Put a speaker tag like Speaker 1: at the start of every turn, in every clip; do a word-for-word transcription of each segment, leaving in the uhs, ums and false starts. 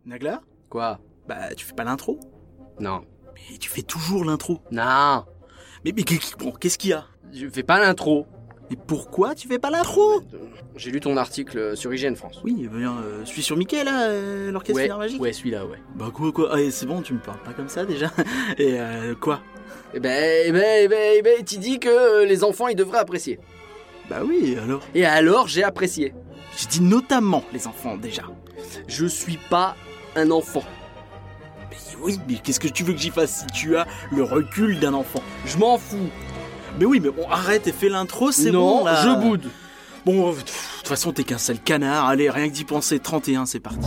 Speaker 1: Nagla ?
Speaker 2: Quoi ?
Speaker 1: Bah, tu fais pas l'intro ?
Speaker 2: Non.
Speaker 1: Mais tu fais toujours l'intro.
Speaker 2: Non.
Speaker 1: Mais, mais bon, qu'est-ce qu'il y a ?
Speaker 2: Je fais pas l'intro.
Speaker 1: Mais pourquoi tu fais pas l'intro ?
Speaker 2: J'ai lu ton article sur Hygiène France.
Speaker 1: Oui, bien, euh, celui sur Mickey, là, euh, l'orchestre
Speaker 2: ouais,
Speaker 1: Filar Magique.
Speaker 2: Ouais, celui-là, ouais.
Speaker 1: Bah quoi, quoi ? Ah, c'est bon, tu me parles pas comme ça, déjà. Et euh, quoi ?
Speaker 2: Eh ben, eh ben, eh ben, eh ben, tu dis que les enfants, ils devraient apprécier.
Speaker 1: Bah oui, alors ?
Speaker 2: Et alors, j'ai apprécié.
Speaker 1: J'ai dit notamment les enfants, déjà.
Speaker 2: Je suis pas un enfant.
Speaker 1: Mais oui, mais qu'est-ce que tu veux que j'y fasse si tu as le recul d'un enfant ?
Speaker 2: Je m'en fous.
Speaker 1: Mais oui, mais bon, arrête et fais l'intro, c'est
Speaker 2: non,
Speaker 1: bon, là.
Speaker 2: Non, je boude.
Speaker 1: Bon, de toute façon, t'es qu'un sale canard. Allez, rien que d'y penser, trente et un, c'est parti.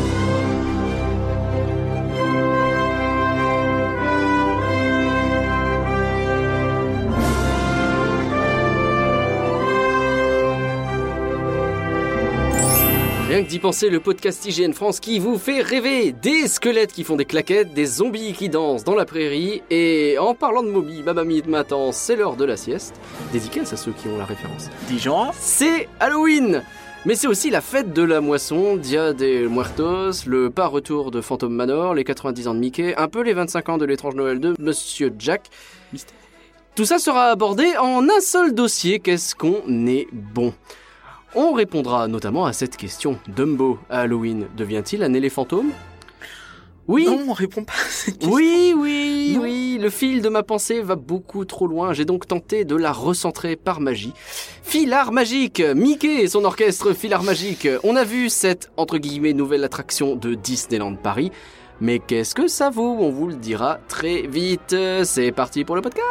Speaker 2: Rien que d'y penser, le podcast Hygiène France qui vous fait rêver. Des squelettes qui font des claquettes, des zombies qui dansent dans la prairie. Et en parlant de momies, ma mamie et de ma tante, c'est l'heure de la sieste. Dédicace à ceux qui ont la référence.
Speaker 1: Dijon.
Speaker 2: C'est Halloween. Mais c'est aussi la fête de la moisson, Dia de Muertos, le pas retour de Phantom Manor, les quatre-vingt-dix ans de Mickey, un peu les vingt-cinq ans de l'étrange Noël de Monsieur Jack.
Speaker 1: Mystère.
Speaker 2: Tout ça sera abordé en un seul dossier. Qu'est-ce qu'on est bon ? On répondra notamment à cette question. Dumbo, à Halloween, devient-il un éléphant fantôme ? Oui.
Speaker 1: Non, on répond pas à cette question.
Speaker 2: Oui, oui,
Speaker 1: non.
Speaker 2: oui. Le fil de ma pensée va beaucoup trop loin. J'ai donc tenté de la recentrer par magie. Filar Magique, Mickey et son orchestre Filar Magique. On a vu cette, entre guillemets, nouvelle attraction de Disneyland Paris. Mais qu'est-ce que ça vaut ? On vous le dira très vite. C'est parti pour le podcast.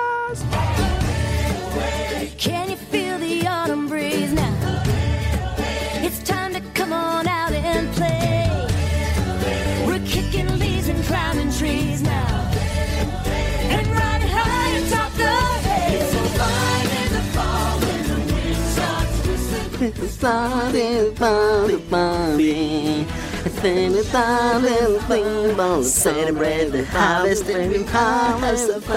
Speaker 2: Can you feel the autumn breeze now? It's time to come on out and play. We're kicking leaves and climbing trees now. And riding high atop the hay. So fine in the fall when the wind starts whistling. It's starting to party. Celebrate the harvest and harvest of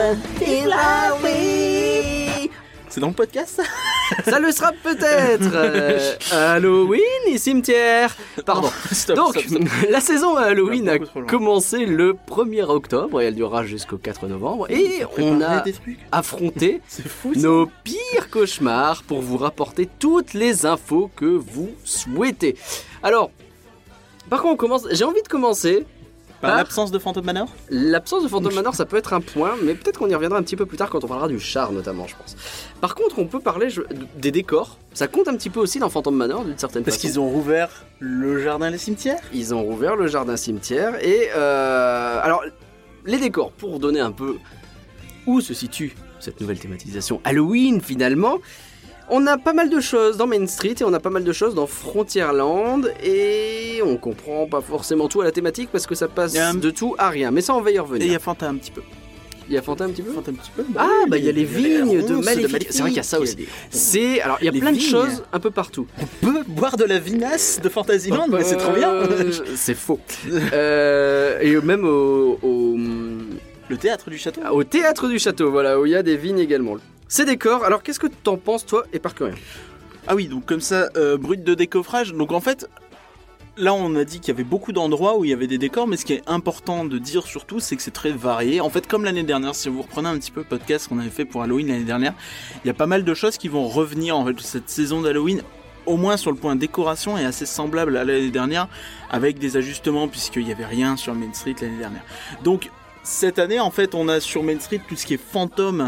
Speaker 2: Halloween.
Speaker 1: C'est dans le podcast, ça ?
Speaker 2: Ça le sera peut-être. euh, Halloween et cimetière. Pardon.
Speaker 1: Non, stop,
Speaker 2: Donc,
Speaker 1: stop, stop.
Speaker 2: la saison Halloween a
Speaker 1: trop loin.
Speaker 2: commencé le premier octobre et elle durera jusqu'au quatre novembre. Et on a
Speaker 1: des trucs.
Speaker 2: affronté
Speaker 1: C'est fou, ça.
Speaker 2: nos pires cauchemars pour vous rapporter toutes les infos que vous souhaitez. Alors, par contre, on commence. J'ai envie de commencer.
Speaker 1: Par
Speaker 2: par
Speaker 1: l'absence de Phantom Manor ?
Speaker 2: L'absence de Phantom Manor, ça peut être un point, mais peut-être qu'on y reviendra un petit peu plus tard quand on parlera du char notamment, je pense. Par contre, on peut parler je, des décors. Ça compte un petit peu aussi dans Phantom Manor d'une certaine
Speaker 1: Parce
Speaker 2: façon.
Speaker 1: qu'ils ont rouvert le jardin et le cimetière ?
Speaker 2: Ils ont rouvert le jardin cimetière et euh, alors les décors pour donner un peu où se situe cette nouvelle thématisation Halloween finalement. On a pas mal de choses dans Main Street et on a pas mal de choses dans Frontierland et on comprend pas forcément tout à la thématique parce que ça passe
Speaker 1: un...
Speaker 2: de tout à rien. Mais ça on va y revenir.
Speaker 1: Et il y a Fanta un petit peu.
Speaker 2: Il y a Fanta un petit peu.
Speaker 1: Fanta un petit peu.
Speaker 2: Ah
Speaker 1: oui,
Speaker 2: bah il y a les vignes de
Speaker 1: ronces
Speaker 2: Maléfique. C'est vrai qu'il y a ça aussi.
Speaker 1: des-
Speaker 2: C'est alors il y a
Speaker 1: Les
Speaker 2: plein de
Speaker 1: vignes.
Speaker 2: choses un peu partout.
Speaker 1: On peut boire de la vinasse de Fantasyland, mais c'est trop bien.
Speaker 2: Euh, c'est faux. Euh, et même au, au,
Speaker 1: Le théâtre du château.
Speaker 2: au théâtre du château, voilà, où il y a des vignes également. Ces décors, alors qu'est-ce que t'en penses toi et par rien ?
Speaker 1: Ah oui, donc comme ça, euh, brut de décoffrage. Donc en fait, là on a dit qu'il y avait beaucoup d'endroits où il y avait des décors, mais ce qui est important de dire surtout, c'est que c'est très varié. En fait, comme l'année dernière, si vous reprenez un petit peu le podcast qu'on avait fait pour Halloween l'année dernière, il y a pas mal de choses qui vont revenir en fait cette saison d'Halloween. Au moins sur le point décoration est assez semblable à l'année dernière, avec des ajustements puisqu'il n'y avait rien sur Main Street l'année dernière. Donc cette année, en fait, on a sur Main Street tout ce qui est fantôme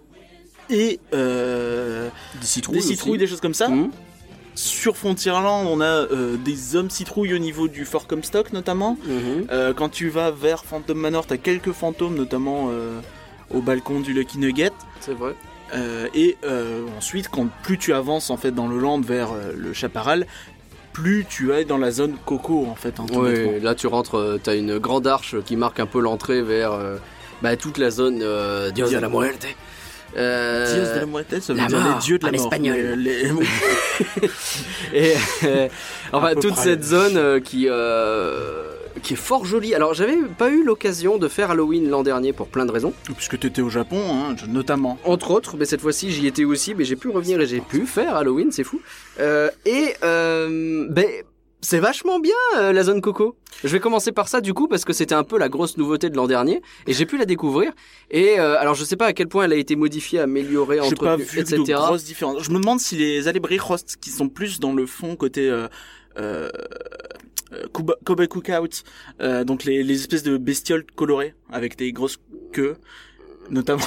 Speaker 1: et euh,
Speaker 2: Des citrouilles,
Speaker 1: des citrouilles, des choses comme ça.
Speaker 2: Mmh.
Speaker 1: Sur Frontierland, on a euh, des hommes citrouilles au niveau du Fort Comstock notamment.
Speaker 2: Mmh.
Speaker 1: Euh, quand tu vas vers Phantom Manor, t'as quelques fantômes, notamment euh, au balcon du Lucky Nugget.
Speaker 2: C'est vrai.
Speaker 1: Euh, et euh, ensuite, quand plus tu avances en fait dans le land vers euh, le Chaparral, plus tu es dans la zone Coco en fait. Hein, tout bêtement.
Speaker 2: Oui, là tu rentres, euh, t'as une grande arche qui marque un peu l'entrée vers euh, bah, toute la zone euh, Dios de la Muerte. Euh,
Speaker 1: Dios de la Muerte, ça veut
Speaker 2: la
Speaker 1: dire
Speaker 2: mort,
Speaker 1: les dieux de la
Speaker 2: en
Speaker 1: mort.
Speaker 2: espagnol.
Speaker 1: Les- les-
Speaker 2: Et euh, enfin
Speaker 1: Un peu
Speaker 2: toute
Speaker 1: près.
Speaker 2: cette zone euh, qui euh, qui est fort jolie. Alors j'avais pas eu l'occasion de faire Halloween l'an dernier pour plein de raisons.
Speaker 1: Puisque tu étais au Japon, hein, notamment.
Speaker 2: Entre autres, mais cette fois-ci j'y étais aussi, mais j'ai pu revenir et j'ai pu faire Halloween, c'est fou. Euh, et euh, ben
Speaker 3: c'est vachement bien euh, la zone Coco. Je vais commencer par ça du coup parce que c'était un peu la grosse nouveauté de l'an dernier et j'ai pu la découvrir. Et euh, alors je sais pas à quel point elle a été modifiée, améliorée,
Speaker 1: J'ai pas
Speaker 3: entretenue,
Speaker 1: vu
Speaker 3: et cetera.
Speaker 1: de grosses différences. Je me demande si les alebrijes qui sont plus dans le fond côté euh, euh, Kuba- Kobe Cookout, euh, donc les, les espèces de bestioles colorées avec des grosses queues. Notamment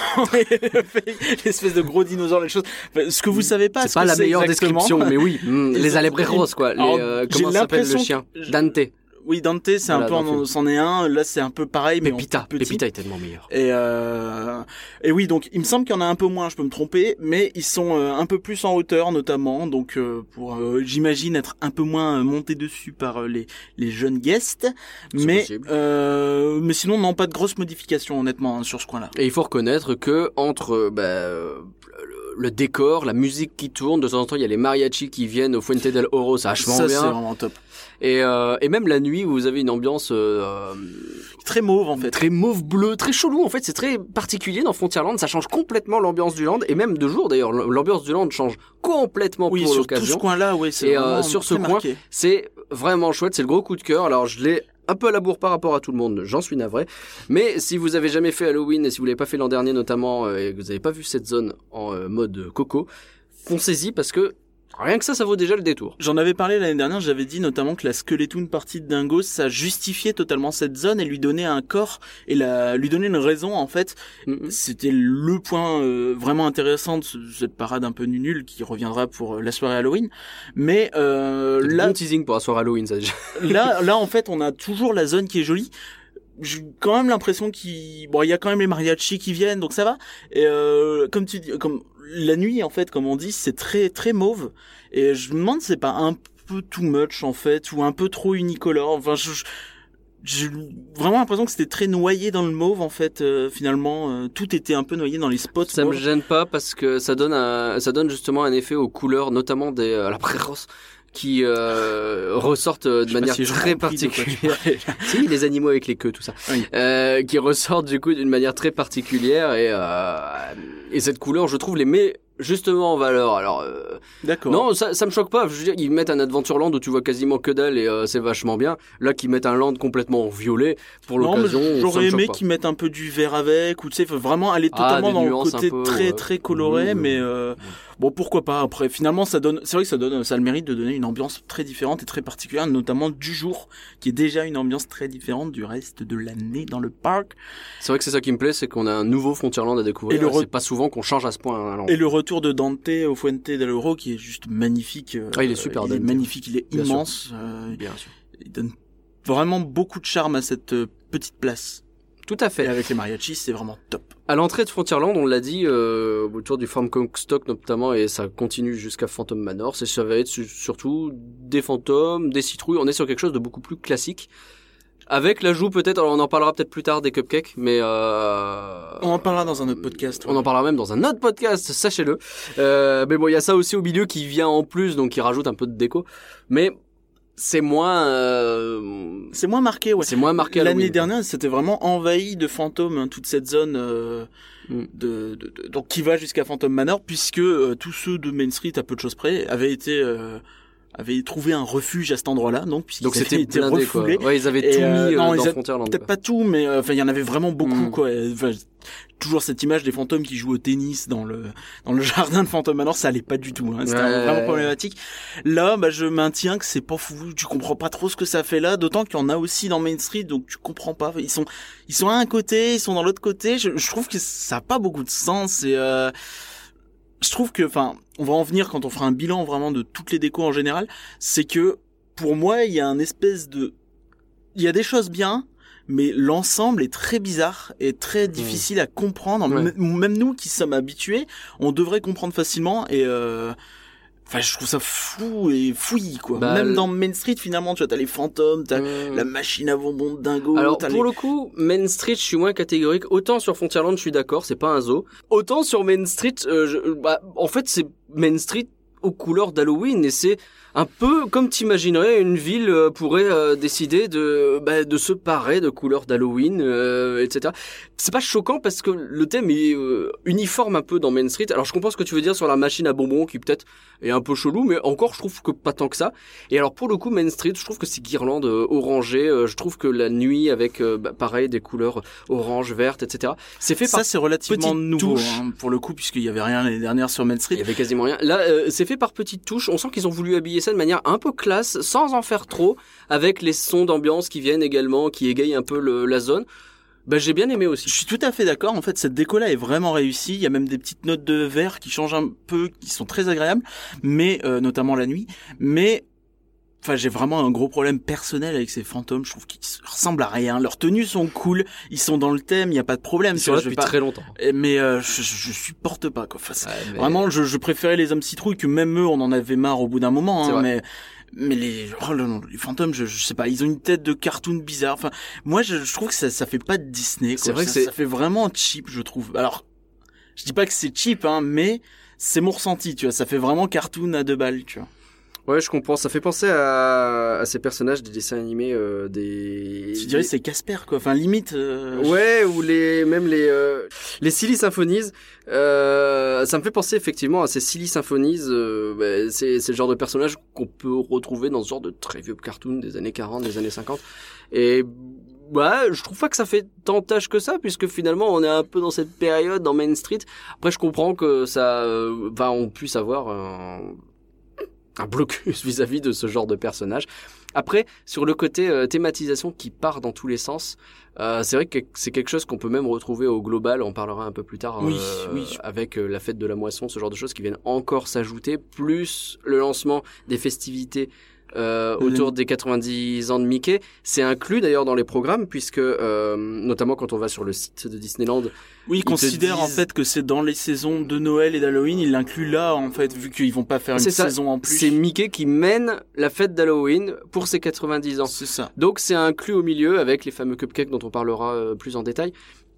Speaker 1: l'espèce de gros dinosaures, les choses. Enfin, ce que vous savez pas,
Speaker 3: c'est
Speaker 1: ce
Speaker 3: pas
Speaker 1: que
Speaker 3: la
Speaker 1: c'est
Speaker 3: meilleure
Speaker 1: exactement.
Speaker 3: description, mais oui, mm, les alebrijes quoi. Les,
Speaker 1: Alors,
Speaker 3: euh,
Speaker 1: j'ai
Speaker 3: comment s'appelle le
Speaker 1: l'impression
Speaker 3: chien
Speaker 1: que-
Speaker 3: Dante.
Speaker 1: Oui, Dante, c'est
Speaker 3: Voilà,
Speaker 1: un peu,
Speaker 3: dans le
Speaker 1: en-
Speaker 3: film.
Speaker 1: c'en est un. Là, c'est un peu pareil, mais
Speaker 3: Pépita,
Speaker 1: en plus petit.
Speaker 3: Pépita est tellement meilleur.
Speaker 1: Et euh, et oui, donc il me semble qu'il y en a un peu moins, je peux me tromper, mais ils sont euh, un peu plus en hauteur notamment, donc euh, pour euh, j'imagine être un peu moins euh, monté dessus par euh, les les jeunes guests,
Speaker 3: C'est
Speaker 1: mais
Speaker 3: possible.
Speaker 1: euh, mais sinon non, pas de grosses modifications honnêtement hein, sur ce coin-là.
Speaker 3: Et il faut reconnaître que entre euh, bah, euh, le, le décor, la musique qui tourne, de temps en temps il y a les mariachis qui viennent au Fuente del Oro, ça vachement
Speaker 1: Ça c'est
Speaker 3: bien.
Speaker 1: vraiment top.
Speaker 3: Et, euh, et même la nuit où vous avez une ambiance euh,
Speaker 1: Très mauve en fait.
Speaker 3: très mauve bleu, très chelou en fait, c'est très particulier dans Frontierland, ça change complètement l'ambiance du land et même de jour d'ailleurs, l'ambiance du land change complètement
Speaker 1: Oui,
Speaker 3: pour
Speaker 1: sur tout ce
Speaker 3: l'occasion.
Speaker 1: coin-là, oui, c'est
Speaker 3: Et euh,
Speaker 1: vraiment
Speaker 3: sur ce
Speaker 1: très
Speaker 3: coin,
Speaker 1: marqué.
Speaker 3: c'est vraiment chouette, c'est le gros coup de cœur. Alors je l'ai un peu à la bourre par rapport à tout le monde, j'en suis navré. Mais si vous avez jamais fait Halloween et si vous l'avez pas fait l'an dernier notamment euh, et que vous n'avez pas vu cette zone en euh, mode Coco, foncez-y parce que rien que ça, ça vaut déjà le détour.
Speaker 1: J'en avais parlé l'année dernière, j'avais dit notamment que la Skeletoon partie de Dingo, ça justifiait totalement cette zone et lui donnait un corps et la, lui donnait une raison en fait.
Speaker 3: Mm-hmm.
Speaker 1: C'était le point euh, vraiment intéressant de ce- cette parade un peu nulle qui reviendra pour euh, la soirée Halloween. Mais euh,
Speaker 3: C'est
Speaker 1: là,
Speaker 3: bon teasing pour un soir Halloween, ça déjà.
Speaker 1: là, là en fait, on a toujours la zone qui est jolie. J'ai quand même l'impression qu'il, bon, il y a quand même les mariachis qui viennent, donc ça va. Et euh, comme tu dis, comme la nuit en fait, comme on dit, c'est très très mauve. Et je me demande, si c'est pas un peu too much en fait, ou un peu trop unicolore. Enfin, je, je- j'ai vraiment l'impression que c'était très noyé dans le mauve en fait. euh, finalement, euh, tout était un peu noyé dans les spots.
Speaker 3: Ça me
Speaker 1: mauves.
Speaker 3: gêne pas parce que ça donne un, ça donne justement un effet aux couleurs, notamment des euh, la préroce qui euh, ressortent euh, de
Speaker 1: Je sais pas
Speaker 3: manière
Speaker 1: si j'ai
Speaker 3: très
Speaker 1: compris de quoi tu
Speaker 3: particulière.
Speaker 1: parlais.
Speaker 3: Si, les animaux avec les queues, tout ça.
Speaker 1: Oui.
Speaker 3: Euh, qui ressortent du coup d'une manière très particulière et euh, et cette couleur, je trouve, les met justement en valeur. Alors euh,
Speaker 1: D'accord.
Speaker 3: non, ça ça me choque pas. Je veux dire, ils mettent un Adventureland où tu vois quasiment que dalle et euh, c'est vachement bien. Là, qu'ils mettent un land complètement violet pour
Speaker 1: Non, mais
Speaker 3: l'occasion, ça
Speaker 1: j'aurais
Speaker 3: me choque
Speaker 1: aimé
Speaker 3: pas.
Speaker 1: qu'ils mettent un peu du vert avec, ou tu sais, faut vraiment aller
Speaker 3: Ah,
Speaker 1: totalement
Speaker 3: des
Speaker 1: dans le
Speaker 3: nuances
Speaker 1: côté
Speaker 3: un peu,
Speaker 1: très
Speaker 3: ouais.
Speaker 1: très coloré,
Speaker 3: Oui,
Speaker 1: mais
Speaker 3: oui.
Speaker 1: euh, bon, pourquoi pas. Après, finalement, ça donne, c'est vrai que ça donne, ça a le mérite de donner une ambiance très différente et très particulière, notamment du jour, qui est déjà une ambiance très différente du reste de l'année dans le parc.
Speaker 3: C'est vrai que c'est ça qui me plaît, c'est qu'on a un nouveau Frontierland à découvrir.
Speaker 1: Et le re-
Speaker 3: C'est pas souvent qu'on change à ce point un land.
Speaker 1: Et le retour de Dante au Fuente del Oro, qui est juste magnifique. euh,
Speaker 3: Ah, il est super,
Speaker 1: Il est
Speaker 3: Dante.
Speaker 1: magnifique, il est
Speaker 3: Bien sûr.
Speaker 1: immense. euh,
Speaker 3: Bien sûr.
Speaker 1: il donne vraiment beaucoup de charme à cette euh, petite place.
Speaker 3: Tout à
Speaker 1: Et
Speaker 3: fait.
Speaker 1: avec les mariachis, c'est vraiment top.
Speaker 3: À l'entrée de Frontierland, on l'a dit, euh, autour du Farm Comstock notamment, et ça continue jusqu'à Phantom Manor, c'est, ça va être su- surtout des fantômes, des citrouilles, on est sur quelque chose de beaucoup plus classique. Avec l'ajout peut-être, alors on en parlera peut-être plus tard des cupcakes, mais euh,
Speaker 1: On en parlera dans un autre podcast.
Speaker 3: on en parlera même dans un autre podcast, sachez-le. Euh, mais bon, il y a ça aussi au milieu qui vient en plus, donc qui rajoute un peu de déco. Mais c'est moins, euh,
Speaker 1: C'est moins marqué, ouais.
Speaker 3: c'est moins marqué à
Speaker 1: L'année
Speaker 3: Halloween.
Speaker 1: dernière, c'était vraiment envahi de fantômes, hein, toute cette zone euh,
Speaker 3: Mm.
Speaker 1: de, de, de- donc qui va jusqu'à Phantom Manor, puisque euh, tous ceux de Main Street, à peu de choses près, avaient été euh, avaient trouvé un refuge à cet endroit-là, donc puisqu'ils
Speaker 3: Donc
Speaker 1: avaient
Speaker 3: c'était
Speaker 1: été
Speaker 3: blindé, quoi.
Speaker 1: refoulés.
Speaker 3: Ouais, ils avaient
Speaker 1: Et,
Speaker 3: tout
Speaker 1: euh,
Speaker 3: mis euh,
Speaker 1: non, ils
Speaker 3: dans
Speaker 1: a-
Speaker 3: Frontierland.
Speaker 1: Peut-être
Speaker 3: quoi.
Speaker 1: pas tout, mais euh, enfin il y en avait vraiment beaucoup,
Speaker 3: Mm.
Speaker 1: quoi. Et, enfin, toujours cette image des fantômes qui jouent au tennis dans le dans le jardin de Phantom Manor, ça allait pas du tout. Hein. C'était
Speaker 3: Ouais.
Speaker 1: vraiment problématique. Là, bah, je maintiens que c'est pas fou. Tu comprends pas trop ce que ça fait là, d'autant qu'il y en a aussi dans Main Street, donc tu comprends pas. Ils sont ils sont à un côté, ils sont dans l'autre côté. Je, je trouve que ça a pas beaucoup de sens. Et euh, je trouve que, enfin, on va en venir quand on fera un bilan vraiment de toutes les décos en général. C'est que pour moi, il y a un espèce de, il y a des choses bien, mais l'ensemble est très bizarre et très difficile à comprendre.
Speaker 3: Ouais.
Speaker 1: M- Même nous qui sommes habitués, on devrait comprendre facilement. Et euh, enfin, je trouve ça fou et fouillis, quoi.
Speaker 3: Bah,
Speaker 1: Même
Speaker 3: le-
Speaker 1: dans Main Street, finalement, tu vois, t'as les fantômes, t'as
Speaker 3: Mmh.
Speaker 1: la machine à bonbons de dingo.
Speaker 3: Alors
Speaker 1: t'as
Speaker 3: pour
Speaker 1: les-
Speaker 3: le coup, Main Street, je suis moins catégorique. Autant sur Frontierland, je suis d'accord, c'est pas un zoo. Autant sur Main Street, euh, je- bah, en fait, c'est Main Street aux couleurs d'Halloween et c'est Un peu comme t'imaginerais une ville euh, pourrait euh, décider de bah, de se parer de couleurs d'Halloween, euh, et cetera. C'est pas choquant parce que le thème est euh, uniforme un peu dans Main Street. Alors je comprends ce que tu veux dire sur la machine à bonbons qui peut-être est un peu chelou, mais encore je trouve que pas tant que ça. Et alors pour le coup Main Street, je trouve que c'est guirlande euh, orangée. Euh, je trouve que la nuit avec euh, bah, pareil des couleurs orange, verte, et cetera. C'est fait
Speaker 1: Ça
Speaker 3: par
Speaker 1: c'est relativement
Speaker 3: petites
Speaker 1: nouveau
Speaker 3: touches.
Speaker 1: hein, pour le coup puisqu'il y avait rien l'année dernière sur Main
Speaker 3: Il
Speaker 1: Street.
Speaker 3: y avait quasiment rien. Là, euh, c'est fait par petites touches. On sent qu'ils ont voulu habiller ça de manière un peu classe, sans en faire trop, avec les sons d'ambiance qui viennent également, qui égayent un peu le, la zone. Bah, j'ai bien aimé aussi.
Speaker 1: Je suis tout à fait d'accord. En fait, cette déco-là est vraiment réussie. Il y a même des petites notes de vert qui changent un peu, qui sont très agréables, mais euh, notamment la nuit. Mais enfin, j'ai vraiment un gros problème personnel avec ces fantômes. Je trouve qu'ils ressemblent à rien. Leurs tenues sont cool. Ils sont dans le thème. Il y a pas de problème.
Speaker 3: Ils sont là
Speaker 1: je vais
Speaker 3: depuis
Speaker 1: pas...
Speaker 3: très longtemps.
Speaker 1: Mais euh, je, je supporte pas quoi. Enfin,
Speaker 3: Ouais, mais...
Speaker 1: Vraiment, je, je préférais les hommes citrouilles que même eux, on en avait marre au bout d'un moment.
Speaker 3: C'est
Speaker 1: Hein,
Speaker 3: vrai.
Speaker 1: mais mais les oh, non, les fantômes, je, je sais pas. Ils ont une tête de cartoon bizarre. Enfin, moi, je, je trouve que ça ça fait pas de Disney. Quoi.
Speaker 3: C'est vrai que
Speaker 1: ça,
Speaker 3: c'est-
Speaker 1: ça fait vraiment cheap, je trouve. Alors, je dis pas que c'est cheap, hein, mais c'est mon ressenti. Tu vois, ça fait vraiment cartoon à deux balles. Tu vois.
Speaker 3: Ouais, je comprends. Ça fait penser à, à ces personnages des dessins animés, euh, des.
Speaker 1: Tu dirais c'est Casper quoi. Enfin, limite. Euh,
Speaker 3: Ouais, ou les même les euh, les Silly Symphonies. Euh, ça me fait penser effectivement à ces Silly Symphonies. Euh, bah, c'est c'est le genre de personnage qu'on peut retrouver dans ce genre de très vieux cartoon des années quarante, des années cinquante. Et bah, je trouve pas que ça fait tant tâche que ça, puisque finalement on est un peu dans cette période dans Main Street. Après, je comprends que ça, euh, bah, on puisse avoir un, un blocus vis-à-vis de ce genre de personnage. Après, sur le côté euh, thématisation qui part dans tous les sens, euh, c'est vrai que c'est quelque chose qu'on peut même retrouver au global. On parlera un peu plus tard
Speaker 1: Oui,
Speaker 3: euh,
Speaker 1: oui.
Speaker 3: avec euh, la fête de la moisson, ce genre de choses qui viennent encore s'ajouter, plus le lancement des festivités euh, autour des quatre-vingt-dix ans de Mickey. C'est inclus d'ailleurs dans les programmes, puisque euh, notamment quand on va sur le site de Disneyland,
Speaker 1: Oui, ils
Speaker 3: Ils te
Speaker 1: considèrent en
Speaker 3: disent-
Speaker 1: fait que c'est dans les saisons de Noël et d'Halloween. Ils l'incluent là en fait, vu qu'ils vont pas faire une
Speaker 3: c'est ça,
Speaker 1: saison en plus.
Speaker 3: c'est Mickey qui mène la fête d'Halloween pour ses quatre-vingt-dix ans.
Speaker 1: C'est ça.
Speaker 3: Donc c'est inclus au milieu avec les fameux cupcakes dont on parlera euh, plus en détail.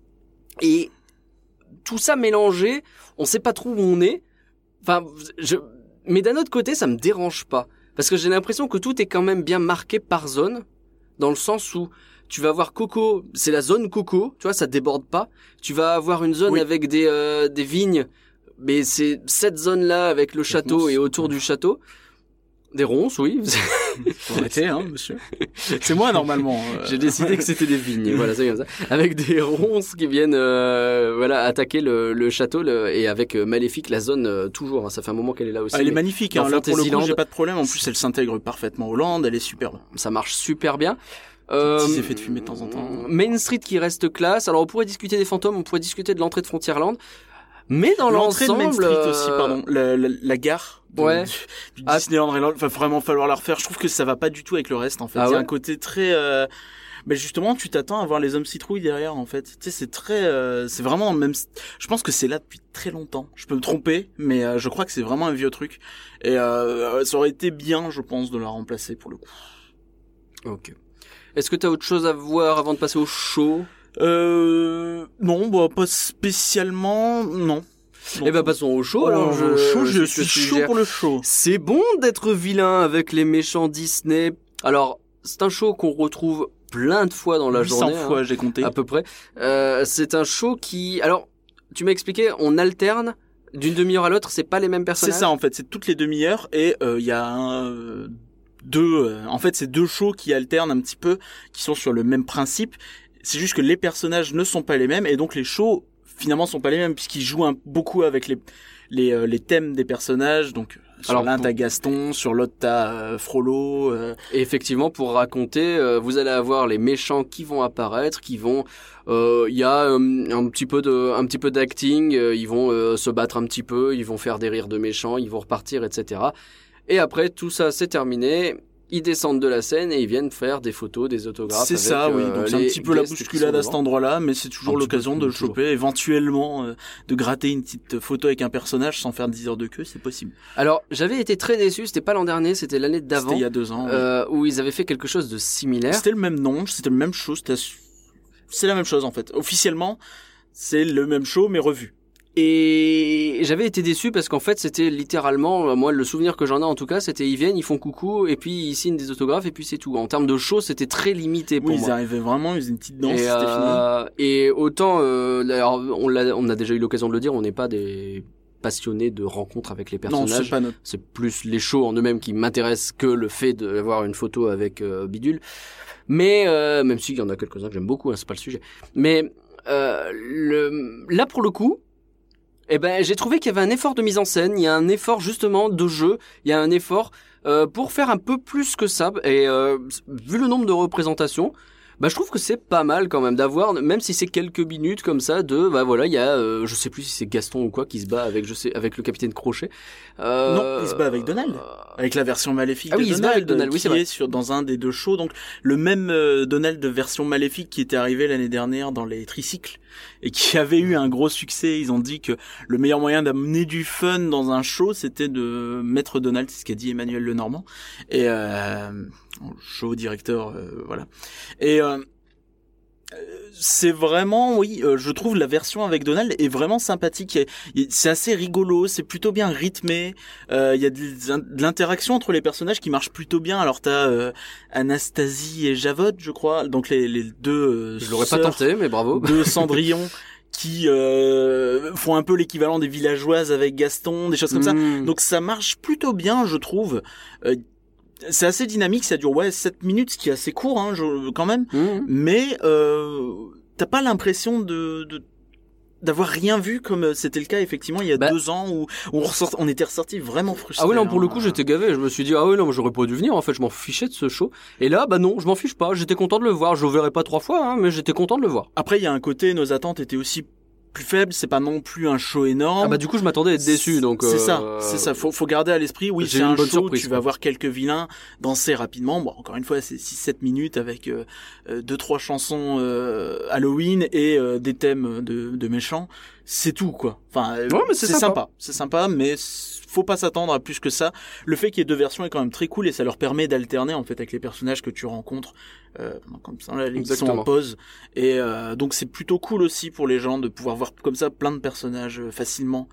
Speaker 3: Et tout ça mélangé, on sait pas trop où on est. Enfin, je... mais d'un autre côté, ça me dérange pas. Parce que j'ai l'impression que tout est quand même bien marqué par zone, dans le sens où tu vas avoir Coco, c'est la zone Coco, tu vois, ça déborde pas. Tu vas avoir une zone
Speaker 1: Oui.
Speaker 3: avec des euh, des vignes, mais c'est cette zone-là avec le château
Speaker 1: ronces.
Speaker 3: et autour du château. Des ronces, oui.
Speaker 1: Faut arrêter, hein, monsieur. C'est moi normalement. euh.
Speaker 3: J'ai décidé que c'était des vignes, voilà, c'est comme ça. Avec des ronces qui viennent, euh, voilà, attaquer le, le château, le, et avec euh, Maléfique, la zone euh, toujours. Hein, ça fait un moment qu'elle est là aussi.
Speaker 1: Ah, elle est
Speaker 3: mais
Speaker 1: magnifique.
Speaker 3: dans
Speaker 1: Hein. Là pour le coup,
Speaker 3: Fantasyland-
Speaker 1: j'ai pas de problème. En plus, elle s'intègre parfaitement au land. Elle est superbe.
Speaker 3: ça marche super bien. Euh,
Speaker 1: Petits effets de fumée de temps en temps.
Speaker 3: Main Street qui reste classe. Alors on pourrait discuter des fantômes, on pourrait discuter de l'entrée de Frontierland, mais dans
Speaker 1: L'entrée de
Speaker 3: l'ensemble,
Speaker 1: Main Street aussi,
Speaker 3: euh,
Speaker 1: pardon. La, la, la gare. De,
Speaker 3: Ouais.
Speaker 1: Du, du
Speaker 3: Ah.
Speaker 1: Disneyland Railroad. Va vraiment falloir la refaire. Je trouve que ça va pas du tout avec le reste en fait.
Speaker 3: Ah
Speaker 1: Il y a
Speaker 3: ouais
Speaker 1: un côté très. Euh... Mais justement, tu t'attends à voir les hommes citrouilles derrière en fait. Tu sais, c'est très. Euh... C'est vraiment même. Je pense que c'est là depuis très longtemps. Je peux me tromper, mais euh, je crois que c'est vraiment un vieux truc. Et euh, ça aurait été bien, je pense, de la remplacer pour le coup.
Speaker 3: Ok. Est-ce que t'as autre chose à voir avant de passer au show?
Speaker 1: Euh, non, bah, pas spécialement, non.
Speaker 3: Eh ben passons au show. alors je,
Speaker 1: le show, je
Speaker 3: je
Speaker 1: suis chaud
Speaker 3: suggère.
Speaker 1: pour le show.
Speaker 3: C'est bon d'être vilain avec les méchants Disney. Alors, c'est un show qu'on retrouve plein de fois dans la
Speaker 1: huit cents
Speaker 3: journée,
Speaker 1: fois, j'ai compté.
Speaker 3: hein, à peu près. Euh, c'est un show qui... Alors, tu m'as expliqué, on alterne d'une demi-heure à l'autre, c'est pas les mêmes
Speaker 1: C'est
Speaker 3: personnages.
Speaker 1: ça, en fait, c'est toutes les demi-heures et il euh, y a un, euh, deux, euh, en fait, c'est deux shows qui alternent un petit peu, qui sont sur le même principe. C'est juste que les personnages ne sont pas les mêmes et donc les shows finalement sont pas les mêmes puisqu'ils jouent un, beaucoup avec les les, euh, les thèmes des personnages. Donc sur
Speaker 3: Alors,
Speaker 1: l'un
Speaker 3: pour-
Speaker 1: t'as Gaston, sur l'autre t'as euh, Frollo. Euh,
Speaker 3: Et effectivement, pour raconter, euh, vous allez avoir les méchants qui vont apparaître, qui vont, euh, il y a euh, un petit peu de, un petit peu d'acting, euh, ils vont euh, se battre un petit peu, ils vont faire des rires de méchants, ils vont repartir, et cetera. Et après tout ça c'est terminé, ils descendent de la scène et ils viennent faire des photos, des autographes.
Speaker 1: c'est
Speaker 3: avec,
Speaker 1: ça, oui.
Speaker 3: euh,
Speaker 1: Donc c'est un
Speaker 3: les
Speaker 1: petit peu la
Speaker 3: guests qui sont
Speaker 1: bousculade à cet
Speaker 3: devant.
Speaker 1: endroit-là, mais c'est toujours
Speaker 3: Un petit peu,
Speaker 1: l'occasion de
Speaker 3: toujours.
Speaker 1: choper, éventuellement, euh, de gratter une petite photo avec un personnage sans faire dix heures de queue, c'est possible.
Speaker 3: Alors j'avais été très déçu, c'était pas l'an dernier, c'était l'année d'avant,
Speaker 1: C'était il y a deux ans. oui.
Speaker 3: euh, où ils avaient fait quelque chose de similaire.
Speaker 1: C'était le même nom, c'était la même chose, c'était- c'est la même chose en fait. Officiellement, c'est le même show mais revu.
Speaker 3: Et j'avais été déçu parce qu'en fait c'était littéralement, moi le souvenir que j'en ai en tout cas, c'était ils viennent, ils font coucou et puis ils signent des autographes et puis c'est tout. En termes de show, c'était très limité pour
Speaker 1: oui,
Speaker 3: moi.
Speaker 1: ils arrivaient vraiment, ils faisaient une petite danse,
Speaker 3: et,
Speaker 1: c'était
Speaker 3: euh, et autant, euh, d'ailleurs, on, l'a, on a déjà eu l'occasion de le dire, on n'est pas des passionnés de rencontres avec les
Speaker 1: fini. Non,
Speaker 3: personnages.
Speaker 1: c'est pas notre...
Speaker 3: C'est plus les shows en eux-mêmes qui m'intéressent que le fait d'avoir une photo avec euh, Bidule. Mais euh, même s'il y en a quelques-uns que j'aime beaucoup, hein, c'est pas le sujet. Mais euh, le, là pour le coup, eh ben j'ai trouvé qu'il y avait un effort de mise en scène, il y a un effort justement de jeu, il y a un effort euh, pour faire un peu plus que ça. Et euh, vu le nombre de représentations, bah je trouve que c'est pas mal quand même d'avoir, même si c'est quelques minutes comme ça, de bah voilà, il y a euh, je sais plus si c'est Gaston ou quoi qui se bat avec je sais avec le capitaine Crochet. Euh,
Speaker 1: Non, il se bat avec Donald, avec la version maléfique
Speaker 3: ah
Speaker 1: de
Speaker 3: oui, il se
Speaker 1: Donald,
Speaker 3: bat avec Donald, oui,
Speaker 1: qui
Speaker 3: c'est vrai.
Speaker 1: est sur dans un des deux shows, donc le même euh, Donald de version maléfique qui était arrivé l'année dernière dans les tricycles et qui avait eu un gros succès. Ils ont dit que le meilleur moyen d'amener du fun dans un show, c'était de mettre Donald, c'est ce qu'a dit Emmanuel Lenormand, et euh, show directeur, euh, voilà. Et euh, c'est vraiment, oui, euh, je trouve la version avec Donald est vraiment sympathique. C'est assez rigolo, c'est plutôt bien rythmé. Il euh, y a de, de l'interaction entre les personnages qui marche plutôt bien. Alors t'as euh, Anastasie et Javod, je crois, donc les, les deux. Euh,
Speaker 3: je l'aurais pas tenté, mais bravo.
Speaker 1: Deux Cendrillon qui euh, font un peu l'équivalent des villageoises avec Gaston, des choses comme
Speaker 3: mmh.
Speaker 1: ça. Donc ça marche plutôt bien, je trouve. Euh, C'est assez dynamique, ça dure ouais sept minutes, ce qui est assez court hein, je, quand même. Mmh. Mais euh, t'as pas l'impression de, de d'avoir rien vu comme c'était le cas effectivement il y a bah, deux ans où on, ressort, on était ressorti vraiment frustré.
Speaker 3: Ah oui non pour
Speaker 1: hein.
Speaker 3: le coup j'étais gavé, je me suis dit ah oui non j'aurais pas dû venir en fait, je m'en fichais de ce show. Et là bah non je m'en fiche pas, j'étais content de le voir, je le verrai pas trois fois hein, mais j'étais content de le voir.
Speaker 1: Après il y a un côté nos attentes étaient aussi plus faible, c'est pas non plus un show énorme.
Speaker 3: Ah bah du coup je m'attendais à être déçu donc.
Speaker 1: C'est
Speaker 3: euh...
Speaker 1: ça, c'est ça. Faut faut garder à l'esprit. Oui, c'est un show. Surprise, tu quoi. Vas voir quelques vilains danser rapidement. Bon, encore une fois, c'est six sept minutes avec euh, deux trois chansons euh, Halloween et euh, des thèmes de de méchants. C'est tout quoi. Enfin, ouais, mais c'est, c'est sympa. sympa. C'est sympa, mais faut pas s'attendre à plus que ça. Le fait qu'il y ait deux versions est quand même très cool et ça leur permet d'alterner en fait avec les personnages que tu rencontres. Euh, comme ça, là, ils sont en pause et euh, donc c'est plutôt cool aussi pour les gens de pouvoir voir comme ça plein de personnages euh, facilement.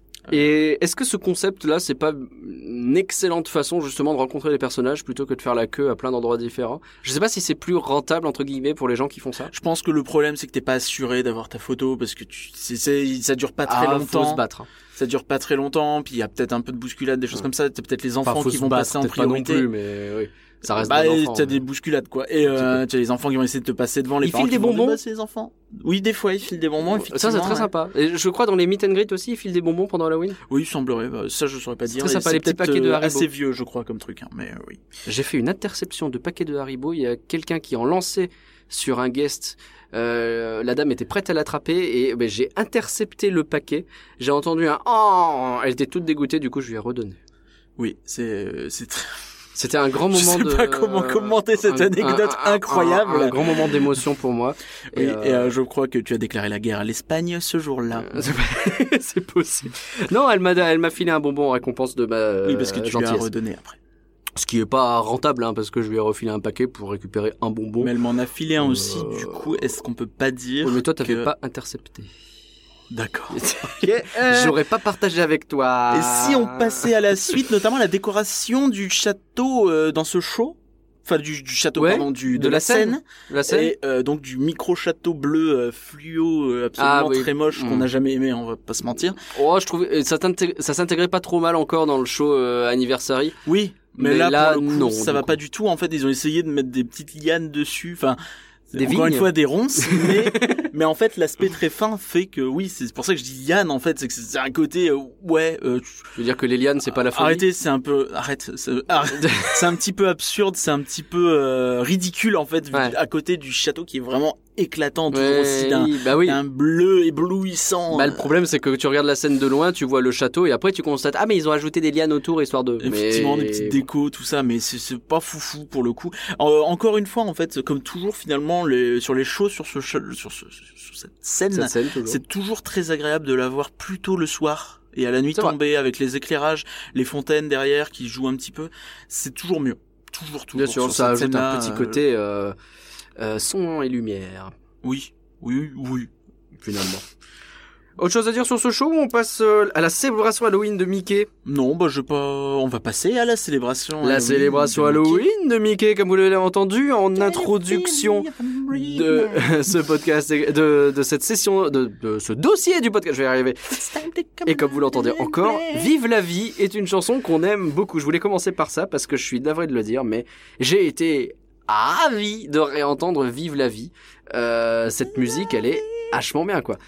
Speaker 3: Et est-ce que ce concept-là, c'est pas une excellente façon justement de rencontrer les personnages plutôt que de faire la queue à plein d'endroits différents? Je sais pas si c'est plus rentable entre guillemets pour les gens qui font ça.
Speaker 1: Je pense que le problème c'est que t'es pas assuré d'avoir ta photo parce que tu, c'est, c'est, ça dure pas très
Speaker 3: ah,
Speaker 1: longtemps.
Speaker 3: Faut se battre.
Speaker 1: Ça dure pas très longtemps, puis il y a peut-être un peu de bousculade, des choses ouais. comme ça. T'as peut-être les enfants
Speaker 3: enfin,
Speaker 1: qui vont
Speaker 3: battre,
Speaker 1: passer en priorité.
Speaker 3: Pas non plus, mais oui. Ça reste
Speaker 1: bah,
Speaker 3: des enfants,
Speaker 1: t'as
Speaker 3: mais...
Speaker 1: des bousculades quoi. Et euh, t'as les enfants qui vont essayer de te passer devant les
Speaker 3: ils
Speaker 1: parents.
Speaker 3: Ils filent des bonbons.
Speaker 1: Bah, c'est les enfants. Oui, des fois ils filent des bonbons. Effectivement.
Speaker 3: Ça c'est très
Speaker 1: ouais.
Speaker 3: sympa. Et je crois dans les meet and greet aussi ils filent des bonbons pendant Halloween.
Speaker 1: Oui, il semblerait. Bah, ça je saurais pas
Speaker 3: c'est
Speaker 1: dire.
Speaker 3: Très sympa,
Speaker 1: c'est
Speaker 3: les petits paquets de Haribo.
Speaker 1: Assez vieux je crois comme truc. Hein, mais euh, oui.
Speaker 3: J'ai fait une interception de paquets de Haribo. Il y a quelqu'un qui en lançait sur un guest. Euh, la dame était prête à l'attraper et ben, j'ai intercepté le paquet. J'ai entendu un oh, elle était toute dégoûtée. Du coup je lui ai redonné.
Speaker 1: Oui, c'est c'est très...
Speaker 3: C'était un grand moment
Speaker 1: de... Je sais
Speaker 3: de...
Speaker 1: pas comment commenter cette
Speaker 3: un,
Speaker 1: anecdote
Speaker 3: un, un,
Speaker 1: incroyable.
Speaker 3: Un, un grand moment d'émotion pour moi.
Speaker 1: Oui, et, euh... et euh, je crois que tu as déclaré la guerre à l'Espagne ce jour-là.
Speaker 3: C'est possible. Non, elle m'a, elle m'a filé un bonbon en récompense de ma
Speaker 1: Oui, parce que tu
Speaker 3: gentillesse.
Speaker 1: lui as redonné après.
Speaker 3: Ce qui est pas rentable, hein, parce que je lui ai refilé un paquet pour récupérer un bonbon.
Speaker 1: Mais elle m'en a filé un
Speaker 3: euh...
Speaker 1: aussi, du coup, est-ce qu'on peut pas dire
Speaker 3: oui, mais toi, t'avais
Speaker 1: que...
Speaker 3: pas intercepté.
Speaker 1: D'accord.
Speaker 3: Okay. Euh... J'aurais pas partagé avec toi.
Speaker 1: Et si on passait à la suite, notamment la décoration du château euh, dans ce show, enfin du, du château,
Speaker 3: ouais,
Speaker 1: pardon, du de,
Speaker 3: de
Speaker 1: la,
Speaker 3: la
Speaker 1: Seine,
Speaker 3: Seine, la Seine.
Speaker 1: Et euh, donc du micro château bleu euh, fluo, euh, absolument
Speaker 3: ah, oui.
Speaker 1: très moche mmh. qu'on n'a jamais aimé, on va pas se mentir.
Speaker 3: Oh, je trouvais ça, ça s'intégrait pas trop mal encore dans le show euh, Anniversary.
Speaker 1: Oui, mais, mais là,
Speaker 3: là
Speaker 1: pour le coup,
Speaker 3: non,
Speaker 1: ça va
Speaker 3: coup.
Speaker 1: pas du tout. En fait, ils ont essayé de mettre des petites lianes dessus, enfin.
Speaker 3: Des
Speaker 1: encore
Speaker 3: vignes.
Speaker 1: Une fois des ronces, mais mais en fait l'aspect très fin fait que oui, c'est pour ça que je dis Yann en fait, c'est que c'est un côté euh, ouais. Euh,
Speaker 3: je veux dire que les lianes c'est pas la folie.
Speaker 1: Arrêtez, c'est un peu arrête, c'est, arrête, c'est un petit peu absurde, c'est un petit peu euh, ridicule en fait
Speaker 3: ouais.
Speaker 1: à côté du château qui est vraiment éclatant, toujours
Speaker 3: ouais,
Speaker 1: aussi d'un,
Speaker 3: bah oui.
Speaker 1: d'un bleu éblouissant.
Speaker 3: Bah le problème c'est que tu regardes la scène de loin, tu vois le château et après tu constates ah mais ils ont ajouté des lianes autour histoire de.
Speaker 1: Effectivement
Speaker 3: mais...
Speaker 1: des petites décos tout ça, mais c'est, c'est pas foufou pour le coup. Euh, encore une fois en fait, comme toujours finalement les, sur les shows sur ce sur, ce, sur cette scène,
Speaker 3: cette scène toujours.
Speaker 1: C'est toujours très agréable de la voir plus tôt le soir et à la nuit c'est tombée vrai. Avec les éclairages, les fontaines derrière qui jouent un petit peu, c'est toujours mieux, toujours toujours.
Speaker 3: Bien sûr, ça ajoute un petit côté euh, euh, son et lumière.
Speaker 1: Oui, oui, oui,
Speaker 3: finalement. Autre chose à dire sur ce show ou on passe euh, à la célébration Halloween de Mickey?
Speaker 1: Non, bah je pas. On va passer à la célébration.
Speaker 3: La
Speaker 1: Halloween
Speaker 3: célébration
Speaker 1: de
Speaker 3: Halloween
Speaker 1: Mickey.
Speaker 3: de Mickey, comme vous l'avez entendu en introduction de ce podcast, de, de cette session, de, de ce dossier du podcast. Je vais y arriver. Et comme vous l'entendez encore, Vive la vie est une chanson qu'on aime beaucoup. Je voulais commencer par ça parce que je suis navré de le dire, mais j'ai été ravi de réentendre Vive la vie. Euh, cette musique, elle est vachement bien, quoi.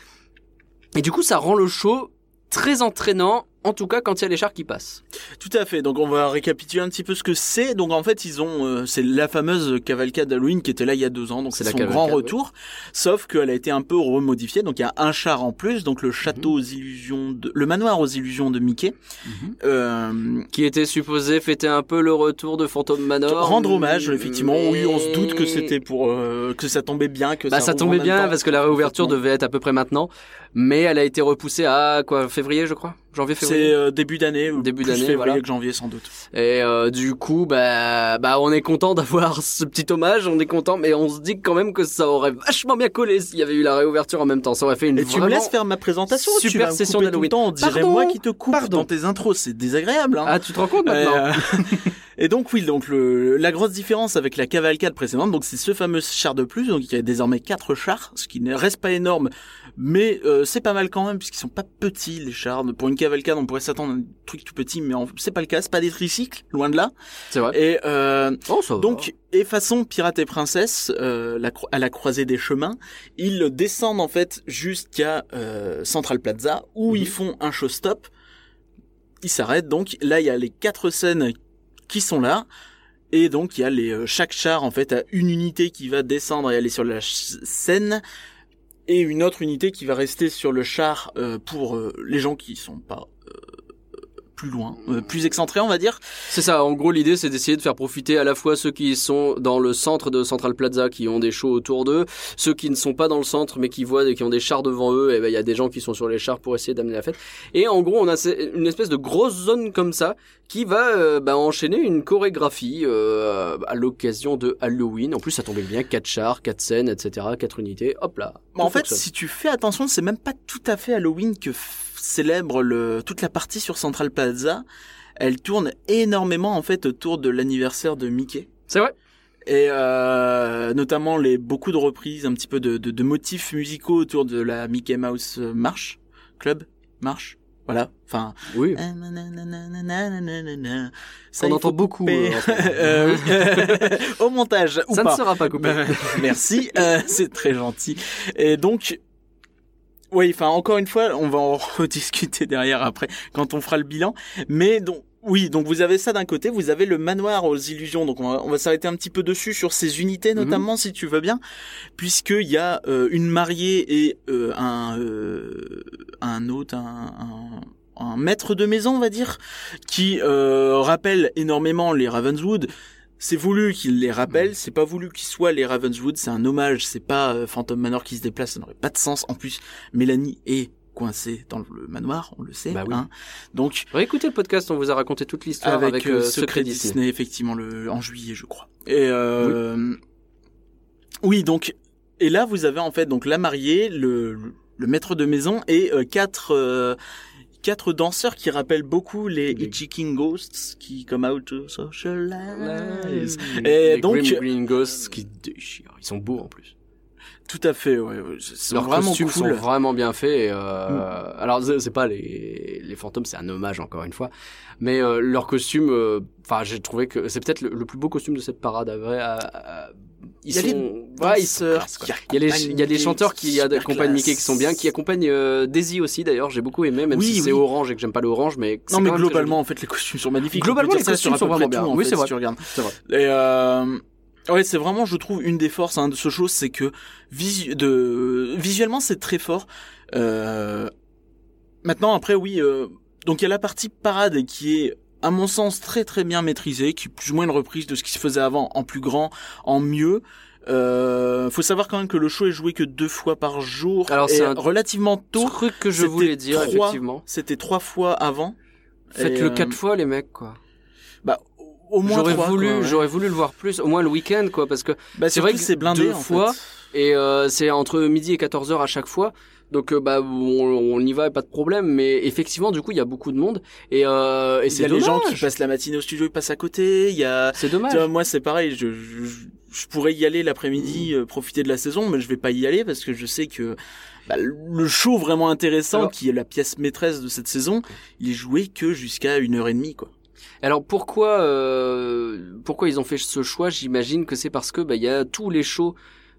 Speaker 3: Et du coup, ça rend le show très entraînant, en tout cas quand il y a les chars qui passent.
Speaker 1: Tout à fait. Donc on va récapituler un petit peu ce que c'est. Donc en fait, ils ont, euh, c'est la fameuse cavalcade d'Halloween qui était là il y a deux ans. Donc c'est,
Speaker 3: C'est
Speaker 1: son
Speaker 3: la
Speaker 1: grand
Speaker 3: cavalcade,
Speaker 1: retour. Sauf qu'elle a été un peu remodifiée. Donc il y a un char en plus. Donc le château
Speaker 3: Mhm.
Speaker 1: aux illusions de, le manoir aux illusions de Mickey.
Speaker 3: Mhm.
Speaker 1: Euh,
Speaker 3: Qui était supposé fêter un peu le retour de Phantom Manor.
Speaker 1: rendre hommage, effectivement.
Speaker 3: mais-
Speaker 1: Oui, on se doute que c'était pour, euh, que ça tombait bien, que
Speaker 3: Bah
Speaker 1: ça,
Speaker 3: ça
Speaker 1: rouvre
Speaker 3: tombait
Speaker 1: en même
Speaker 3: bien
Speaker 1: temps.
Speaker 3: parce que la réouverture
Speaker 1: Complètement.
Speaker 3: devait être à peu près maintenant, mais elle a été repoussée à quoi, février je crois, janvier février.
Speaker 1: C'est euh, début d'année, ou
Speaker 3: Début
Speaker 1: plus
Speaker 3: d'année,
Speaker 1: février
Speaker 3: voilà.
Speaker 1: que janvier sans doute.
Speaker 3: Et euh, du coup bah bah on est content d'avoir ce petit hommage, on est content, mais on se dit quand même que ça aurait vachement bien collé s'il y avait eu la réouverture en même temps, ça aurait fait une
Speaker 1: Et tu me
Speaker 3: vraiment
Speaker 1: laisses faire ma présentation ou tu
Speaker 3: super
Speaker 1: vas me
Speaker 3: session
Speaker 1: couper tout
Speaker 3: d'Halloween.
Speaker 1: le temps, on dirait
Speaker 3: Pardon,
Speaker 1: moi qui te coupe
Speaker 3: pardon.
Speaker 1: dans tes intros, c'est désagréable. Hein.
Speaker 3: Ah tu te rends compte maintenant?
Speaker 1: Euh, Et donc oui, donc le, la grosse différence avec la cavalcade précédente, donc c'est ce fameux char de plus, donc il y a désormais quatre chars, ce qui ne reste pas énorme, mais euh, c'est pas mal quand même puisqu'ils sont pas petits les chars. Pour une cavalcade, on pourrait s'attendre à un truc tout petit, mais en, c'est pas le cas, c'est pas des tricycles, loin de là.
Speaker 3: C'est vrai.
Speaker 1: Et euh,
Speaker 3: Oh ça va.
Speaker 1: donc, et façon Pirate et Princesse, euh, la cro- à la croisée des chemins, ils descendent en fait jusqu'à euh, Central Plaza où
Speaker 3: Mhm.
Speaker 1: ils font un show-stop. Ils s'arrêtent donc. Là, il y a les quatre scènes qui sont là. Et donc, il y a les euh, chaque char en fait a une unité qui va descendre et aller sur la ch- scène et une autre unité qui va rester sur le char euh, pour euh, les gens qui sont pas euh, plus loin, euh, plus excentrés, on va dire.
Speaker 3: C'est ça, en gros l'idée c'est d'essayer de faire profiter à la fois ceux qui sont dans le centre de Central Plaza qui ont des shows autour d'eux, ceux qui ne sont pas dans le centre mais qui voient qui ont des chars devant eux, et ben il y a des gens qui sont sur les chars pour essayer d'amener la fête. Et en gros on a une espèce de grosse zone comme ça qui va euh, bah, enchaîner une chorégraphie euh, à l'occasion de Halloween. En plus ça tombait bien, quatre chars, quatre scènes, et cetera, quatre unités, hop là.
Speaker 1: Mais en
Speaker 3: tout
Speaker 1: fait,
Speaker 3: fonctionne.
Speaker 1: si tu fais attention, c'est même pas tout à fait Halloween que f- célèbre le toute la partie sur Central Plaza. Elle tourne énormément en fait autour de l'anniversaire de Mickey
Speaker 3: C'est vrai.
Speaker 1: et euh, notamment les beaucoup de reprises, un petit peu de, de, de motifs musicaux autour de la Mickey Mouse March Club March. Voilà. Enfin.
Speaker 3: Oui.
Speaker 1: Ça,
Speaker 3: On
Speaker 1: il
Speaker 3: entend
Speaker 1: faut
Speaker 3: beaucoup.
Speaker 1: couper.
Speaker 3: euh,
Speaker 1: Euh, oui. Au montage ou
Speaker 3: ça
Speaker 1: pas.
Speaker 3: ne sera pas coupé.
Speaker 1: Ben, merci, euh, c'est très gentil. Et donc, oui, enfin encore une fois, on va en rediscuter derrière après quand on fera le bilan. Mais donc, oui, donc vous avez ça d'un côté, vous avez le manoir aux illusions. Donc on va, on va s'arrêter un petit peu dessus sur ces unités notamment, si tu veux bien, puisqu'il y a euh, une mariée et euh, un euh, un hôte, un, un un maître de maison, on va dire, qui euh, rappelle énormément les Ravenswood. C'est voulu qu'il les rappelle, c'est pas voulu qu'ils soient les Ravenswood, c'est un hommage, c'est pas euh, Phantom Manor qui se déplace, ça n'aurait pas de sens. En plus, Mélanie est coincée dans le manoir, on le sait.
Speaker 3: Bah oui.
Speaker 1: Hein. Donc,
Speaker 3: Réécoutez le podcast, on vous a raconté toute l'histoire
Speaker 1: avec,
Speaker 3: avec,
Speaker 1: euh,
Speaker 3: euh,
Speaker 1: Secret Disney. effectivement, le en juillet, je crois. Et euh, oui. oui, donc, et là, vous avez en fait donc la mariée, le, le maître de maison et euh, quatre... Euh, quatre danseurs qui rappellent beaucoup les
Speaker 3: Oui.
Speaker 1: Hitchhiking Ghosts qui come out to socialize.
Speaker 3: Et
Speaker 1: Et donc,
Speaker 3: Grim Green Ghosts qui déchirent. Ils sont beaux en plus.
Speaker 1: tout à fait, ouais, ouais. C'est
Speaker 3: Leurs
Speaker 1: vraiment
Speaker 3: costumes
Speaker 1: cool.
Speaker 3: sont vraiment bien faits. Et, euh, mm. Alors c'est, c'est pas les les fantômes, c'est un hommage encore une fois. Mais euh, leurs costumes, enfin euh, j'ai trouvé que c'est peut-être le, le plus beau costume de cette parade. À vrai, à, à, ils
Speaker 1: il y a
Speaker 3: sont, ouais, ils se, il y a les, il y a des chanteurs qui accompagnent Mickey qui sont bien, qui accompagnent euh, Daisy aussi d'ailleurs. J'ai beaucoup aimé, même
Speaker 1: oui,
Speaker 3: si
Speaker 1: oui.
Speaker 3: c'est orange et que j'aime pas le orange, mais
Speaker 1: non mais globalement en fait les costumes sont magnifiques.
Speaker 3: Globalement les costumes sont vraiment bien.
Speaker 1: Tout,
Speaker 3: oui
Speaker 1: fait,
Speaker 3: c'est vrai.
Speaker 1: Si tu regardes.
Speaker 3: C'est vrai.
Speaker 1: Et euh... ouais c'est vraiment je trouve une des forces hein, de ce show, c'est que visu... de visuellement c'est très fort. Euh... Maintenant après oui euh... donc il y a la partie parade qui est à mon sens très très bien maîtrisée, qui est plus ou moins une reprise de ce qui se faisait avant en plus grand, en mieux. Euh, faut savoir quand même que le show est joué que deux fois par jour.
Speaker 3: Alors
Speaker 1: et
Speaker 3: c'est un
Speaker 1: relativement tôt.
Speaker 3: Truc que je voulais dire
Speaker 1: trois,
Speaker 3: effectivement.
Speaker 1: C'était trois fois avant.
Speaker 3: Faites-le
Speaker 1: euh,
Speaker 3: quatre fois les mecs quoi.
Speaker 1: Bah au moins
Speaker 3: j'aurais
Speaker 1: trois,
Speaker 3: voulu,
Speaker 1: quoi, ouais.
Speaker 3: j'aurais voulu le voir plus, au moins le week-end quoi, parce que
Speaker 1: bah,
Speaker 3: c'est vrai que
Speaker 1: c'est blindé
Speaker 3: deux
Speaker 1: en
Speaker 3: fois.
Speaker 1: Fait.
Speaker 3: Et euh, c'est entre midi et quatorze heures à chaque fois. Donc euh, bah on, on y va, pas de problème. Mais effectivement, du coup, il y a beaucoup de monde et, euh, et
Speaker 1: Il y
Speaker 3: c'est
Speaker 1: a
Speaker 3: dommage.
Speaker 1: les gens qui passent la matinée au studio, ils passent à côté. Il y a,
Speaker 3: C'est dommage.
Speaker 1: tu vois, moi c'est pareil. Je, je, je pourrais y aller l'après-midi, euh, profiter de la saison, mais je vais pas y aller parce que je sais que bah, le show vraiment intéressant,
Speaker 3: Alors,
Speaker 1: qui est la pièce maîtresse de cette saison, il est joué que jusqu'à une heure et demie, quoi.
Speaker 3: Alors pourquoi euh, pourquoi ils ont fait ce choix? J'imagine que c'est parce que bah il y a tous les shows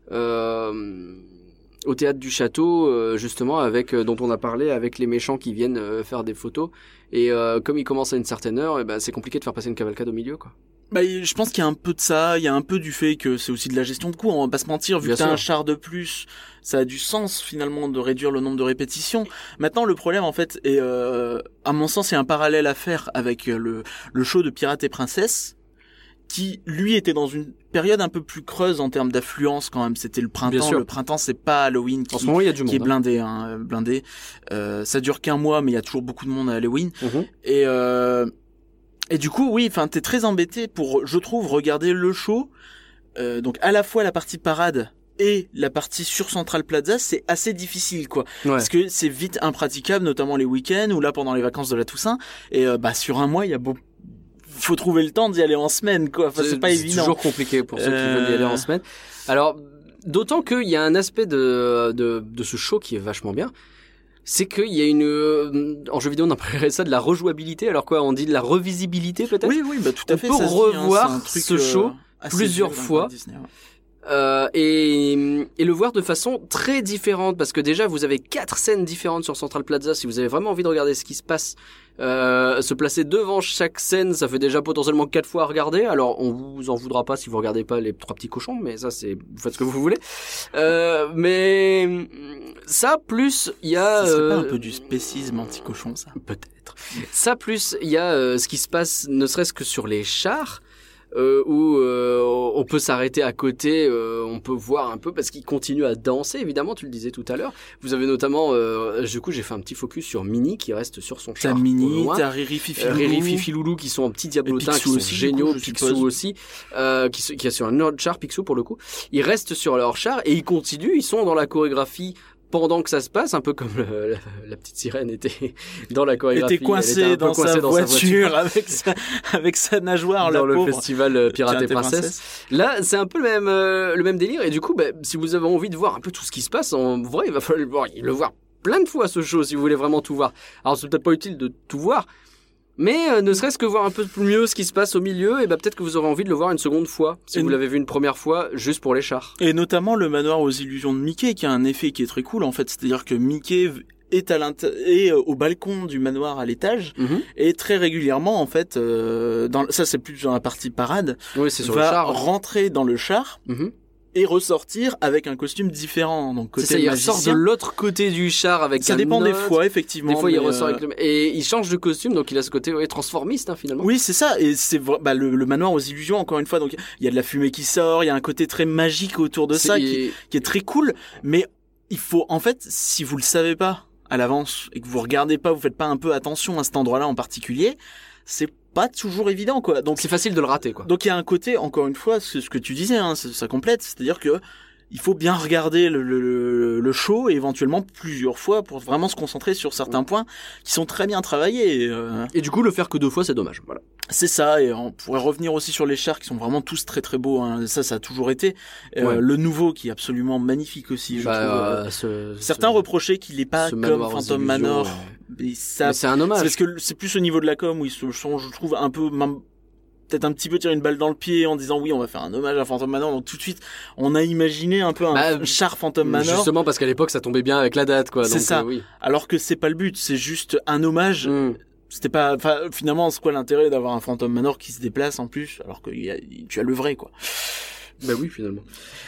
Speaker 3: euh, au théâtre du château euh, justement avec euh, dont on a parlé, avec les méchants qui viennent euh, faire des photos, et euh, comme ils commencent à une certaine heure, et ben c'est compliqué de faire passer une cavalcade au milieu, quoi.
Speaker 1: Bah, je pense qu'il y a un peu de ça, il y a un peu du fait que c'est aussi de la gestion de coûts, on va pas se mentir, vu
Speaker 3: Bien
Speaker 1: que t'as
Speaker 3: sûr.
Speaker 1: un char de plus, ça a du sens finalement de réduire le nombre de répétitions. Maintenant le problème en fait, et euh, à mon sens il y a un parallèle à faire avec le, le show de Pirates et Princesses, qui lui était dans une période un peu plus creuse en termes d'affluence quand même, c'était le
Speaker 3: Bien
Speaker 1: printemps,
Speaker 3: sûr.
Speaker 1: le printemps c'est pas Halloween qui,
Speaker 3: En ce moment, il y a du
Speaker 1: qui est
Speaker 3: monde. hein.
Speaker 1: blindé, hein, blindé. Euh, ça dure qu'un mois mais il y a toujours beaucoup de monde à Halloween.
Speaker 3: Mhm.
Speaker 1: Et euh, et du coup, oui, enfin, t'es très embêté pour, je trouve, regarder le show. Euh, donc, à la fois la partie parade et la partie sur Central Plaza, c'est assez difficile, quoi.
Speaker 3: Ouais.
Speaker 1: Parce que c'est vite impraticable, notamment les week-ends ou là pendant les vacances de la Toussaint. Et euh, bah sur un mois, il y a beau, faut trouver le temps d'y aller en semaine, quoi. Enfin, c'est pas évident.
Speaker 3: toujours compliqué pour ceux qui
Speaker 1: Euh,
Speaker 3: veulent y aller en semaine. Alors, d'autant qu'il y a un aspect de, de, de ce show qui est vachement bien. C'est qu'il y a une, euh, en jeu vidéo on appellerait ça de la rejouabilité, alors quoi, on dit de la revisibilité peut-être.
Speaker 1: Oui, oui, bah tout à
Speaker 3: On
Speaker 1: fait.
Speaker 3: peut
Speaker 1: ça se dit, hein,
Speaker 3: revoir
Speaker 1: c'est un truc,
Speaker 3: ce show
Speaker 1: assez
Speaker 3: plusieurs
Speaker 1: vieux dans le
Speaker 3: fois.
Speaker 1: Disney, ouais.
Speaker 3: Euh, et, et le voir de façon très différente, parce que déjà vous avez quatre scènes différentes sur Central Plaza. Si vous avez vraiment envie de regarder ce qui se passe, euh, se placer devant chaque scène, ça fait déjà potentiellement quatre fois à regarder. Alors on vous en voudra pas si vous regardez pas les trois petits cochons, mais ça c'est, vous faites ce que vous voulez. Euh, mais ça plus il y a
Speaker 1: Ça serait pas
Speaker 3: euh,
Speaker 1: un peu du spécisme anti-cochon, ça?
Speaker 3: peut-être. Ça plus il y a euh, ce qui se passe, ne serait-ce que sur les chars. Euh, où euh, on peut s'arrêter à côté, euh, on peut voir un peu parce qu'ils continuent à danser, évidemment, tu le disais tout à l'heure. Vous avez notamment, euh, du coup j'ai fait un petit focus sur Minnie qui reste sur son char.
Speaker 1: T'as
Speaker 3: au
Speaker 1: Minnie,
Speaker 3: loin.
Speaker 1: t'as Riri, Fifi,
Speaker 3: Euh, Riri,
Speaker 1: Loulou.
Speaker 3: Fifi, Loulou qui sont en petits diablotins,
Speaker 1: Et
Speaker 3: qui
Speaker 1: Picsou
Speaker 3: sont
Speaker 1: aussi, du
Speaker 3: géniaux,
Speaker 1: coup, je
Speaker 3: Picsou
Speaker 1: suppose.
Speaker 3: aussi, euh, qui, se- qui est sur un autre char, Picsou pour le coup. Ils restent sur leur char et ils continuent, ils sont dans la chorégraphie pendant que ça se passe, un peu comme le- la, la petite sirène était dans la chorégraphie.
Speaker 1: était coincé,
Speaker 3: Elle était un peu
Speaker 1: dans,
Speaker 3: coincée
Speaker 1: sa
Speaker 3: dans sa
Speaker 1: voiture,
Speaker 3: voiture
Speaker 1: avec sa avec sa nageoire, la
Speaker 3: dans le
Speaker 1: pauvre.
Speaker 3: festival euh, Pirates et
Speaker 1: Pirates et
Speaker 3: Princesses. Là, c'est un peu le même euh, le même délire, et du coup, bah, si vous avez envie de voir un peu tout ce qui se passe, en vrai, il va falloir le voir, le voir plein de fois ce show si vous voulez vraiment tout voir. Alors, c'est peut-être pas utile de tout voir, mais euh, ne serait-ce que voir un peu mieux ce qui se passe au milieu, et bah peut-être que vous aurez envie de le voir une seconde fois si
Speaker 1: Et
Speaker 3: vous
Speaker 1: nous-
Speaker 3: l'avez vu une première fois juste pour les chars.
Speaker 1: Et notamment le manoir aux illusions de Mickey, qui a un effet qui est très cool, en fait. C'est-à-dire que Mickey est à l'inter- est euh, au balcon du manoir à l'étage,
Speaker 3: Mhm.
Speaker 1: et très régulièrement, en fait, euh, dans, ça c'est plus dans la partie parade,
Speaker 3: Oui, c'est sur
Speaker 1: va
Speaker 3: le char.
Speaker 1: rentrer dans le char
Speaker 3: Mhm.
Speaker 1: et ressortir avec un costume différent. Donc
Speaker 3: C'est
Speaker 1: côté
Speaker 3: ça, il ressort de
Speaker 1: magicien,
Speaker 3: l'autre côté du char avec
Speaker 1: ça
Speaker 3: un
Speaker 1: dépend des
Speaker 3: autre.
Speaker 1: fois, effectivement.
Speaker 3: Des fois, il
Speaker 1: mais,
Speaker 3: ressort
Speaker 1: euh,
Speaker 3: avec le... Et il change de costume, donc il a ce côté ouais, transformiste, hein, finalement.
Speaker 1: Oui, c'est ça, et c'est vra- bah, le, le manoir aux illusions, encore une fois, donc il y a de la fumée qui sort, il y a un côté très magique autour de
Speaker 3: C'est-
Speaker 1: ça
Speaker 3: il-
Speaker 1: qui, qui est très cool, mais il faut, en fait, si vous le savez pas à l'avance et que vous regardez pas, vous faites pas un peu attention à cet endroit-là en particulier, c'est pas toujours évident, quoi. Donc,
Speaker 3: C'est facile de le rater, quoi.
Speaker 1: donc il y a un côté, encore une fois, ce, ce que tu disais, hein, ça, ça complète, c'est-à-dire que il faut bien regarder le, le, le show et éventuellement plusieurs fois pour vraiment se concentrer sur certains points qui sont très bien travaillés. et, euh,
Speaker 3: Et du coup, le faire que deux fois, c'est dommage. Voilà.
Speaker 1: C'est ça, et on pourrait revenir aussi sur les chars qui sont vraiment tous très très beaux, hein. Ça, ça a toujours été. Euh,
Speaker 3: Ouais.
Speaker 1: Le nouveau qui est absolument magnifique aussi, je
Speaker 3: Bah,
Speaker 1: trouve.
Speaker 3: euh, ce-
Speaker 1: Certains
Speaker 3: ce-
Speaker 1: reprochaient qu'il est pas
Speaker 3: ce
Speaker 1: comme
Speaker 3: manoir aux
Speaker 1: Phantom
Speaker 3: illusions,
Speaker 1: Manor.
Speaker 3: ouais.
Speaker 1: Mais ça,
Speaker 3: Mais c'est un
Speaker 1: c'est
Speaker 3: hommage.
Speaker 1: parce que c'est plus au niveau de la com où ils se sont, je trouve, un peu, même, peut-être un petit peu tiré une balle dans le pied en disant oui, on va faire un hommage à Phantom Manor. Donc tout de suite, on a imaginé un peu un
Speaker 3: Bah,
Speaker 1: char Phantom Manor,
Speaker 3: Justement parce qu'à l'époque, ça tombait bien avec la date, quoi.
Speaker 1: C'est
Speaker 3: donc,
Speaker 1: ça.
Speaker 3: euh, oui.
Speaker 1: alors que c'est pas le but, c'est juste un hommage.
Speaker 3: Mm.
Speaker 1: C'était pas, enfin, finalement, c'est quoi l'intérêt d'avoir un Phantom Manor qui se déplace en plus, alors que y a, tu as le vrai, quoi.
Speaker 3: Bah oui, finalement.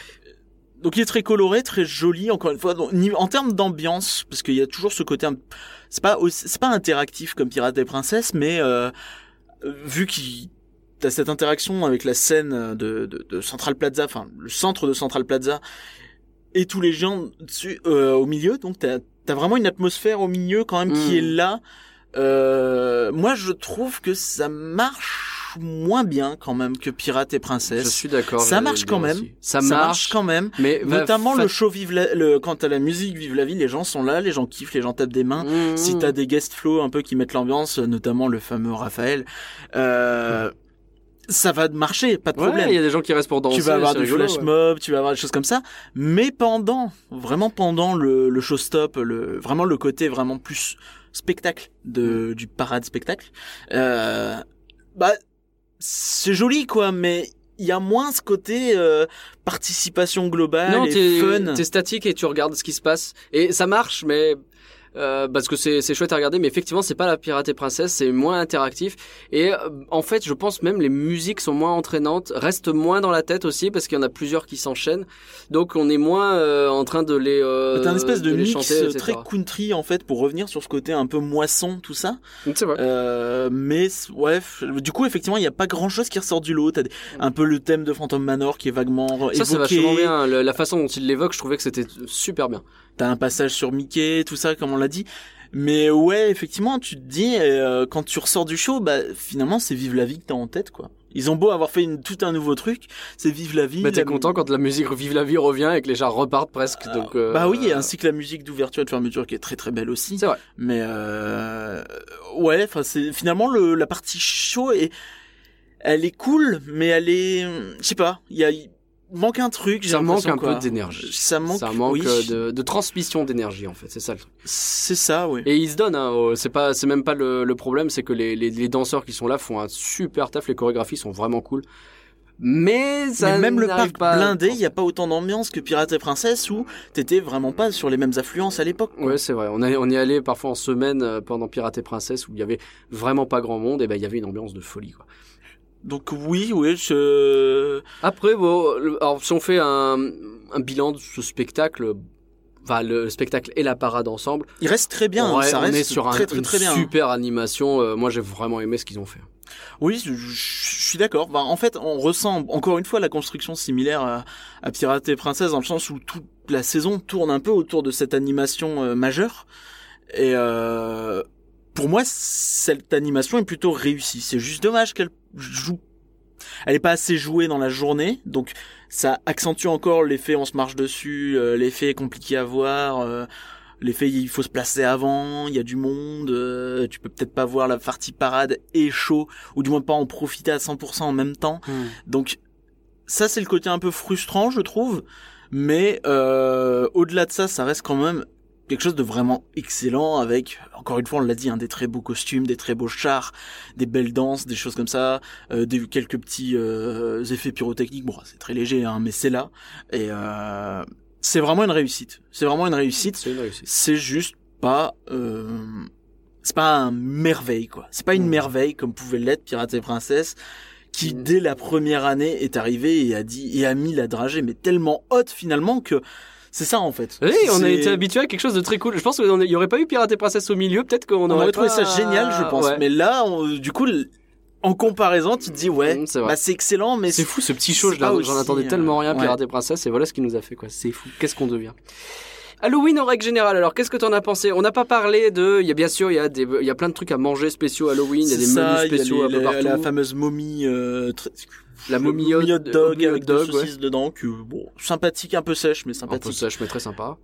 Speaker 1: Donc il est très coloré, très joli, encore une fois. Donc, ni- en termes d'ambiance, parce qu'il y a toujours ce côté, un- c'est pas, aussi- c'est pas interactif comme Pirates et Princesses, mais euh, euh, vu qu'il t'as cette interaction avec la scène de, de, de Central Plaza, enfin le centre de Central Plaza, et tous les gens dessus, euh, au milieu, donc t'as t'as vraiment une atmosphère au milieu quand même qui
Speaker 3: Mm.
Speaker 1: est là. Euh, moi, je trouve que ça marche marche moins bien quand même que Pirates et Princesses.
Speaker 3: Je suis d'accord.
Speaker 1: Ça marche quand même.
Speaker 3: Ça,
Speaker 1: ça
Speaker 3: marche,
Speaker 1: marche quand même.
Speaker 3: Mais
Speaker 1: notamment
Speaker 3: fa...
Speaker 1: le show Vive la, le, quand t'as la musique Vive la vie, les gens sont là, les gens kiffent, les gens tapent des mains. Mmh. Si t'as des guest flow un peu qui mettent l'ambiance, notamment le fameux Raphaël, euh, mmh. ça va marcher, pas de problème.
Speaker 3: Ouais, il y a des gens qui restent pour danser.
Speaker 1: Tu vas avoir du
Speaker 3: rigolo,
Speaker 1: flash
Speaker 3: ouais.
Speaker 1: mob, tu vas avoir des choses comme ça. Mais pendant, vraiment pendant le, le showstop, le, vraiment le côté vraiment plus spectacle de, mmh. du parade spectacle, euh, bah, c'est joli quoi, mais il y a moins ce côté euh, participation globale
Speaker 3: non,
Speaker 1: et
Speaker 3: t'es,
Speaker 1: fun.
Speaker 3: T'es statique et tu regardes ce qui se passe et ça marche, mais euh, parce que c'est c'est chouette à regarder, mais effectivement c'est pas la Pirates et Princesses, c'est moins interactif et euh, en fait je pense même les musiques sont moins entraînantes, restent moins dans la tête aussi parce qu'il y en a plusieurs qui s'enchaînent, donc on est moins euh, en train de les euh,
Speaker 1: t'as un espèce de,
Speaker 3: de
Speaker 1: mix
Speaker 3: chanter,
Speaker 1: très country en fait pour revenir sur ce côté un peu moisson tout ça.
Speaker 3: C'est vrai.
Speaker 1: Euh, mais ouais, du coup effectivement il y a pas grand chose qui ressort du lot. T'as des, un peu le thème de Phantom Manor qui est vaguement ça, évoqué. Ça c'est
Speaker 3: vachement bien, le, la façon dont il l'évoque, je trouvais que c'était super bien.
Speaker 1: T'as un passage sur Mickey, tout ça, comme on l'a dit. Mais ouais, effectivement, tu te dis, euh, quand tu ressors du show, bah finalement, c'est Vive la vie que t'as en tête, quoi. Ils ont beau avoir fait une, tout un nouveau truc, c'est Vive la vie.
Speaker 3: Bah t'es
Speaker 1: la...
Speaker 3: content quand la musique Vive la vie revient et que les gens repartent presque. Donc euh...
Speaker 1: bah oui, ainsi que la musique d'ouverture et de fermeture qui est très très belle aussi.
Speaker 3: C'est vrai.
Speaker 1: Mais euh... ouais, enfin c'est finalement le la partie show est, elle est cool, mais elle est, je sais pas, il y a manque un truc, j'ai
Speaker 3: ça manque un
Speaker 1: quoi.
Speaker 3: peu d'énergie.
Speaker 1: Ça manque,
Speaker 3: ça manque
Speaker 1: oui.
Speaker 3: de, de transmission d'énergie en fait, c'est ça le truc.
Speaker 1: C'est ça, oui.
Speaker 3: Et ils se donnent, hein, c'est pas, c'est même pas le, le problème, c'est que les, les, les danseurs qui sont là font un super taf, les chorégraphies sont vraiment cool. Mais ça
Speaker 1: Mais même le parc
Speaker 3: pas
Speaker 1: blindé, il y a pas autant d'ambiance que Pirates et Princesses où t'étais vraiment pas sur les mêmes affluences à l'époque. Quoi.
Speaker 3: Ouais, c'est vrai. On, a, on y allait parfois en semaine pendant Pirates et Princesses où il y avait vraiment pas grand monde et ben il y avait une ambiance de folie quoi.
Speaker 1: Donc oui, oui, je...
Speaker 3: Après, bon, alors si on fait un, un bilan de ce spectacle, enfin le spectacle et la parade ensemble,
Speaker 1: il reste très bien.
Speaker 3: Ouais,
Speaker 1: ça
Speaker 3: on
Speaker 1: reste
Speaker 3: est sur
Speaker 1: très,
Speaker 3: un,
Speaker 1: très,
Speaker 3: une
Speaker 1: très bien.
Speaker 3: super animation. Euh, moi, j'ai vraiment aimé ce qu'ils ont fait.
Speaker 1: Oui, je, je suis d'accord. Bah, en fait, on ressent encore une fois la construction similaire à, à Pirates et Princesses dans le sens où toute la saison tourne un peu autour de cette animation euh, majeure. Et euh, pour moi, cette animation est plutôt réussie. C'est juste dommage qu'elle joue. Elle est pas assez jouée dans la journée, donc ça accentue encore l'effet on se marche dessus, euh, l'effet compliqué à voir, euh, l'effet il faut se placer avant, il y a du monde, euh, tu peux peut-être pas voir la partie parade et show, ou du moins pas en profiter à cent pour cent en même temps. Mmh. Donc ça c'est le côté un peu frustrant je trouve, mais euh, au-delà de ça, ça reste quand même quelque chose de vraiment excellent avec, encore une fois on l'a dit, hein, des très beaux costumes, des très beaux chars, des belles danses, des choses comme ça, euh, des, quelques petits euh, effets pyrotechniques, bon c'est très léger hein, mais c'est là, et euh, c'est vraiment une réussite, c'est vraiment une réussite,
Speaker 3: c'est une réussite,
Speaker 1: c'est juste pas, euh, c'est pas un merveille quoi, c'est pas une mmh. merveille comme pouvait l'être Pirates et Princesses, qui mmh. dès la première année est arrivé et a dit, et a mis la dragée mais tellement haute finalement que c'est ça en fait.
Speaker 3: Oui, on
Speaker 1: c'est...
Speaker 3: a été habitué à quelque chose de très cool. Je pense qu'il n'y aurait pas eu Pirates et Princesses au milieu, peut-être qu'on
Speaker 1: on
Speaker 3: aurait,
Speaker 1: aurait
Speaker 3: pas...
Speaker 1: trouvé ça génial, je pense. Ouais. Mais là, on, du coup, en comparaison, tu te dis ouais,
Speaker 3: mmh, c'est,
Speaker 1: bah c'est excellent, mais
Speaker 3: c'est fou ce petit show. J'en aussi, attendais euh... tellement rien, Pirates ouais. et Princesses, et voilà ce qu'il nous a fait quoi. C'est fou. Qu'est-ce qu'on devient? Halloween en règle générale. Alors, qu'est-ce que t'en as pensé? On n'a pas parlé de. Il y a bien sûr, il y a des, il y a plein de trucs à manger spéciaux Halloween. Il y a des
Speaker 1: ça,
Speaker 3: menus spéciaux
Speaker 1: un peu
Speaker 3: les,
Speaker 1: partout. La fameuse momie. Euh, très...
Speaker 3: La momie hot
Speaker 1: dog, dog avec
Speaker 3: dog,
Speaker 1: des saucisses
Speaker 3: ouais.
Speaker 1: dedans, que bon, sympathique, un peu sèche, mais sympathique.
Speaker 3: Un peu sèche, mais très sympa.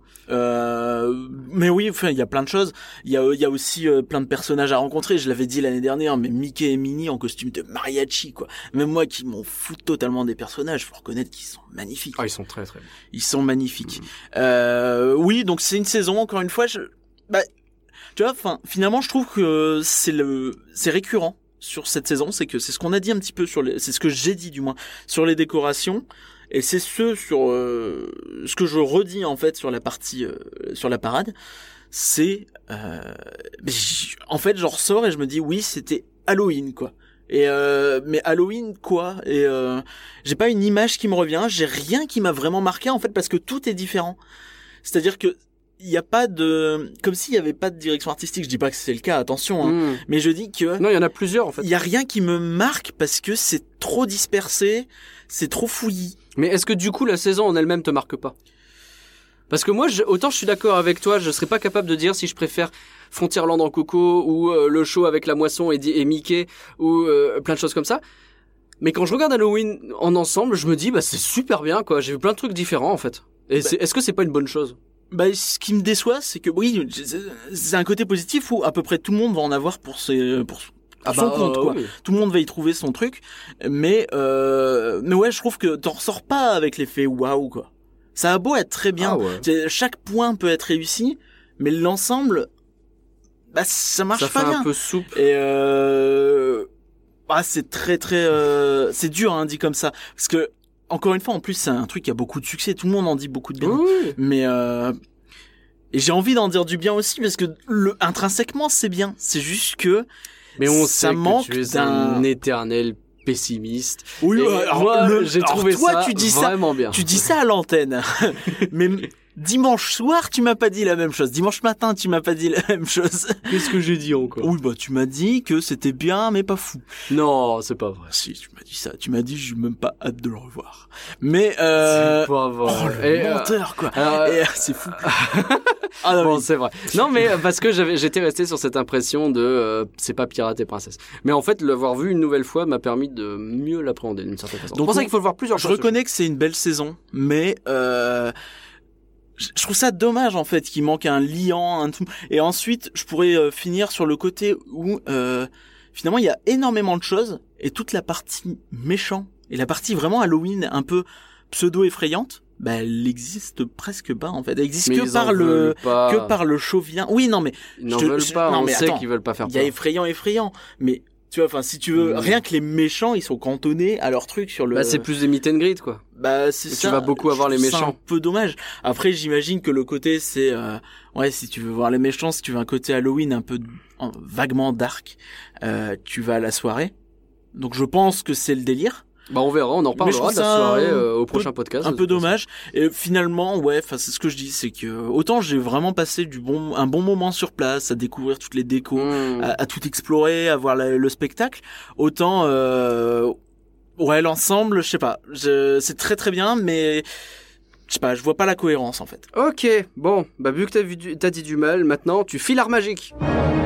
Speaker 1: Euh, mais oui, enfin, il y a plein de choses. Il y a, il y a aussi euh, plein de personnages à rencontrer. Je l'avais dit l'année dernière, mais Mickey et Minnie en costume de mariachi, quoi. Même moi qui m'en fous totalement des personnages, faut reconnaître qu'ils sont magnifiques.
Speaker 3: Ah, ils sont très très bons.
Speaker 1: Ils sont magnifiques. Mmh. Euh, oui, donc c'est une saison, encore une fois, je, bah, tu vois, enfin, finalement, je trouve que c'est le, c'est récurrent sur cette saison, c'est que c'est ce qu'on a dit un petit peu sur les, c'est ce que j'ai dit du moins sur les décorations, et c'est ce sur euh, ce que je redis en fait sur la partie euh, sur la parade, c'est euh, en fait j'en ressors et je me dis oui c'était Halloween quoi. Et euh, mais Halloween quoi et euh, j'ai pas une image qui me revient, j'ai rien qui m'a vraiment marqué en fait parce que tout est différent. C'est-à-dire que il y a pas de comme s'il y avait pas de direction artistique, je dis pas que c'est le cas, attention hein, mmh. mais je dis que
Speaker 3: non, il y en a plusieurs en fait.
Speaker 1: Il y a rien qui me marque parce que c'est trop dispersé, c'est trop fouillis.
Speaker 3: Mais est-ce que du coup la saison en elle-même te marque pas? Parce que moi, je, autant je suis d'accord avec toi, je serais pas capable de dire si je préfère Frontierland en Coco ou euh, le show avec la moisson et, et Mickey ou euh, plein de choses comme ça. Mais quand je regarde Halloween en ensemble, je me dis bah c'est super bien quoi. J'ai vu plein de trucs différents en fait. Et bah, c'est, est-ce que c'est pas une bonne chose?
Speaker 1: Bah, ce qui me déçoit, c'est que oui, c'est un côté positif où à peu près tout le monde va en avoir pour ses, pour
Speaker 3: ah
Speaker 1: son
Speaker 3: bah,
Speaker 1: compte,
Speaker 3: euh,
Speaker 1: quoi.
Speaker 3: Oui.
Speaker 1: Tout le monde va y trouver son truc, mais euh, mais ouais, je trouve que t'en ressors pas avec l'effet waouh, quoi. Ça a beau être très bien,
Speaker 3: Ah ouais.
Speaker 1: chaque point peut être réussi, mais l'ensemble, bah ça marche
Speaker 3: ça
Speaker 1: pas
Speaker 3: fait
Speaker 1: bien.
Speaker 3: un peu souple.
Speaker 1: Et euh, bah c'est très très, euh... c'est dur hein, dit comme ça, parce que encore une fois, en plus, c'est un truc qui a beaucoup de succès. Tout le monde en dit beaucoup de bien.
Speaker 3: Oui.
Speaker 1: Mais euh... et j'ai envie d'en dire du bien aussi parce que le intrinsèquement c'est bien. C'est juste que
Speaker 3: mais on
Speaker 1: ça
Speaker 3: sait
Speaker 1: manque
Speaker 3: que tu es
Speaker 1: d'un
Speaker 3: un éternel pessimiste.
Speaker 1: Oui,
Speaker 3: et
Speaker 1: alors,
Speaker 3: moi,
Speaker 1: le...
Speaker 3: j'ai
Speaker 1: alors,
Speaker 3: trouvé
Speaker 1: toi,
Speaker 3: ça
Speaker 1: tu dis
Speaker 3: vraiment
Speaker 1: ça,
Speaker 3: bien.
Speaker 1: Tu dis ça à l'antenne. Mais dimanche soir, tu m'as pas dit la même chose. Dimanche matin, tu m'as pas dit la même chose.
Speaker 3: Qu'est-ce que j'ai dit encore?
Speaker 1: Oui, bah tu m'as dit que c'était bien, mais pas fou.
Speaker 3: Non, c'est pas vrai.
Speaker 1: Si, tu m'as dit ça. Tu m'as dit, j'ai même pas hâte de le revoir. Mais euh...
Speaker 3: c'est pas vrai.
Speaker 1: Oh, le
Speaker 3: et,
Speaker 1: menteur,
Speaker 3: euh...
Speaker 1: quoi.
Speaker 3: Alors...
Speaker 1: Et, euh, c'est fou. Ah non,
Speaker 3: bon,
Speaker 1: mais...
Speaker 3: c'est vrai. Non, mais parce que j'avais, j'étais resté sur cette impression de euh, c'est pas Pirate et Princesse. Mais en fait, l'avoir vu une nouvelle fois m'a permis de mieux l'appréhender d'une certaine façon.
Speaker 1: Donc,
Speaker 3: c'est pour ça qu'il faut le voir plusieurs
Speaker 1: je
Speaker 3: fois.
Speaker 1: Je reconnais que c'est une belle saison, mais euh, je trouve ça dommage en fait qu'il manque un liant, un tout. Et ensuite, je pourrais euh, finir sur le côté où euh, finalement il y a énormément de choses et toute la partie méchant et la partie vraiment Halloween un peu pseudo effrayante. Bah, elle existe presque pas en fait. Elle existe
Speaker 3: mais
Speaker 1: que par le
Speaker 3: pas.
Speaker 1: que par le chauvien. Oui, non mais
Speaker 3: ils n'en
Speaker 1: te,
Speaker 3: veulent
Speaker 1: je,
Speaker 3: pas.
Speaker 1: non,
Speaker 3: on
Speaker 1: mais
Speaker 3: sait
Speaker 1: attends,
Speaker 3: qu'ils veulent pas faire.
Speaker 1: Il y a effrayant, effrayant. Mais tu vois, enfin, si tu veux, mmh. rien que les méchants, ils sont cantonnés à leur truc sur le.
Speaker 3: Bah, c'est plus des meet and greet quoi.
Speaker 1: Bah, c'est
Speaker 3: et
Speaker 1: ça.
Speaker 3: Tu vas beaucoup avoir les méchants.
Speaker 1: C'est un peu dommage. Après, j'imagine que le côté, c'est, euh, ouais, si tu veux voir les méchants, si tu veux un côté Halloween un peu euh, vaguement dark, euh, tu vas à la soirée. Donc, je pense que c'est le délire.
Speaker 3: Bah on verra, on en parlera de la soirée euh, au prochain podcast.
Speaker 1: Un peu dommage. Et finalement, ouais, enfin c'est ce que je dis, c'est que autant j'ai vraiment passé du bon, un bon moment sur place, à découvrir toutes les décos, mmh. à, à tout explorer, à voir la, le spectacle. Autant, euh, ouais, l'ensemble, je sais pas, je, c'est très très bien, mais je sais pas, je vois pas la cohérence en fait.
Speaker 3: Ok, bon, bah vu que t'as, vu du, t'as dit du mal, maintenant tu files l'art magique.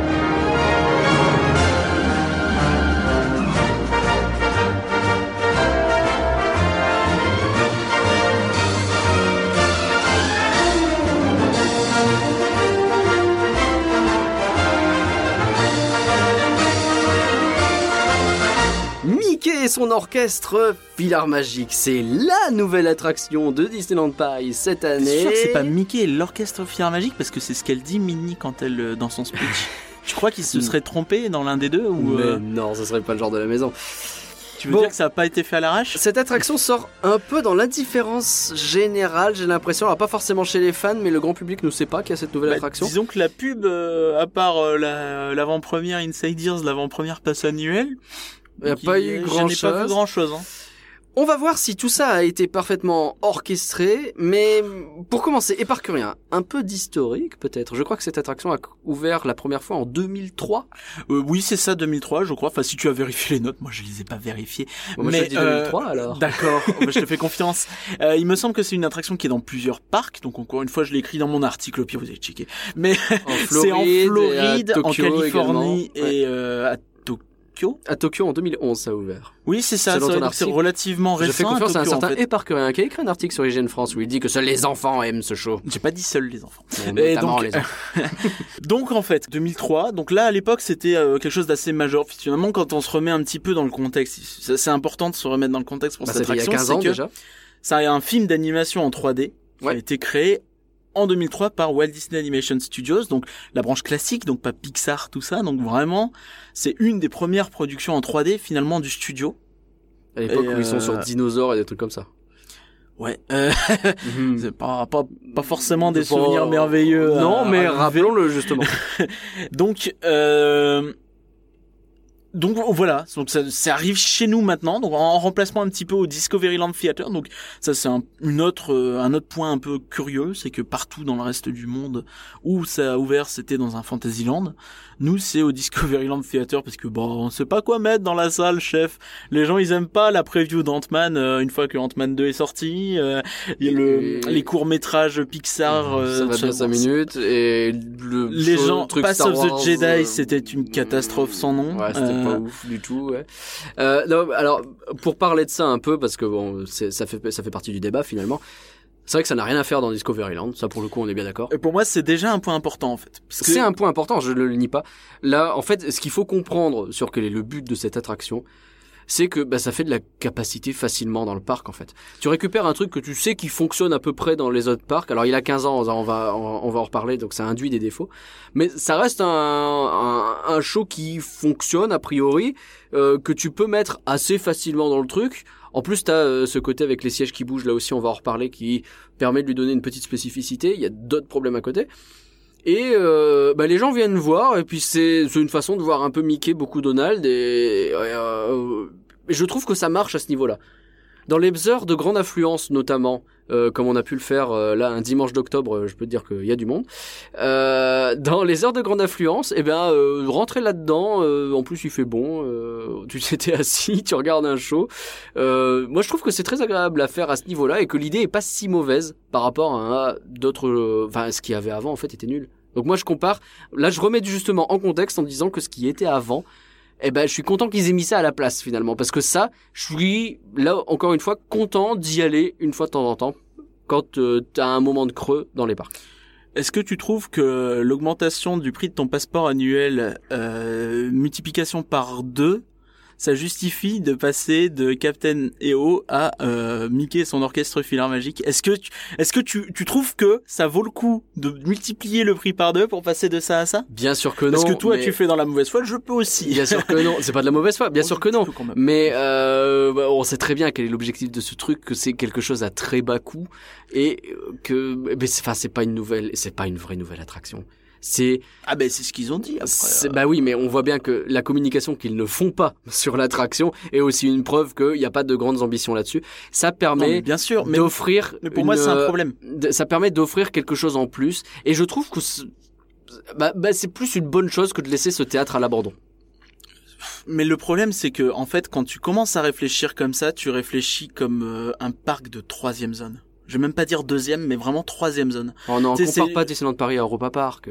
Speaker 3: Mickey et son orchestre Philhar Magique, c'est la nouvelle attraction de Disneyland Paris cette année.
Speaker 1: T'es sûr que c'est pas Mickey et l'orchestre Philhar Magique parce que c'est ce qu'elle dit Minnie quand elle dans son speech. Tu crois qu'il se serait trompé dans l'un des deux ou
Speaker 3: Mais
Speaker 1: euh...
Speaker 3: non, ce serait pas le genre de la maison.
Speaker 1: Tu veux
Speaker 3: bon,
Speaker 1: dire que ça n'a pas été fait à l'arrache?
Speaker 3: Cette attraction sort un peu dans l'indifférence générale, j'ai l'impression. Alors pas forcément chez les fans, mais le grand public ne sait pas qu'il y a cette nouvelle
Speaker 1: bah,
Speaker 3: attraction.
Speaker 1: Disons que la pub, euh, à part euh, la, l'avant-première Inside Ears, l'avant-première passe annuelle,
Speaker 3: il n'y a pas eu grand-chose.
Speaker 1: J'en ai pas vu grand-chose. Hein.
Speaker 3: On va voir si tout ça a été parfaitement orchestré, mais pour commencer, éparcurien, un peu d'historique peut-être. Je crois que cette attraction a ouvert la première fois en deux mille trois.
Speaker 1: Euh, oui, c'est ça, deux mille trois, je crois. Enfin, si tu as vérifié les notes, moi je les ai pas vérifiées.
Speaker 3: Bon, moi
Speaker 1: mais
Speaker 3: je dis deux mille trois euh, alors.
Speaker 1: D'accord, je te fais confiance. Euh, il me semble que c'est une attraction qui est dans plusieurs parcs, donc encore une fois, je l'ai écrit dans mon article, au pire vous allez checker. Mais
Speaker 3: en
Speaker 1: c'est en Floride,
Speaker 3: Tokyo,
Speaker 1: en Californie
Speaker 3: également.
Speaker 1: et euh, à Tokyo.
Speaker 3: À Tokyo en deux mille onze, ça a ouvert.
Speaker 1: Oui, c'est ça, c'est, vrai, donc c'est relativement récent.
Speaker 3: Je fais confiance à, Tokyo, à un certain
Speaker 1: en fait.
Speaker 3: éparcurien qui a écrit un article sur I G N France où il dit que seuls les enfants aiment ce show.
Speaker 1: J'ai pas dit seuls les enfants.
Speaker 3: Bon, notamment
Speaker 1: donc,
Speaker 3: les enfants.
Speaker 1: donc en fait, deux mille trois, donc là à l'époque c'était euh, quelque chose d'assez majeur. Finalement, quand on se remet un petit peu dans le contexte, c'est important de se remettre dans le contexte pour
Speaker 3: bah,
Speaker 1: cette attraction.
Speaker 3: Il y a quinze ans déjà.
Speaker 1: Ça a un film d'animation en trois D qui
Speaker 3: ouais.
Speaker 1: a été créé en deux mille trois par Walt Disney Animation Studios, donc la branche classique, donc pas Pixar, tout ça. Donc vraiment, c'est une des premières productions en trois D finalement du studio.
Speaker 3: À l'époque
Speaker 1: et
Speaker 3: où
Speaker 1: euh...
Speaker 3: ils sont sur dinosaures et des trucs comme ça.
Speaker 1: Ouais, euh... mm-hmm. c'est pas, pas pas forcément des
Speaker 3: c'est
Speaker 1: souvenirs
Speaker 3: pas...
Speaker 1: merveilleux.
Speaker 3: Non,
Speaker 1: à,
Speaker 3: mais
Speaker 1: à
Speaker 3: rappelons-le justement.
Speaker 1: donc. Euh... donc voilà, donc ça, ça arrive chez nous maintenant, donc en remplacement un petit peu au Discoveryland Theater. Donc ça c'est un, une autre, euh, un autre point un peu curieux, c'est que partout dans le reste du monde où ça a ouvert, c'était dans un Fantasyland. Nous c'est au Discoveryland Theater parce que bon, on sait pas quoi mettre dans la salle, chef. Les gens ils aiment pas la preview d'Ant-Man euh, une fois que Ant-Man deux est sorti. Euh, il y a le,
Speaker 3: Et...
Speaker 1: les courts métrages Pixar. Euh,
Speaker 3: ça va bien cinq minutes et le
Speaker 1: les
Speaker 3: show,
Speaker 1: gens
Speaker 3: truc
Speaker 1: Pass
Speaker 3: Star
Speaker 1: of the
Speaker 3: Wars,
Speaker 1: Jedi,
Speaker 3: euh,
Speaker 1: c'était une catastrophe sans nom.
Speaker 3: Ouais, c'était
Speaker 1: Euh,
Speaker 3: pas ouf du tout. Ouais. Euh, non, alors pour parler de ça un peu, parce que bon, c'est, ça fait ça fait partie du débat finalement. C'est vrai que ça n'a rien à faire dans Discoveryland, ça pour le coup on est bien d'accord.
Speaker 1: Et pour moi c'est déjà un point important en fait. Parce que...
Speaker 3: C'est un point important, je ne le nie pas. Là, en fait, ce qu'il faut comprendre sur quel est le but de cette attraction, c'est que bah, ça fait de la capacité facilement dans le parc en fait. Tu récupères un truc que tu sais qui fonctionne à peu près dans les autres parcs. Alors il a quinze ans, on va on va en reparler, donc ça induit des défauts. Mais ça reste un, un, un show qui fonctionne a priori, euh, que tu peux mettre assez facilement dans le truc. En plus, t'as euh, ce côté avec les sièges qui bougent, là aussi on va en reparler, qui permet de lui donner une petite spécificité. Il y a d'autres problèmes à côté. Et euh, bah, les gens viennent voir, et puis c'est, c'est une façon de voir un peu Mickey, beaucoup Donald, et euh, je trouve que ça marche à ce niveau-là. Dans les heures de grande affluence, notamment, euh, comme on a pu le faire euh, là un dimanche d'octobre, je peux te dire qu'il y a du monde. Euh, dans les heures de grande affluence, eh ben euh, rentrer là-dedans. Euh, en plus, il fait bon. Euh, tu t'étais assis, tu regardes un show. Euh, moi, je trouve que c'est très agréable à faire à ce niveau-là et que l'idée est pas si mauvaise par rapport à d'autres. Enfin, ce qu'il y avait avant en fait était nul. Donc moi, je compare. Là, je remets justement en contexte en disant que ce qui était avant. Eh ben, je suis content qu'ils aient mis ça à la place, finalement. Parce que ça, je suis, là, encore une fois, content d'y aller une fois de temps en temps, quand euh, t'as un moment de creux dans les parcs.
Speaker 1: Est-ce que tu trouves que l'augmentation du prix de ton passeport annuel, euh, multiplication par deux, ça justifie de passer de Captain E O à euh, Mickey et son orchestre filaire magique? Est-ce que tu, est-ce que tu, tu trouves que ça vaut le coup de multiplier le prix par deux pour passer de ça à ça?
Speaker 3: Bien sûr que non.
Speaker 1: Parce que toi,
Speaker 3: mais...
Speaker 1: tu fais dans la mauvaise foi, je peux aussi.
Speaker 3: Bien sûr que non. C'est pas de la mauvaise foi. Bien
Speaker 1: Bon,
Speaker 3: sûr que non. Mais euh, bah, on sait très bien quel est l'objectif de ce truc, que c'est quelque chose à très bas coût et que, mais c'est, enfin, c'est pas une nouvelle, c'est pas une vraie nouvelle attraction. C'est
Speaker 1: ah ben c'est ce qu'ils ont dit après.
Speaker 3: C'est, bah oui, mais on voit bien que la communication qu'ils ne font pas sur l'attraction est aussi une preuve qu'il n'y a pas de grandes ambitions là-dessus. Ça permet
Speaker 1: non, mais bien sûr, mais
Speaker 3: d'offrir.
Speaker 1: Mais pour
Speaker 3: une,
Speaker 1: moi, c'est un problème.
Speaker 3: Ça permet d'offrir quelque chose en plus, et je trouve que c'est, bah, bah, c'est plus une bonne chose que de laisser ce théâtre à l'abandon.
Speaker 1: Mais le problème, c'est que en fait, quand tu commences à réfléchir comme ça, tu réfléchis comme euh, un parc de troisième zone. Je vais même pas dire deuxième, mais vraiment troisième zone.
Speaker 3: Oh non, on
Speaker 1: T'sais,
Speaker 3: compare
Speaker 1: c'est...
Speaker 3: pas Disneyland Paris à Europa Park.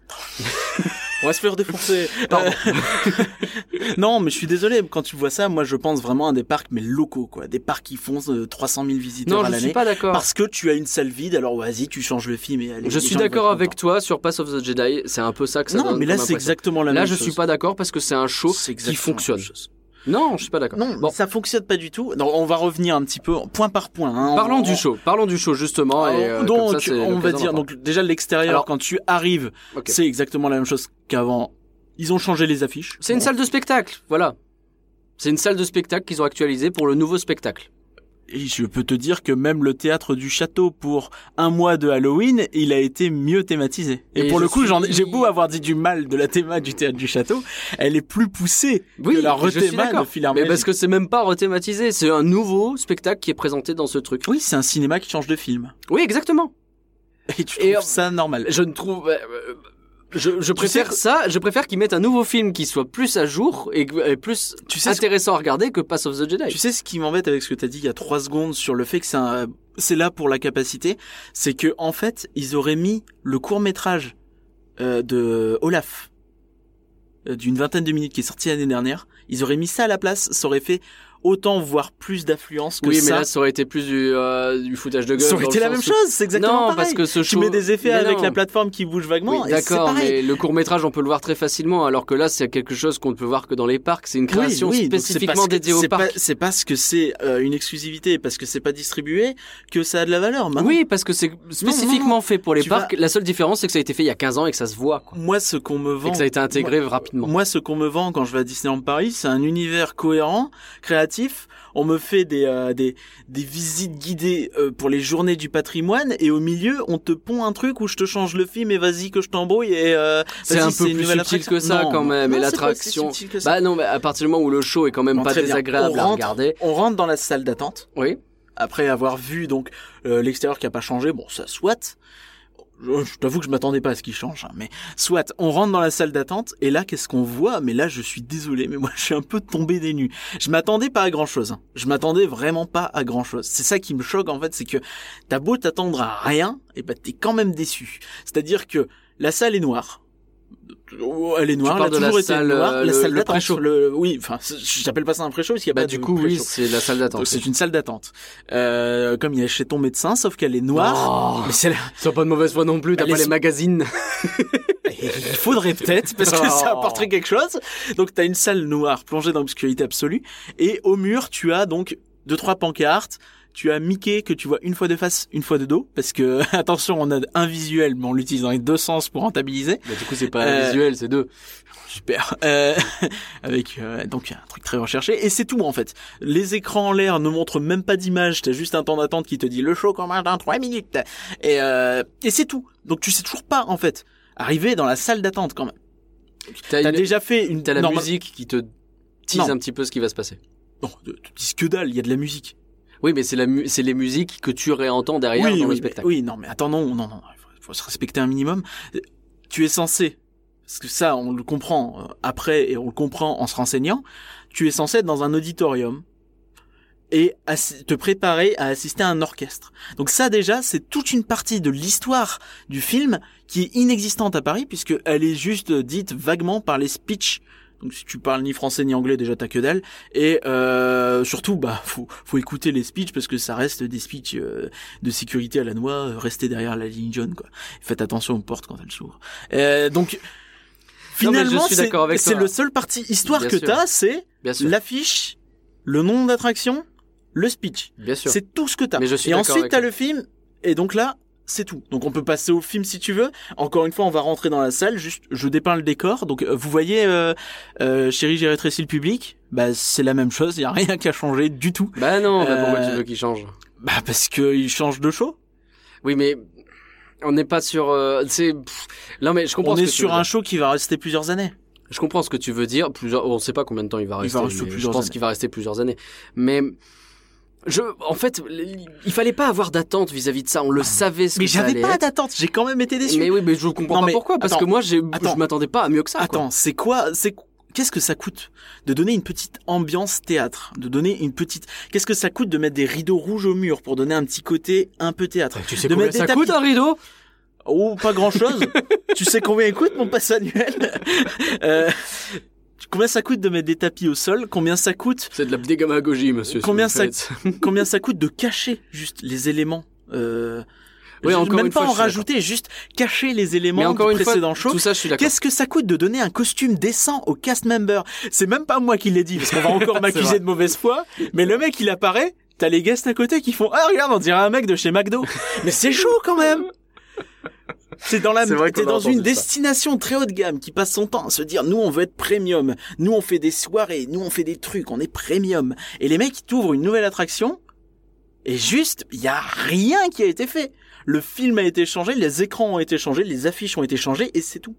Speaker 1: On va se faire défoncer.
Speaker 3: Pardon.
Speaker 1: Non, mais je suis désolé. Quand tu vois ça, moi, je pense vraiment à des parcs, mais locaux, quoi. Des parcs qui font euh, trois cent mille visiteurs
Speaker 3: non,
Speaker 1: à
Speaker 3: je
Speaker 1: l'année.
Speaker 3: suis pas d'accord.
Speaker 1: Parce que tu as une salle vide, alors vas-y, tu changes le film et allez.
Speaker 3: Je suis d'accord avec toi sur Pass of the Jedi. C'est un peu ça que ça donne.
Speaker 1: Non, mais là,
Speaker 3: comme
Speaker 1: c'est
Speaker 3: impression.
Speaker 1: exactement la
Speaker 3: là,
Speaker 1: même
Speaker 3: je
Speaker 1: chose.
Speaker 3: suis pas d'accord parce que c'est un show
Speaker 1: C'est
Speaker 3: qui
Speaker 1: exactement
Speaker 3: fonctionne.
Speaker 1: la même chose.
Speaker 3: Non, je suis pas d'accord.
Speaker 1: Non,
Speaker 3: bon,
Speaker 1: ça fonctionne pas du tout. Donc, on va revenir un petit peu point par point. Hein.
Speaker 3: Parlons
Speaker 1: on...
Speaker 3: du show. Parlons du show justement.
Speaker 1: Alors,
Speaker 3: et, euh,
Speaker 1: donc,
Speaker 3: comme ça, c'est
Speaker 1: on va
Speaker 3: l'occasion
Speaker 1: dire
Speaker 3: d'en
Speaker 1: donc déjà l'extérieur.
Speaker 3: Alors,
Speaker 1: quand tu arrives,
Speaker 3: okay.
Speaker 1: c'est exactement la même chose qu'avant. Ils ont changé les affiches.
Speaker 3: C'est
Speaker 1: bon.
Speaker 3: une salle de spectacle, voilà. C'est une salle de spectacle qu'ils ont actualisée pour le nouveau spectacle.
Speaker 1: Et je peux te dire que même le théâtre du château, pour un mois de Halloween, il a été mieux thématisé. Et,
Speaker 3: Et
Speaker 1: pour le coup,
Speaker 3: suis...
Speaker 1: j'en ai, j'ai beau avoir dit du mal de la théma du théâtre du château, elle est plus poussée
Speaker 3: oui,
Speaker 1: que la
Speaker 3: je suis
Speaker 1: rethéma
Speaker 3: d'accord.
Speaker 1: de Filaire
Speaker 3: Mais
Speaker 1: Magique.
Speaker 3: parce que c'est même pas rethématisé, c'est un nouveau spectacle qui est présenté dans ce truc.
Speaker 1: Oui, c'est un cinéma qui change de film.
Speaker 3: Oui, exactement.
Speaker 1: Et tu
Speaker 3: Et
Speaker 1: trouves
Speaker 3: euh,
Speaker 1: ça normal?
Speaker 3: Je ne trouve... Euh, Je, je préfère
Speaker 1: sais...
Speaker 3: ça, je préfère qu'ils mettent un nouveau film qui soit plus à jour et, et plus
Speaker 1: tu sais
Speaker 3: intéressant à regarder que Pass of the Jedi.
Speaker 1: Tu sais ce qui m'embête avec ce que t'as dit il y a trois secondes sur le fait que c'est un, c'est là pour la capacité, c'est que en fait ils auraient mis le court métrage euh, de Olaf euh, d'une vingtaine de minutes qui est sorti l'année dernière, ils auraient mis ça à la place, ça aurait fait autant voire plus d'affluence que
Speaker 3: oui,
Speaker 1: ça.
Speaker 3: Oui, mais là, ça aurait été plus du, euh, du foutage de gueule.
Speaker 1: Ça aurait été la même
Speaker 3: où...
Speaker 1: chose, c'est exactement
Speaker 3: non,
Speaker 1: pareil.
Speaker 3: parce que ce show...
Speaker 1: Tu mets des effets
Speaker 3: mais
Speaker 1: avec
Speaker 3: non.
Speaker 1: la plateforme qui bouge vaguement,
Speaker 3: oui,
Speaker 1: et
Speaker 3: d'accord,
Speaker 1: c'est pareil.
Speaker 3: mais le court-métrage, on peut le voir très facilement, alors que là, c'est quelque chose qu'on ne peut voir que dans les parcs. C'est une création
Speaker 1: oui, oui,
Speaker 3: spécifiquement dédiée au parc.
Speaker 1: Pas, c'est parce que c'est euh, une exclusivité, parce que c'est pas distribué, que ça a de la valeur. Maintenant.
Speaker 3: Oui, parce que c'est spécifiquement
Speaker 1: non, non.
Speaker 3: fait pour les
Speaker 1: Tu
Speaker 3: parcs.
Speaker 1: vas...
Speaker 3: La seule différence, c'est que ça a été fait il y a quinze ans et que ça se voit, quoi.
Speaker 1: Moi, ce qu'on me vend...
Speaker 3: Et que ça a été intégré
Speaker 1: moi,
Speaker 3: rapidement.
Speaker 1: Moi, ce qu'on me vend quand je vais à Disneyland Paris, c'est un univers cohérent, créé interactif, on me fait des euh, des des visites guidées euh, pour les journées du patrimoine, et au milieu on te pond un truc où je te change le film et vas-y que je t'embrouille et euh,
Speaker 3: c'est un peu plus subtil que ça
Speaker 1: non,
Speaker 3: quand même.
Speaker 1: non,
Speaker 3: et
Speaker 1: c'est
Speaker 3: l'attraction,
Speaker 1: pas si subtil que ça.
Speaker 3: bah non, mais à partir du moment où le show est quand même
Speaker 1: Bon,
Speaker 3: pas
Speaker 1: très bien.
Speaker 3: désagréable
Speaker 1: On
Speaker 3: à
Speaker 1: rentre-
Speaker 3: regarder.
Speaker 1: On rentre dans la salle d'attente.
Speaker 3: Oui.
Speaker 1: Après avoir vu donc euh, l'extérieur qui a pas changé, bon ça soit. Je, je t'avoue que je m'attendais pas à ce qu'il change, hein, mais soit on rentre dans la salle d'attente et là qu'est-ce qu'on voit? Mais là je suis désolé, mais moi je suis un peu tombé des nues. Je m'attendais pas à grand chose. Hein. Je m'attendais vraiment pas à grand chose. C'est ça qui me choque en fait, c'est que t'as beau t'attendre à rien, et ben t'es quand même déçu. C'est-à-dire que la salle est noire. Elle est noire, elle a
Speaker 3: parles de la
Speaker 1: toujours été
Speaker 3: salle,
Speaker 1: noire.
Speaker 3: euh,
Speaker 1: La
Speaker 3: le-
Speaker 1: salle
Speaker 3: le
Speaker 1: d'attente,
Speaker 3: pré-show.
Speaker 1: le, oui, enfin, j'appelle pas ça un pré-show parce qu'il y a
Speaker 3: Bah
Speaker 1: pas
Speaker 3: du
Speaker 1: de
Speaker 3: coup oui,
Speaker 1: pré-show.
Speaker 3: c'est la salle d'attente.
Speaker 1: Donc c'est une salle d'attente. Euh, comme il est chez ton médecin, sauf qu'elle est noire.
Speaker 3: Oh,
Speaker 1: Mais c'est la...
Speaker 3: sois pas de mauvaise foi non plus, t'as
Speaker 1: Allez,
Speaker 3: pas les
Speaker 1: c'est-
Speaker 3: magazines.
Speaker 1: Il faudrait peut-être, parce que ça
Speaker 3: Oh.
Speaker 1: apporterait quelque chose. Donc t'as une salle noire plongée dans l'obscurité absolue. Et au mur, tu as donc deux, trois pancartes. Tu as Mickey que tu vois une fois de face, une fois de dos. Parce que, attention, on a un visuel, mais on l'utilise dans les deux sens pour rentabiliser.
Speaker 3: Bah, du coup c'est pas
Speaker 1: Euh,
Speaker 3: visuel, c'est deux.
Speaker 1: Super. Euh, avec euh, donc un truc très recherché. Et c'est tout en fait. Les écrans en l'air ne montrent même pas d'image. T'as juste un temps d'attente qui te dit le show commence dans trois minutes. Et, euh, et c'est tout. Donc tu sais toujours pas en fait. Arriver dans la salle d'attente quand même.
Speaker 3: T'as,
Speaker 1: T'as
Speaker 3: une-
Speaker 1: déjà fait une...
Speaker 3: t'as la
Speaker 1: norma-
Speaker 3: musique qui te tease
Speaker 1: Non.
Speaker 3: un petit peu ce qui va se passer.
Speaker 1: Non, tu dis que dalle, il y a de la musique.
Speaker 3: Oui, mais c'est la mu- c'est les musiques que tu réentends derrière
Speaker 1: oui,
Speaker 3: dans
Speaker 1: oui,
Speaker 3: le
Speaker 1: mais-
Speaker 3: spectacle.
Speaker 1: oui, non, mais attends, non, non, non, il faut, faut se respecter un minimum. Euh, Tu es censé, parce que ça, on le comprend euh, après et on le comprend en se renseignant, tu es censé être dans un auditorium et assi- te préparer à assister à un orchestre. Donc ça déjà, c'est toute une partie de l'histoire du film qui est inexistante à Paris puisque elle est juste dite vaguement par les speeches. Donc si tu parles ni français ni anglais, déjà t'as que dalle. Et euh, surtout, bah faut faut écouter les speeches parce que ça reste des speeches euh, de sécurité à la noix, euh, restez derrière la ligne jaune quoi. Faites attention aux portes quand elles s'ouvrent. Euh, donc
Speaker 3: Non, mais je
Speaker 1: finalement
Speaker 3: suis
Speaker 1: c'est
Speaker 3: d'accord avec
Speaker 1: c'est
Speaker 3: toi.
Speaker 1: le seul parti histoire
Speaker 3: Bien
Speaker 1: que
Speaker 3: sûr.
Speaker 1: t'as, c'est
Speaker 3: Bien sûr.
Speaker 1: l'affiche, le nom d'attraction, le speech.
Speaker 3: Bien sûr.
Speaker 1: C'est tout ce que t'as.
Speaker 3: Mais je suis
Speaker 1: et
Speaker 3: d'accord
Speaker 1: ensuite
Speaker 3: avec
Speaker 1: t'as
Speaker 3: toi.
Speaker 1: le film et donc là c'est tout. Donc on peut passer au film si tu veux. Encore une fois, on va rentrer dans la salle. Juste, je dépeins le décor. Donc euh, vous voyez, euh, euh, chérie, j'ai rétréci le public. Bah c'est la même chose. Il y a rien qui a changé du tout.
Speaker 3: Bah non, bah
Speaker 1: Euh,
Speaker 3: pourquoi tu veux qu'il change?
Speaker 1: Bah parce que il change de show.
Speaker 3: Oui, mais on n'est pas sur. Euh, c'est. pff, Non, mais je comprends.
Speaker 1: On
Speaker 3: ce
Speaker 1: est
Speaker 3: que tu
Speaker 1: sur
Speaker 3: veux
Speaker 1: un
Speaker 3: dire.
Speaker 1: show qui va rester plusieurs années.
Speaker 3: Je comprends ce que tu veux dire. Plusieurs. On sait pas combien de temps il va
Speaker 1: Il
Speaker 3: rester.
Speaker 1: va rester
Speaker 3: mais
Speaker 1: plusieurs
Speaker 3: je pense
Speaker 1: années.
Speaker 3: qu'il va rester plusieurs années. Mais. Je, en fait, il fallait pas avoir d'attente vis-à-vis de ça. On le savait ce
Speaker 1: Mais
Speaker 3: que ça
Speaker 1: j'avais
Speaker 3: allait
Speaker 1: pas
Speaker 3: être.
Speaker 1: d'attente. J'ai quand même été déçu.
Speaker 3: Mais oui, mais je comprends
Speaker 1: Non,
Speaker 3: pas
Speaker 1: mais
Speaker 3: pourquoi. Parce
Speaker 1: attends,
Speaker 3: que moi, j'ai,
Speaker 1: attends.
Speaker 3: je m'attendais pas à mieux que ça. quoi.
Speaker 1: Attends, c'est quoi, c'est qu'est-ce que ça coûte de donner une petite ambiance théâtre, de donner une petite, qu'est-ce que ça coûte de mettre des rideaux rouges au mur pour donner un petit côté un peu théâtre.
Speaker 3: Tu sais
Speaker 1: de
Speaker 3: combien
Speaker 1: mettre des
Speaker 3: ça
Speaker 1: tapis.
Speaker 3: coûte un rideau?
Speaker 1: Oh, pas grand chose. Tu sais combien il coûte mon pass annuel? euh, combien ça coûte de mettre des tapis au sol? Combien ça coûte?
Speaker 3: C'est de la démagogie, monsieur.
Speaker 1: Combien
Speaker 3: ce que
Speaker 1: ça,
Speaker 3: vous faites.
Speaker 1: combien ça coûte de cacher juste les éléments? Euh,
Speaker 3: Oui,
Speaker 1: je-
Speaker 3: encore
Speaker 1: même
Speaker 3: une
Speaker 1: pas
Speaker 3: fois,
Speaker 1: en
Speaker 3: je suis
Speaker 1: rajouter, juste cacher les éléments
Speaker 3: Mais encore
Speaker 1: du
Speaker 3: une fois,
Speaker 1: précédent show.
Speaker 3: tout ça, je suis d'accord.
Speaker 1: Qu'est-ce que ça coûte de donner un costume décent au cast member? C'est même pas moi qui l'ai dit, parce qu'on va encore
Speaker 3: C'est
Speaker 1: m'accuser
Speaker 3: vrai.
Speaker 1: de mauvaise foi, mais le mec il apparaît, t'as les guests à côté qui font « Ah regarde, on dirait un mec de chez McDo !» Mais c'est chaud quand même. C'est dans la,
Speaker 3: C'est vrai qu'on
Speaker 1: t'es
Speaker 3: a
Speaker 1: dans une
Speaker 3: entendu ça.
Speaker 1: destination très haut de gamme qui passe son temps à se dire nous on veut être premium, nous on fait des soirées, nous on fait des trucs, on est premium. Et les mecs ils t'ouvrent une nouvelle attraction et juste il y a rien qui a été fait. Le film a été changé, les écrans ont été changés, les affiches ont été changées et c'est tout.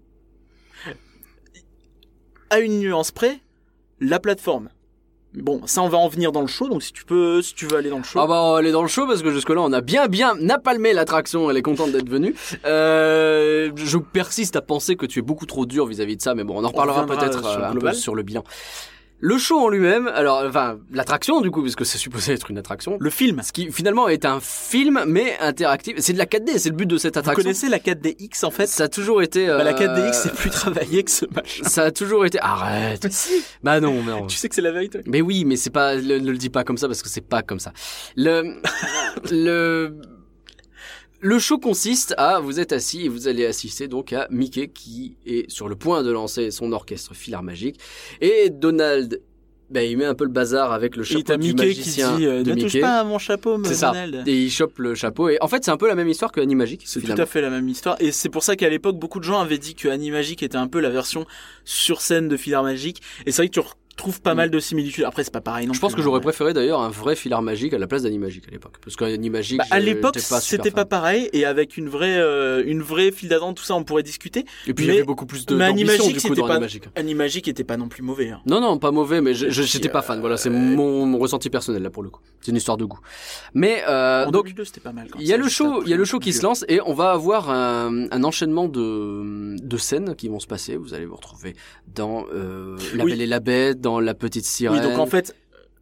Speaker 1: À une nuance près, la plateforme. Bon, ça on va en venir dans le show, donc si tu peux, si tu veux aller dans le show.
Speaker 3: Ah bah on va aller dans le show parce que jusque là on a bien bien napalmé l'attraction, elle est contente d'être venue. Euh, je persiste à penser que tu es beaucoup trop dur vis-à-vis de ça, mais bon on en reparlera
Speaker 1: reviendra
Speaker 3: peut-être
Speaker 1: sur le
Speaker 3: euh, un
Speaker 1: global.
Speaker 3: peu sur le bilan. Le show en lui-même, alors enfin l'attraction du coup puisque c'est supposé être une attraction,
Speaker 1: Le film.
Speaker 3: ce qui finalement est un film mais interactif. C'est de la quatre D, c'est le but de cette
Speaker 1: Vous
Speaker 3: attraction.
Speaker 1: connaissez la quatre D X en fait?
Speaker 3: Ça a toujours été.
Speaker 1: Bah, la
Speaker 3: euh,
Speaker 1: quatre D X c'est plus travaillé que ce machin.
Speaker 3: Ça a toujours été. Arrête. Bah non, non.
Speaker 1: Tu sais que c'est la vérité.
Speaker 3: Mais oui, mais c'est pas, le- ne le dis pas comme ça parce que c'est pas comme ça. Le, le, le show consiste à, vous êtes assis et vous allez assister donc à Mickey qui est sur le point de lancer son orchestre Philharmagique et Donald, ben il met un peu le bazar avec le
Speaker 1: Et
Speaker 3: chapeau
Speaker 1: t'as
Speaker 3: du
Speaker 1: Mickey qui
Speaker 3: magicien
Speaker 1: dit euh,
Speaker 3: de
Speaker 1: ne touche
Speaker 3: Mickey.
Speaker 1: pas à mon chapeau,
Speaker 3: C'est ça.
Speaker 1: Donald.
Speaker 3: Et il chope le chapeau et en fait c'est un peu la même histoire que Animagique.
Speaker 1: C'est tout
Speaker 3: finalement.
Speaker 1: à fait la même histoire. Et c'est pour ça qu'à l'époque, beaucoup de gens avaient dit que Animagique était un peu la version sur scène de Philharmagique. Et c'est vrai que tu, re- trouve pas mal de similitudes. Après, c'est pas pareil non
Speaker 3: Je
Speaker 1: plus.
Speaker 3: pense que j'aurais
Speaker 1: mais-
Speaker 3: préféré d'ailleurs un vrai filard magique à la place d'Animagique à l'époque. Parce qu'Animagique,
Speaker 1: Bah, à
Speaker 3: j'ai-
Speaker 1: l'époque,
Speaker 3: j'étais pas super
Speaker 1: c'était pas
Speaker 3: fan.
Speaker 1: pareil, et avec une vraie, euh, une vraie file d'attente, tout ça, on pourrait discuter.
Speaker 3: Et puis il y
Speaker 1: mais-
Speaker 3: avait beaucoup plus de
Speaker 1: mais
Speaker 3: d'ambition
Speaker 1: Animagique,
Speaker 3: du coup
Speaker 1: c'était
Speaker 3: dans
Speaker 1: pas-
Speaker 3: Animagique.
Speaker 1: Animagique était pas non plus mauvais. Hein.
Speaker 3: Non, non, pas mauvais, mais je, je-
Speaker 1: Et puis,
Speaker 3: j'étais pas fan. Voilà, c'est
Speaker 1: euh,
Speaker 3: mon, mon ressenti personnel là pour le coup. C'est une histoire de goût. Mais euh,
Speaker 1: En
Speaker 3: donc
Speaker 1: deux mille deux, c'était pas mal. quand
Speaker 3: il y a
Speaker 1: ça,
Speaker 3: le
Speaker 1: juste
Speaker 3: show,
Speaker 1: après,
Speaker 3: il y a le
Speaker 1: un
Speaker 3: show
Speaker 1: peu
Speaker 3: qui se
Speaker 1: vieux.
Speaker 3: lance et on va avoir un, un enchaînement de, de scènes qui vont se passer. Vous allez vous retrouver dans euh, La
Speaker 1: Oui.
Speaker 3: Belle et la Bête, dans La Petite Sirène.
Speaker 1: Oui, donc en fait,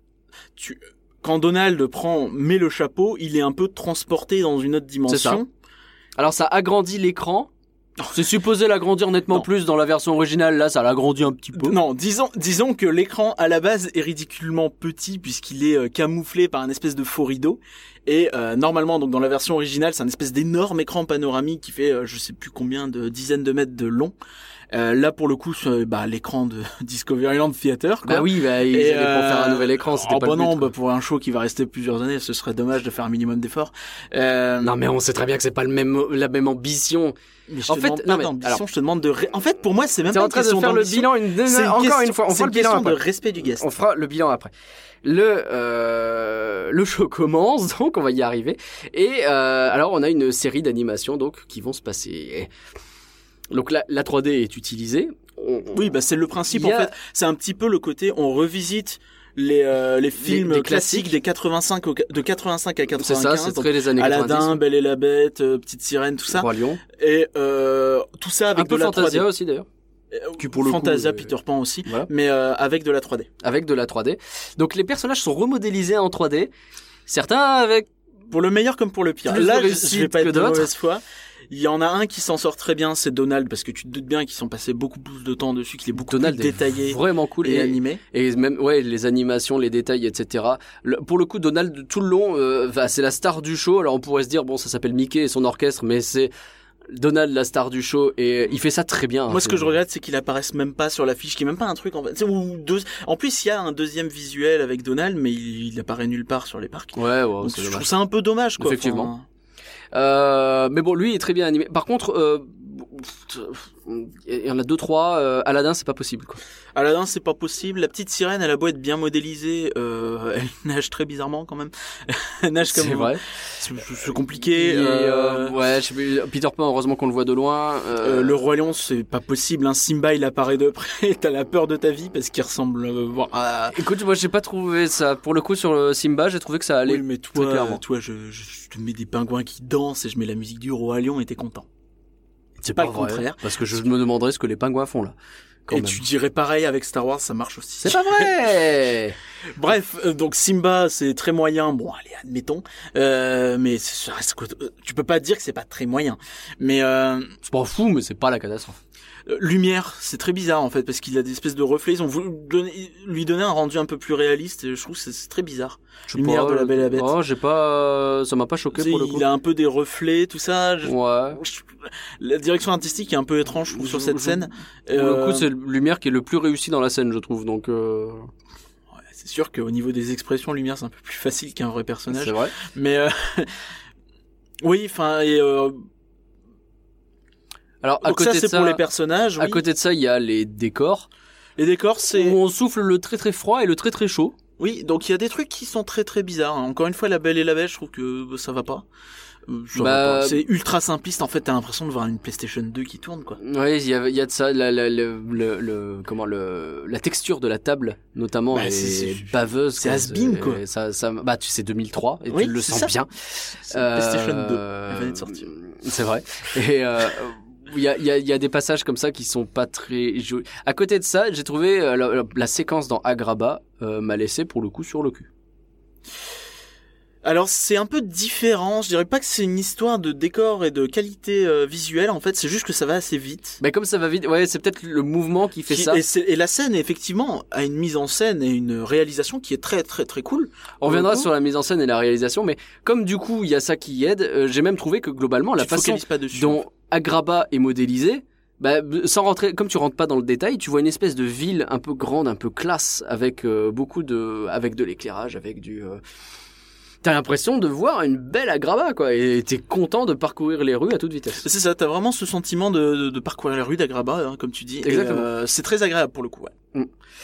Speaker 1: tu, quand Donald prend, met le chapeau, il est un peu transporté dans une autre dimension.
Speaker 3: Alors ça agrandit l'écran. C'est supposé l'agrandir nettement
Speaker 1: Non.
Speaker 3: plus dans la version originale. Là, ça l'agrandit un petit peu.
Speaker 1: Non, disons, disons que l'écran à la base est ridiculement petit puisqu'il est euh, camouflé par un espèce de faux rideau. Et euh, normalement, donc dans la version originale, c'est un espèce d'énorme écran panoramique qui fait, euh, je sais plus combien de dizaines de mètres de long. Euh, là, pour le coup, c'est, bah, l'écran de Discoveryland Theater. Quoi.
Speaker 3: Bah oui, bah, ils
Speaker 1: Et,
Speaker 3: allaient pour faire un
Speaker 1: euh,
Speaker 3: nouvel écran. C'était
Speaker 1: oh,
Speaker 3: pas
Speaker 1: bah
Speaker 3: le but,
Speaker 1: non,
Speaker 3: quoi.
Speaker 1: bah, pour un show qui va rester plusieurs années, ce serait dommage de faire un minimum d'efforts. Euh,
Speaker 3: Non, mais on sait très bien que c'est pas le même, la même ambition.
Speaker 1: mais je
Speaker 3: en
Speaker 1: te
Speaker 3: fait,
Speaker 1: demande
Speaker 3: non,
Speaker 1: pas
Speaker 3: mais,
Speaker 1: d'ambition,
Speaker 3: alors-
Speaker 1: je te demande de. ré- En fait, pour moi, c'est même
Speaker 3: T'es
Speaker 1: pas
Speaker 3: en
Speaker 1: une
Speaker 3: train de
Speaker 1: question
Speaker 3: faire le
Speaker 1: d'ambition.
Speaker 3: bilan une,
Speaker 1: C'est une
Speaker 3: encore
Speaker 1: question-
Speaker 3: une fois. On
Speaker 1: c'est
Speaker 3: fera
Speaker 1: une
Speaker 3: le bilan
Speaker 1: question
Speaker 3: après.
Speaker 1: de respect du guest.
Speaker 3: On fera le bilan après. Le euh, le show commence, donc on va y arriver. Et euh, alors on a une série d'animations donc qui vont se passer. Donc la, la trois D est utilisée. On-
Speaker 1: Oui, bah c'est le principe
Speaker 3: Il y
Speaker 1: en
Speaker 3: a-
Speaker 1: fait. C'est un petit peu le côté, on revisite les euh, les films
Speaker 3: des
Speaker 1: classiques,
Speaker 3: classiques.
Speaker 1: des quatre-vingt-cinq au, de quatre-vingt-cinq à
Speaker 3: c'est
Speaker 1: quatre-vingt-quinze.
Speaker 3: ça, c'est
Speaker 1: donc
Speaker 3: très les années
Speaker 1: Aladdin,
Speaker 3: quatre-vingt-dix.
Speaker 1: Belle et la Bête, euh, Petite Sirène, tout ça.
Speaker 3: Roi Lion.
Speaker 1: Et euh, tout ça avec
Speaker 3: Un peu
Speaker 1: de la trois D.
Speaker 3: Fantasia aussi d'ailleurs.
Speaker 1: Euh,
Speaker 3: qui, pour le coup,
Speaker 1: Fantasia,
Speaker 3: euh,
Speaker 1: Peter Pan aussi,
Speaker 3: Voilà.
Speaker 1: mais euh, avec de la trois D.
Speaker 3: Avec de la trois D. Donc les personnages sont remodélisés en trois D. Certains avec.
Speaker 1: Pour le meilleur comme pour le pire.
Speaker 3: Plus
Speaker 1: Là,
Speaker 3: de
Speaker 1: je, je
Speaker 3: réussite
Speaker 1: vais pas
Speaker 3: que
Speaker 1: être de
Speaker 3: d'autres.
Speaker 1: mauvaise foi. Il y en a un qui s'en sort très bien, c'est Donald, parce que tu te doutes bien qu'ils sont passés beaucoup plus de temps dessus, qu'il est beaucoup
Speaker 3: Donald
Speaker 1: plus
Speaker 3: est
Speaker 1: détaillé
Speaker 3: vraiment cool
Speaker 1: et,
Speaker 3: et,
Speaker 1: animé.
Speaker 3: et même ouais les animations, les détails, et cetera. Le- pour le coup, Donald tout le long, euh, bah, c'est la star du show. Alors on pourrait se dire bon, ça s'appelle Mickey et son orchestre, mais c'est Donald la star du show et il fait ça très bien.
Speaker 1: Moi, ce
Speaker 3: C'est-
Speaker 1: que je regrette, c'est qu'il apparaisse même pas sur l'affiche, qui est même pas un truc en fait. Tu sais, ou deux... En plus, il y a un deuxième visuel avec Donald, mais il, il apparaît nulle part sur les parcs.
Speaker 3: Ouais, ouais,
Speaker 1: Donc,
Speaker 3: c'est
Speaker 1: je
Speaker 3: dommage.
Speaker 1: trouve ça un peu dommage, quoi.
Speaker 3: Effectivement.
Speaker 1: Enfin,
Speaker 3: Euh, mais bon, lui il est très bien animé. Par contre, euh, il y en a deux trois. Euh, Aladdin, c'est pas possible quoi.
Speaker 1: Aladdin, c'est pas possible. La petite sirène, elle a beau être bien modélisée, euh, elle nage très bizarrement quand même. Elle nage comme
Speaker 3: C'est vrai.
Speaker 1: C'est c'est compliqué.
Speaker 3: Et,
Speaker 1: euh,
Speaker 3: euh, ouais, je sais plus, Peter Pan, heureusement qu'on le voit de loin. Euh,
Speaker 1: Euh, le roi lion, c'est pas possible. Un Simba, il apparaît de près. T'as la peur de ta vie parce qu'il ressemble euh, bon, à.
Speaker 3: Écoute, moi j'ai pas trouvé ça. Pour le coup, sur le Simba, j'ai trouvé que ça allait.
Speaker 1: Oui, mais
Speaker 3: très
Speaker 1: toi,
Speaker 3: clairement.
Speaker 1: toi, je, je, je te mets des pingouins qui dansent et je mets la musique du roi lion et t'es content.
Speaker 3: C'est
Speaker 1: pas le
Speaker 3: vrai,
Speaker 1: contraire.
Speaker 3: Parce que je me demanderais ce que les pingouins font là. Quand
Speaker 1: et
Speaker 3: même.
Speaker 1: tu dirais pareil avec Star Wars, ça marche aussi.
Speaker 3: C'est pas vrai.
Speaker 1: Bref, euh, donc Simba, c'est très moyen. Bon, allez, admettons. Euh, mais ça reste que- euh, tu peux pas dire que c'est pas très moyen. Mais euh,
Speaker 3: C'est pas fou, mais c'est pas la catastrophe.
Speaker 1: euh, Lumière, c'est très bizarre en fait parce qu'il a des espèces de reflets. Ils ont voulu donner- lui donner un rendu un peu plus réaliste. Et je trouve que c'est- c'est très bizarre.
Speaker 3: Je sais
Speaker 1: Lumière
Speaker 3: pas,
Speaker 1: de la Belle et la Bête.
Speaker 3: Oh, j'ai pas, ça m'a pas choqué
Speaker 1: Tu sais,
Speaker 3: pour le coup.
Speaker 1: il a un peu des reflets, tout ça. Je-
Speaker 3: Ouais.
Speaker 1: je- La direction artistique est un peu étrange je trouve, sur cette
Speaker 3: Je-
Speaker 1: scène.
Speaker 3: Pour
Speaker 1: Euh,
Speaker 3: le coup, c'est Lumière qui est le plus réussi dans la scène, je trouve. Donc, euh...
Speaker 1: ouais, c'est sûr qu'au niveau des expressions, Lumière c'est un peu plus facile qu'un vrai personnage.
Speaker 3: c'est vrai.
Speaker 1: Mais euh, oui, enfin, et euh,
Speaker 3: Alors, à
Speaker 1: donc
Speaker 3: côté
Speaker 1: ça
Speaker 3: de
Speaker 1: c'est
Speaker 3: ça,
Speaker 1: pour les personnages.
Speaker 3: à
Speaker 1: Oui.
Speaker 3: côté de ça, il y a les décors
Speaker 1: Les décors, c'est
Speaker 3: où on souffle le très très froid et le très très chaud.
Speaker 1: oui, donc il y a des trucs qui sont très très bizarres. hein. Encore une fois, La Belle et la Bête, je trouve que bah, ça va pas. Euh, ça
Speaker 3: Bah,
Speaker 1: va pas. C'est ultra simpliste. En fait, t'as l'impression de voir une PlayStation deux qui tourne, quoi.
Speaker 3: Oui, il y a, il y a de ça, la, la, le, le, le- comment le, la texture de la table, notamment,
Speaker 1: Bah,
Speaker 3: est
Speaker 1: c'est- c'est-
Speaker 3: baveuse.
Speaker 1: c'est
Speaker 3: quoi.
Speaker 1: has-been, quoi.
Speaker 3: Ça, ça, bah, tu sais, deux mille trois, et
Speaker 1: Oui,
Speaker 3: tu le
Speaker 1: c'est
Speaker 3: sens
Speaker 1: ça.
Speaker 3: bien.
Speaker 1: C'est une PlayStation deux.
Speaker 3: Euh,
Speaker 1: Elle venait de sortir.
Speaker 3: C'est vrai. Et, euh, il y a, il y a, il y a des passages comme ça qui sont pas très jolis. À côté de ça, j'ai trouvé euh, la, la, la séquence dans Agrabah euh, m'a laissé pour le coup sur le cul.
Speaker 1: Alors c'est un peu différent. Je dirais pas que c'est une histoire de décor et de qualité euh, visuelle. En fait, c'est juste que ça va assez vite.
Speaker 3: Mais comme ça va vite, ouais, c'est peut-être le mouvement qui fait
Speaker 1: Qui-
Speaker 3: ça.
Speaker 1: Et, c'est- et la scène, effectivement, a une mise en scène et une réalisation qui est très très très cool.
Speaker 3: On reviendra
Speaker 1: Pour le coup,
Speaker 3: sur la mise en scène et la réalisation, mais comme du coup il y a ça qui aide, euh, j'ai même trouvé que globalement la
Speaker 1: tu te
Speaker 3: façon
Speaker 1: focalises pas dessus.
Speaker 3: dont Agrabah est modélisé, bah, sans rentrer, comme tu rentres pas dans le détail, tu vois une espèce de ville un peu grande, un peu classe, avec euh, beaucoup de, avec de l'éclairage, avec du. Euh... t'as l'impression de voir une belle Agrabah, quoi, et t'es content de parcourir les rues à toute vitesse.
Speaker 1: C'est ça, t'as vraiment ce sentiment de, de, de parcourir les rues d'Agrabah, hein, comme tu dis.
Speaker 3: Exactement.
Speaker 1: Et, euh, c'est très agréable pour le coup, ouais.
Speaker 3: Mm.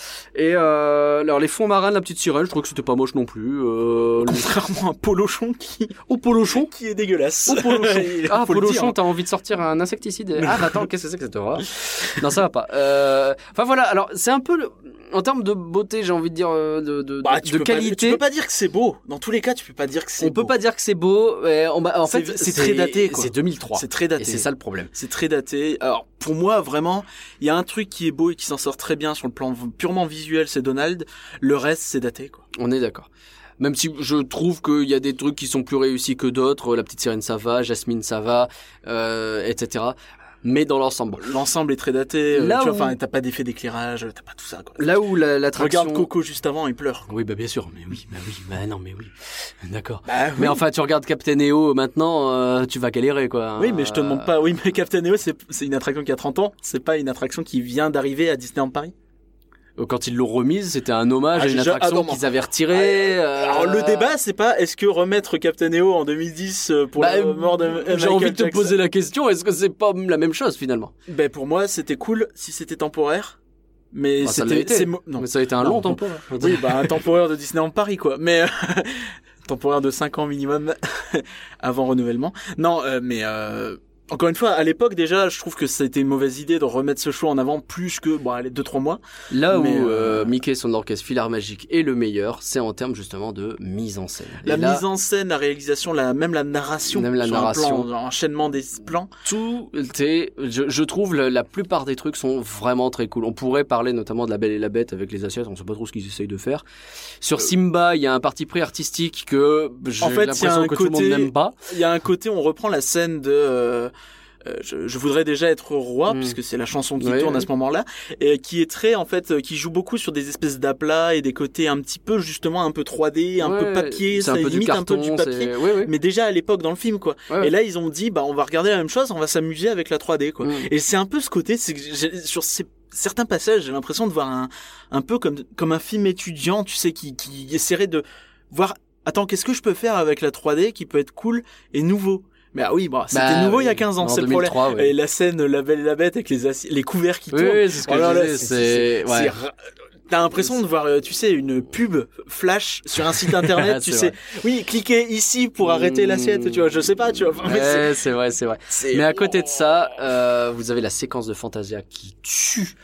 Speaker 3: Et euh, alors les fonds marins de la petite sirène, je trouve que c'était pas moche non plus. Euh,
Speaker 1: Contrairement à Polochon qui,
Speaker 3: au Polochon,
Speaker 1: qui est dégueulasse.
Speaker 3: au Polochon. Ah,
Speaker 1: Faut le
Speaker 3: Polochon,
Speaker 1: dire.
Speaker 3: t'as envie de sortir un insecticide. Ah, bah attends, qu'est-ce que c'est que cette horreur? Non, ça va pas. Euh... Enfin voilà, alors c'est un peu le... en termes de beauté, j'ai envie de dire euh, de de,
Speaker 1: Bah,
Speaker 3: de,
Speaker 1: tu
Speaker 3: de
Speaker 1: peux pas-
Speaker 3: qualité.
Speaker 1: tu peux pas dire que c'est beau. Dans tous les cas, tu peux pas dire que c'est
Speaker 3: On
Speaker 1: beau.
Speaker 3: peut pas dire que c'est beau. Mais on, bah, en
Speaker 1: C'est-
Speaker 3: fait,
Speaker 1: c'est très daté, quoi.
Speaker 3: C'est deux mille trois.
Speaker 1: C'est très daté.
Speaker 3: Et c'est ça le problème.
Speaker 1: C'est très daté. Alors, pour moi, vraiment, il y a un truc qui est beau et qui s'en sort très bien sur le plan v- purement visuel, c'est Donald. Le reste, c'est daté, quoi.
Speaker 3: On est d'accord. Même si je trouve qu'il y a des trucs qui sont plus réussis que d'autres, la petite sirène ça va, Jasmine ça va, euh, et cetera. Mais dans l'ensemble.
Speaker 1: L'ensemble est très daté. euh,
Speaker 3: Là
Speaker 1: tu vois,
Speaker 3: où-
Speaker 1: enfin, t'as pas d'effet d'éclairage, t'as pas tout ça, quoi.
Speaker 3: Là où la- l'attraction...
Speaker 1: Regarde Coco juste avant, il pleure.
Speaker 3: Oui, bah bien sûr, mais oui, bah oui, bah non, mais oui. D'accord.
Speaker 1: Bah,
Speaker 3: Mais
Speaker 1: oui.
Speaker 3: enfin, tu regardes Captain E O maintenant, euh, tu vas galérer, quoi.
Speaker 1: Oui, mais je te demande pas. Oui, mais Captain Neo, c'est c'est une attraction qui a trente ans. C'est pas une attraction qui vient d'arriver à Disneyland Paris.
Speaker 3: Euh, Quand ils l'ont remise, c'était un hommage
Speaker 1: Ah,
Speaker 3: à une
Speaker 1: j'ai-
Speaker 3: attraction
Speaker 1: ah, non,
Speaker 3: qu'ils avaient retirée. euh,
Speaker 1: Alors le débat, c'est pas est-ce que remettre Captain Neo en deux mille dix euh, pour
Speaker 3: bah,
Speaker 1: la mort de
Speaker 3: J'ai
Speaker 1: Michael
Speaker 3: envie de te
Speaker 1: Jackson.
Speaker 3: poser la question, est-ce que c'est pas la même chose finalement?
Speaker 1: Ben pour moi, c'était cool si c'était temporaire, mais
Speaker 3: Bah, ça l'a
Speaker 1: c'était
Speaker 3: été.
Speaker 1: c'est mo- non.
Speaker 3: Mais ça a été un
Speaker 1: Non,
Speaker 3: long
Speaker 1: non.
Speaker 3: tempo. hein.
Speaker 1: Oui, bah un temporaire de Disneyland Paris quoi, mais euh, temporaire de cinq ans minimum avant renouvellement. Non, euh, mais euh, encore une fois, à l'époque déjà, je trouve que c'était une mauvaise idée de remettre ce show en avant plus que bon, allez, deux trois mois.
Speaker 3: Là où
Speaker 1: Mais,
Speaker 3: euh,
Speaker 1: euh,
Speaker 3: Mickey et son orchestre Filard Magique est le meilleur, c'est en termes justement de mise en scène.
Speaker 1: La
Speaker 3: Et là,
Speaker 1: mise en scène, la réalisation, la même la narration,
Speaker 3: Même la
Speaker 1: sur un
Speaker 3: narration.
Speaker 1: plan, un enchaînement des plans.
Speaker 3: tout est, je, je trouve la, la plupart des trucs sont vraiment très cool. On pourrait parler notamment de La Belle et la Bête avec les assiettes, on sait pas trop ce qu'ils essayent de faire. Sur Simba, il y a un parti pris artistique que j'ai
Speaker 1: En fait, il y a
Speaker 3: l'impression
Speaker 1: un
Speaker 3: que tout le monde
Speaker 1: côté-
Speaker 3: n'aime pas.
Speaker 1: Il y a un côté, on reprend la scène de euh, euh, je, je voudrais déjà être roi,
Speaker 3: Mm.
Speaker 1: puisque c'est la chanson qui
Speaker 3: Oui,
Speaker 1: tourne à
Speaker 3: oui.
Speaker 1: ce moment-là, et qui est très, en fait, euh, qui joue beaucoup sur des espèces d'aplats et des côtés un petit peu, justement, un peu trois D, un peu
Speaker 3: Ouais,
Speaker 1: papier,
Speaker 3: c'est
Speaker 1: ça
Speaker 3: un peu du
Speaker 1: limite un peu
Speaker 3: carton,
Speaker 1: du papier.
Speaker 3: c'est- oui, oui.
Speaker 1: Mais déjà à l'époque dans le film, quoi.
Speaker 3: Ouais, ouais.
Speaker 1: Et là, ils ont dit, bah, on va regarder la même chose, on va s'amuser avec la trois D, quoi.
Speaker 3: Mm.
Speaker 1: Et c'est un peu ce côté, c'est que j'ai- sur ces certains passages, j'ai l'impression de voir un, un peu comme, comme un film étudiant, tu sais, qui, qui essaierait de voir, attends, qu'est-ce que je peux faire avec la trois D qui peut être cool et nouveau? Mais ah oui, bon, c'était
Speaker 3: Bah,
Speaker 1: nouveau
Speaker 3: oui.
Speaker 1: il y a quinze ans,
Speaker 3: En
Speaker 1: c'est le
Speaker 3: deux mille
Speaker 1: problème.
Speaker 3: trois, ouais.
Speaker 1: Et la scène La Belle et la Bête avec les, assi- les couverts qui
Speaker 3: Oui,
Speaker 1: tournent.
Speaker 3: oui, c'est ce que
Speaker 1: Oh
Speaker 3: je
Speaker 1: là là,
Speaker 3: disais, c'est- ouais.
Speaker 1: ra- T'as l'impression de voir, euh, tu sais, une pub flash sur un site internet, tu
Speaker 3: C'est
Speaker 1: sais.
Speaker 3: vrai.
Speaker 1: Oui, cliquez ici pour arrêter
Speaker 3: Mmh.
Speaker 1: l'assiette, tu vois. Je sais pas, tu vois. Enfin, mais c'est-
Speaker 3: Ouais, c'est vrai, c'est vrai.
Speaker 1: c'est-
Speaker 3: Mais à côté de ça, euh, vous avez la séquence de Fantasia qui tue.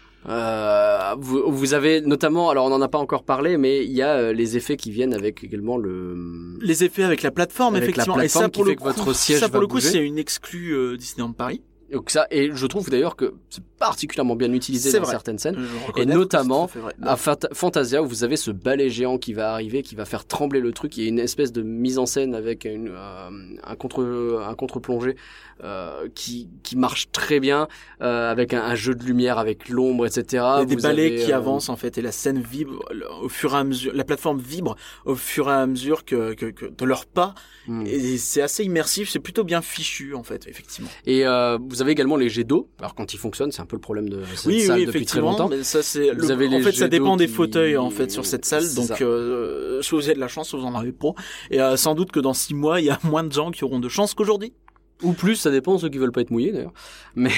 Speaker 3: Euh, vous, vous avez notamment, alors on n'en a pas encore parlé, mais il y a euh, les effets qui viennent avec également le.
Speaker 1: Les effets avec la plateforme,
Speaker 3: Avec la
Speaker 1: effectivement.
Speaker 3: plateforme
Speaker 1: et ça,
Speaker 3: qui
Speaker 1: pour
Speaker 3: fait
Speaker 1: le
Speaker 3: que
Speaker 1: coup,
Speaker 3: votre siège
Speaker 1: ça, pour
Speaker 3: va
Speaker 1: le coup,
Speaker 3: bouger.
Speaker 1: c'est une exclue euh, Disneyland Paris.
Speaker 3: Donc ça, et je trouve d'ailleurs que c'est particulièrement bien utilisé
Speaker 1: C'est
Speaker 3: dans
Speaker 1: vrai.
Speaker 3: certaines scènes.
Speaker 1: Je
Speaker 3: Et
Speaker 1: reconnais que
Speaker 3: notamment,
Speaker 1: c'est tout à fait vrai.
Speaker 3: À Fant- Fantasia, où vous avez ce balai géant qui va arriver, qui va faire trembler le truc. Il y a une espèce de mise en scène avec une, euh, un contre, un contre-plongé euh, qui qui marche très bien, euh, avec un, un jeu de lumière, avec l'ombre, et cetera.
Speaker 1: Il y a des
Speaker 3: Vous
Speaker 1: balais
Speaker 3: avez,
Speaker 1: qui
Speaker 3: euh,
Speaker 1: avancent en fait et la scène vibre le- au fur et à mesure, la plateforme vibre au fur et à mesure que, que, que de leurs pas
Speaker 3: hmm.
Speaker 1: et c'est assez immersif, c'est plutôt bien fichu en fait, effectivement.
Speaker 3: Et euh, vous avez également les jets d'eau. Alors quand ils fonctionnent, c'est un peu le problème de cette
Speaker 1: Oui,
Speaker 3: salle
Speaker 1: oui,
Speaker 3: depuis très
Speaker 1: effectivement,
Speaker 3: longtemps.
Speaker 1: mais ça c'est
Speaker 3: Vous
Speaker 1: le-
Speaker 3: avez
Speaker 1: en
Speaker 3: les
Speaker 1: fait
Speaker 3: jets
Speaker 1: ça dépend
Speaker 3: d'eau
Speaker 1: des
Speaker 3: qui-
Speaker 1: fauteuils en fait sur cette salle,
Speaker 3: C'est
Speaker 1: donc
Speaker 3: ça.
Speaker 1: euh, soit vous avez de la chance, soit vous en avez pas et euh, sans doute que dans six mois il y a moins de gens qui auront de chance qu'aujourd'hui.
Speaker 3: Ou plus, ça dépend de ceux qui veulent pas être mouillés d'ailleurs. Mais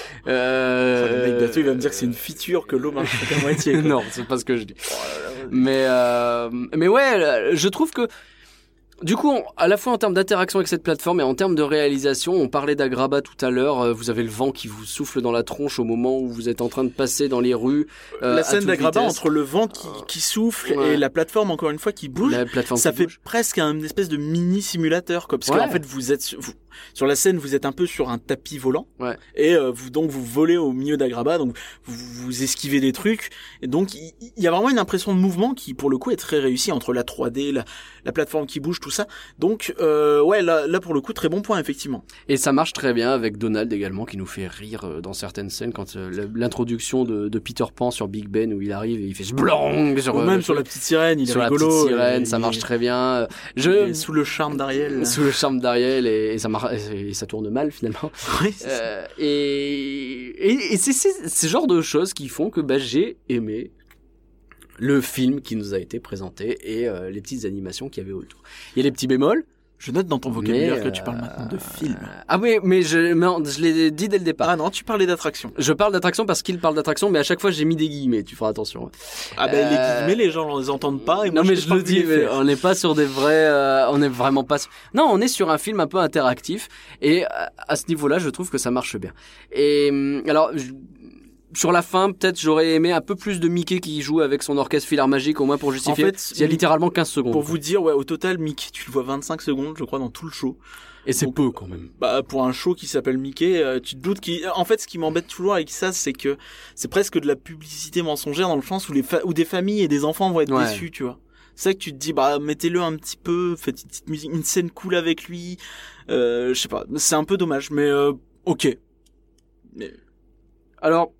Speaker 3: euh...
Speaker 1: Le mec bientôt il va me dire que c'est une feature que l'eau marche à moitié. quoi.
Speaker 3: non, c'est pas ce que je dis. Mais euh... mais ouais, je trouve que du coup, on- à la fois en termes d'interaction avec cette plateforme et en termes de réalisation, on parlait d'Agrabah tout à l'heure. euh, Vous avez le vent qui vous souffle dans la tronche au moment où vous êtes en train de passer dans les rues. euh, à
Speaker 1: la scène
Speaker 3: toute
Speaker 1: d'Agrabah
Speaker 3: vitesse.
Speaker 1: entre le vent qui, qui souffle
Speaker 3: Ouais.
Speaker 1: et la plateforme encore une fois qui bouge.
Speaker 3: La plateforme
Speaker 1: Ça
Speaker 3: qui
Speaker 1: fait
Speaker 3: bouge.
Speaker 1: presque un espèce de mini simulateur quoi parce
Speaker 3: Ouais.
Speaker 1: qu'en fait vous êtes sur, vous- sur la scène vous êtes un peu sur un tapis volant
Speaker 3: Ouais.
Speaker 1: et euh, vous donc vous volez au milieu d'Agrabah donc vous, vous esquivez des trucs et donc il il y, a vraiment une impression de mouvement qui pour le coup est très réussie entre la trois D la, la plateforme qui bouge tout ça donc euh, ouais là là pour le coup très bon point effectivement.
Speaker 3: Et ça marche très bien avec Donald également, qui nous fait rire euh, dans certaines scènes, quand euh, le- l'introduction de, de Peter Pan sur Big Ben, où il arrive et il fait blanc sur,
Speaker 1: Ou
Speaker 3: euh,
Speaker 1: même sur la petite sirène il est
Speaker 3: sur la
Speaker 1: rigolo
Speaker 3: petite sirène,
Speaker 1: et-
Speaker 3: ça
Speaker 1: il
Speaker 3: marche
Speaker 1: est-
Speaker 3: très bien.
Speaker 1: il
Speaker 3: Je
Speaker 1: est sous le charme d'Ariel.
Speaker 3: sous le charme d'Ariel et, et ça marche et ça tourne mal finalement.
Speaker 1: Oui, c'est ça.
Speaker 3: Euh, et et, et c'est c'est ce genre de choses qui font que bah, j'ai aimé le film qui nous a été présenté et euh, les petites animations qu'il y avait autour. Il y a les petits bémols.
Speaker 1: Je note dans ton vocabulaire
Speaker 3: mais,
Speaker 1: que tu parles maintenant de film.
Speaker 3: Euh, ah oui, mais je, non, je l'ai dit dès le départ.
Speaker 1: Ah non, tu parlais d'attraction.
Speaker 3: Je parle d'attraction parce qu'il parle d'attraction, mais à chaque fois j'ai mis des guillemets, tu feras attention.
Speaker 1: Ah ben bah,
Speaker 3: euh...
Speaker 1: les guillemets, les gens les entendent pas. Et moi,
Speaker 3: non mais
Speaker 1: je,
Speaker 3: je le dis, mais on n'est pas sur des vrais, euh, on n'est vraiment pas. Non, on est sur un film un peu interactif et à, à ce niveau-là, je trouve que ça marche bien. Et alors. Je... Sur la fin, peut-être j'aurais aimé un peu plus de Mickey qui joue avec son orchestre filaire magique, au moins pour justifier. En fait, il y a littéralement quinze secondes.
Speaker 1: Pour
Speaker 3: quoi.
Speaker 1: vous dire, ouais, au total, Mickey, tu le vois vingt-cinq secondes, je crois, dans tout le show.
Speaker 3: Et c'est
Speaker 1: Donc,
Speaker 3: peu quand même.
Speaker 1: Bah, pour un show qui s'appelle Mickey, euh, tu te doutes qu'il... En fait, ce qui m'embête toujours avec ça, c'est que c'est presque de la publicité mensongère dans le sens où les fa... où des familles et des enfants vont être ouais. déçus, tu vois. C'est ça que tu te dis, bah, mettez-le un petit peu, faites une petite musique, une scène cool avec lui. Euh, je sais pas, c'est un peu dommage, mais euh, ok.
Speaker 3: Mais alors.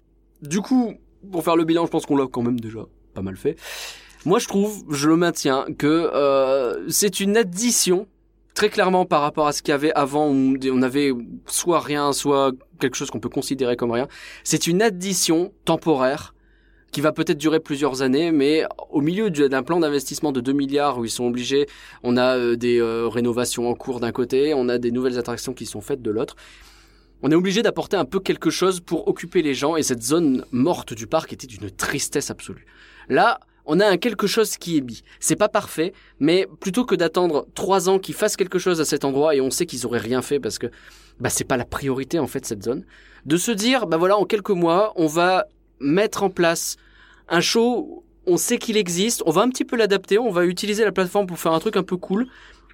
Speaker 3: Du coup, pour faire le bilan, je pense qu'on l'a quand même déjà pas mal fait. Moi, je trouve, je le maintiens, que euh, c'est une addition, très clairement par rapport à ce qu'il y avait avant, où on avait soit rien, soit quelque chose qu'on peut considérer comme rien. C'est une addition temporaire qui va peut-être durer plusieurs années, mais au milieu d'un plan d'investissement de deux milliards où ils sont obligés, on a euh, des euh, rénovations en cours d'un côté, on a des nouvelles attractions qui sont faites de l'autre. On est obligé d'apporter un peu quelque chose pour occuper les gens et cette zone morte du parc était d'une tristesse absolue. Là, on a un quelque chose qui est mis. C'est pas parfait, mais plutôt que d'attendre trois ans qu'ils fassent quelque chose à cet endroit et on sait qu'ils auraient rien fait parce que bah c'est pas la priorité en fait cette zone, de se dire bah voilà en quelques mois on va mettre en place un show, on sait qu'il existe, on va un petit peu l'adapter, on va utiliser la plateforme pour faire un truc un peu cool.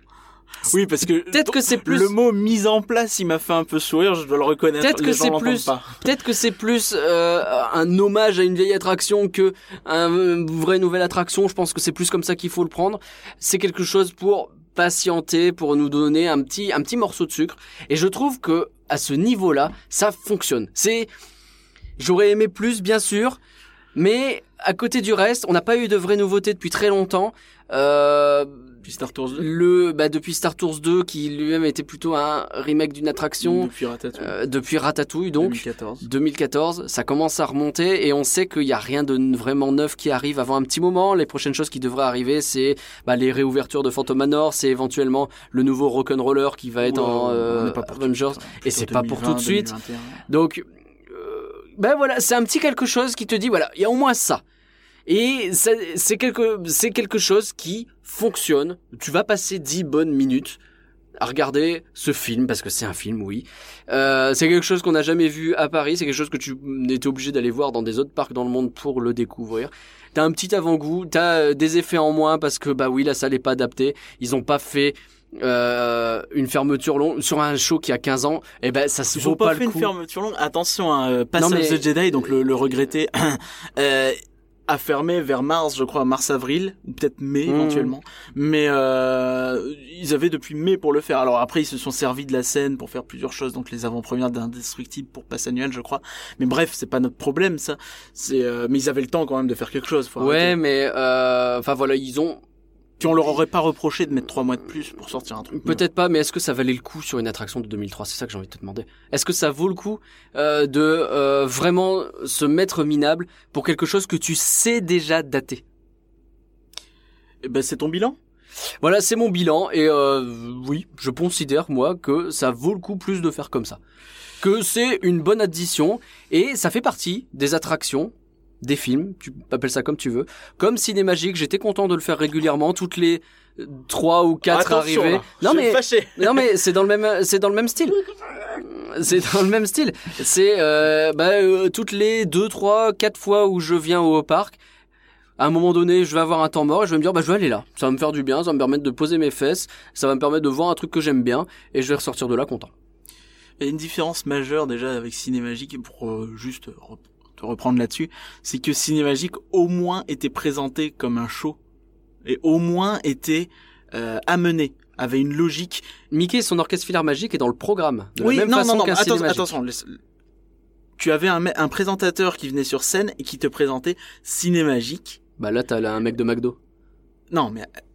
Speaker 1: Oui, parce que
Speaker 3: peut-être que c'est plus
Speaker 1: le mot mise en place, il m'a fait un peu sourire, je dois le reconnaître.
Speaker 3: Peut-être que c'est plus, peut-être que c'est plus euh, un hommage à une vieille attraction que une vraie nouvelle attraction. Je pense que c'est plus comme ça qu'il faut le prendre. C'est quelque chose pour patienter, pour nous donner un petit un petit morceau de sucre. Et je trouve que à ce niveau-là, ça fonctionne. C'est, j'aurais aimé plus, bien sûr, mais à côté du reste, on n'a pas eu de vraies nouveautés depuis très longtemps. Euh,
Speaker 1: Depuis Star Tours deux
Speaker 3: le, bah, depuis Star Tours deux, qui lui-même était plutôt un remake d'une attraction.
Speaker 1: Depuis Ratatouille.
Speaker 3: Euh, depuis Ratatouille, donc.
Speaker 1: deux mille quatorze.
Speaker 3: deux mille quatorze. Ça commence à remonter et on sait qu'il y a rien de vraiment neuf qui arrive avant un petit moment. Les prochaines choses qui devraient arriver, c'est, bah, les réouvertures de Phantom Manor, c'est éventuellement le nouveau Rock'n'Roller qui va être
Speaker 1: ouais,
Speaker 3: en, euh, Avengers. Et c'est pas pour tout de suite. deux mille vingt et un. Donc, euh, ben voilà, c'est un petit quelque chose qui te dit, voilà, il y a au moins ça. Et c'est, c'est quelque, c'est quelque chose qui fonctionne. Tu vas passer dix bonnes minutes à regarder ce film, parce que c'est un film, oui. Euh, c'est quelque chose qu'on n'a jamais vu à Paris, c'est quelque chose que tu étais obligé d'aller voir dans des autres parcs dans le monde pour le découvrir. T'as un petit avant-goût, t'as des effets en moins, parce que, bah oui, la salle est pas adaptée. Ils ont pas fait euh, une fermeture longue sur un show qui a quinze ans. Et ben, ça se
Speaker 1: Ils
Speaker 3: vaut
Speaker 1: ont pas,
Speaker 3: pas
Speaker 1: fait
Speaker 3: le coup.
Speaker 1: une fermeture longue. Attention, hein, Pass
Speaker 3: Non,
Speaker 1: of
Speaker 3: mais-
Speaker 1: the Jedi, donc le, le regretté, euh, a fermé vers mars, je crois, mars-avril, ou peut-être mai,
Speaker 3: Mmh.
Speaker 1: éventuellement. Mais euh, ils avaient depuis mai pour le faire. Alors après, ils se sont servis de la scène pour faire plusieurs choses, donc les avant-premières d'Indestructible pour Pass Annuel, je crois. Mais bref, c'est pas notre problème, ça. C'est, euh, mais ils avaient le temps quand même de faire quelque chose. Faut
Speaker 3: Ouais,
Speaker 1: arrêter.
Speaker 3: mais euh, enfin voilà, ils ont
Speaker 1: Puis on leur aurait pas reproché de mettre trois mois de plus pour sortir un truc.
Speaker 3: peut-être pas, mais est-ce que ça valait le coup sur une attraction de deux mille trois? C'est ça que j'ai envie de te demander. Est-ce que ça vaut le coup euh, de euh, vraiment se mettre minable pour quelque chose que tu sais déjà daté?
Speaker 1: Eh ben, c'est ton bilan.
Speaker 3: Voilà, c'est mon bilan et euh, oui, je considère moi que ça vaut le coup plus de faire comme ça. Que c'est une bonne addition et ça fait partie des attractions, des films, tu appelles ça comme tu veux. Comme Cinémagique, j'étais content de le faire régulièrement, toutes les trois ou quatre
Speaker 1: Attention,
Speaker 3: arrivées.
Speaker 1: là,
Speaker 3: Non
Speaker 1: je suis
Speaker 3: mais
Speaker 1: fâché.
Speaker 3: non mais c'est dans le même c'est dans le même style. C'est dans le même style. C'est euh, bah, euh, toutes les deux, trois, quatre fois où je viens au parc. À un moment donné, je vais avoir un temps mort et je vais me dire, bah, je vais aller là. Ça va me faire du bien, ça va me permettre de poser mes fesses, ça va me permettre de voir un truc que j'aime bien et je vais ressortir de là content.
Speaker 1: Il y a une différence majeure déjà avec Cinémagique, pour euh, juste re- te reprendre là-dessus, c'est que Cinémagique au moins était présenté comme un show et au moins était euh, amené, avait une logique.
Speaker 3: Mickey et son orchestre filaire magique est dans le programme de
Speaker 1: oui,
Speaker 3: la même
Speaker 1: non,
Speaker 3: façon
Speaker 1: non, non,
Speaker 3: qu'un
Speaker 1: attention,
Speaker 3: Cinémagique.
Speaker 1: attention. laisse- Tu avais un, me- un présentateur qui venait sur scène et qui te présentait Cinémagique.
Speaker 3: Bah là, t'as là un mec de McDo.
Speaker 1: Non, mais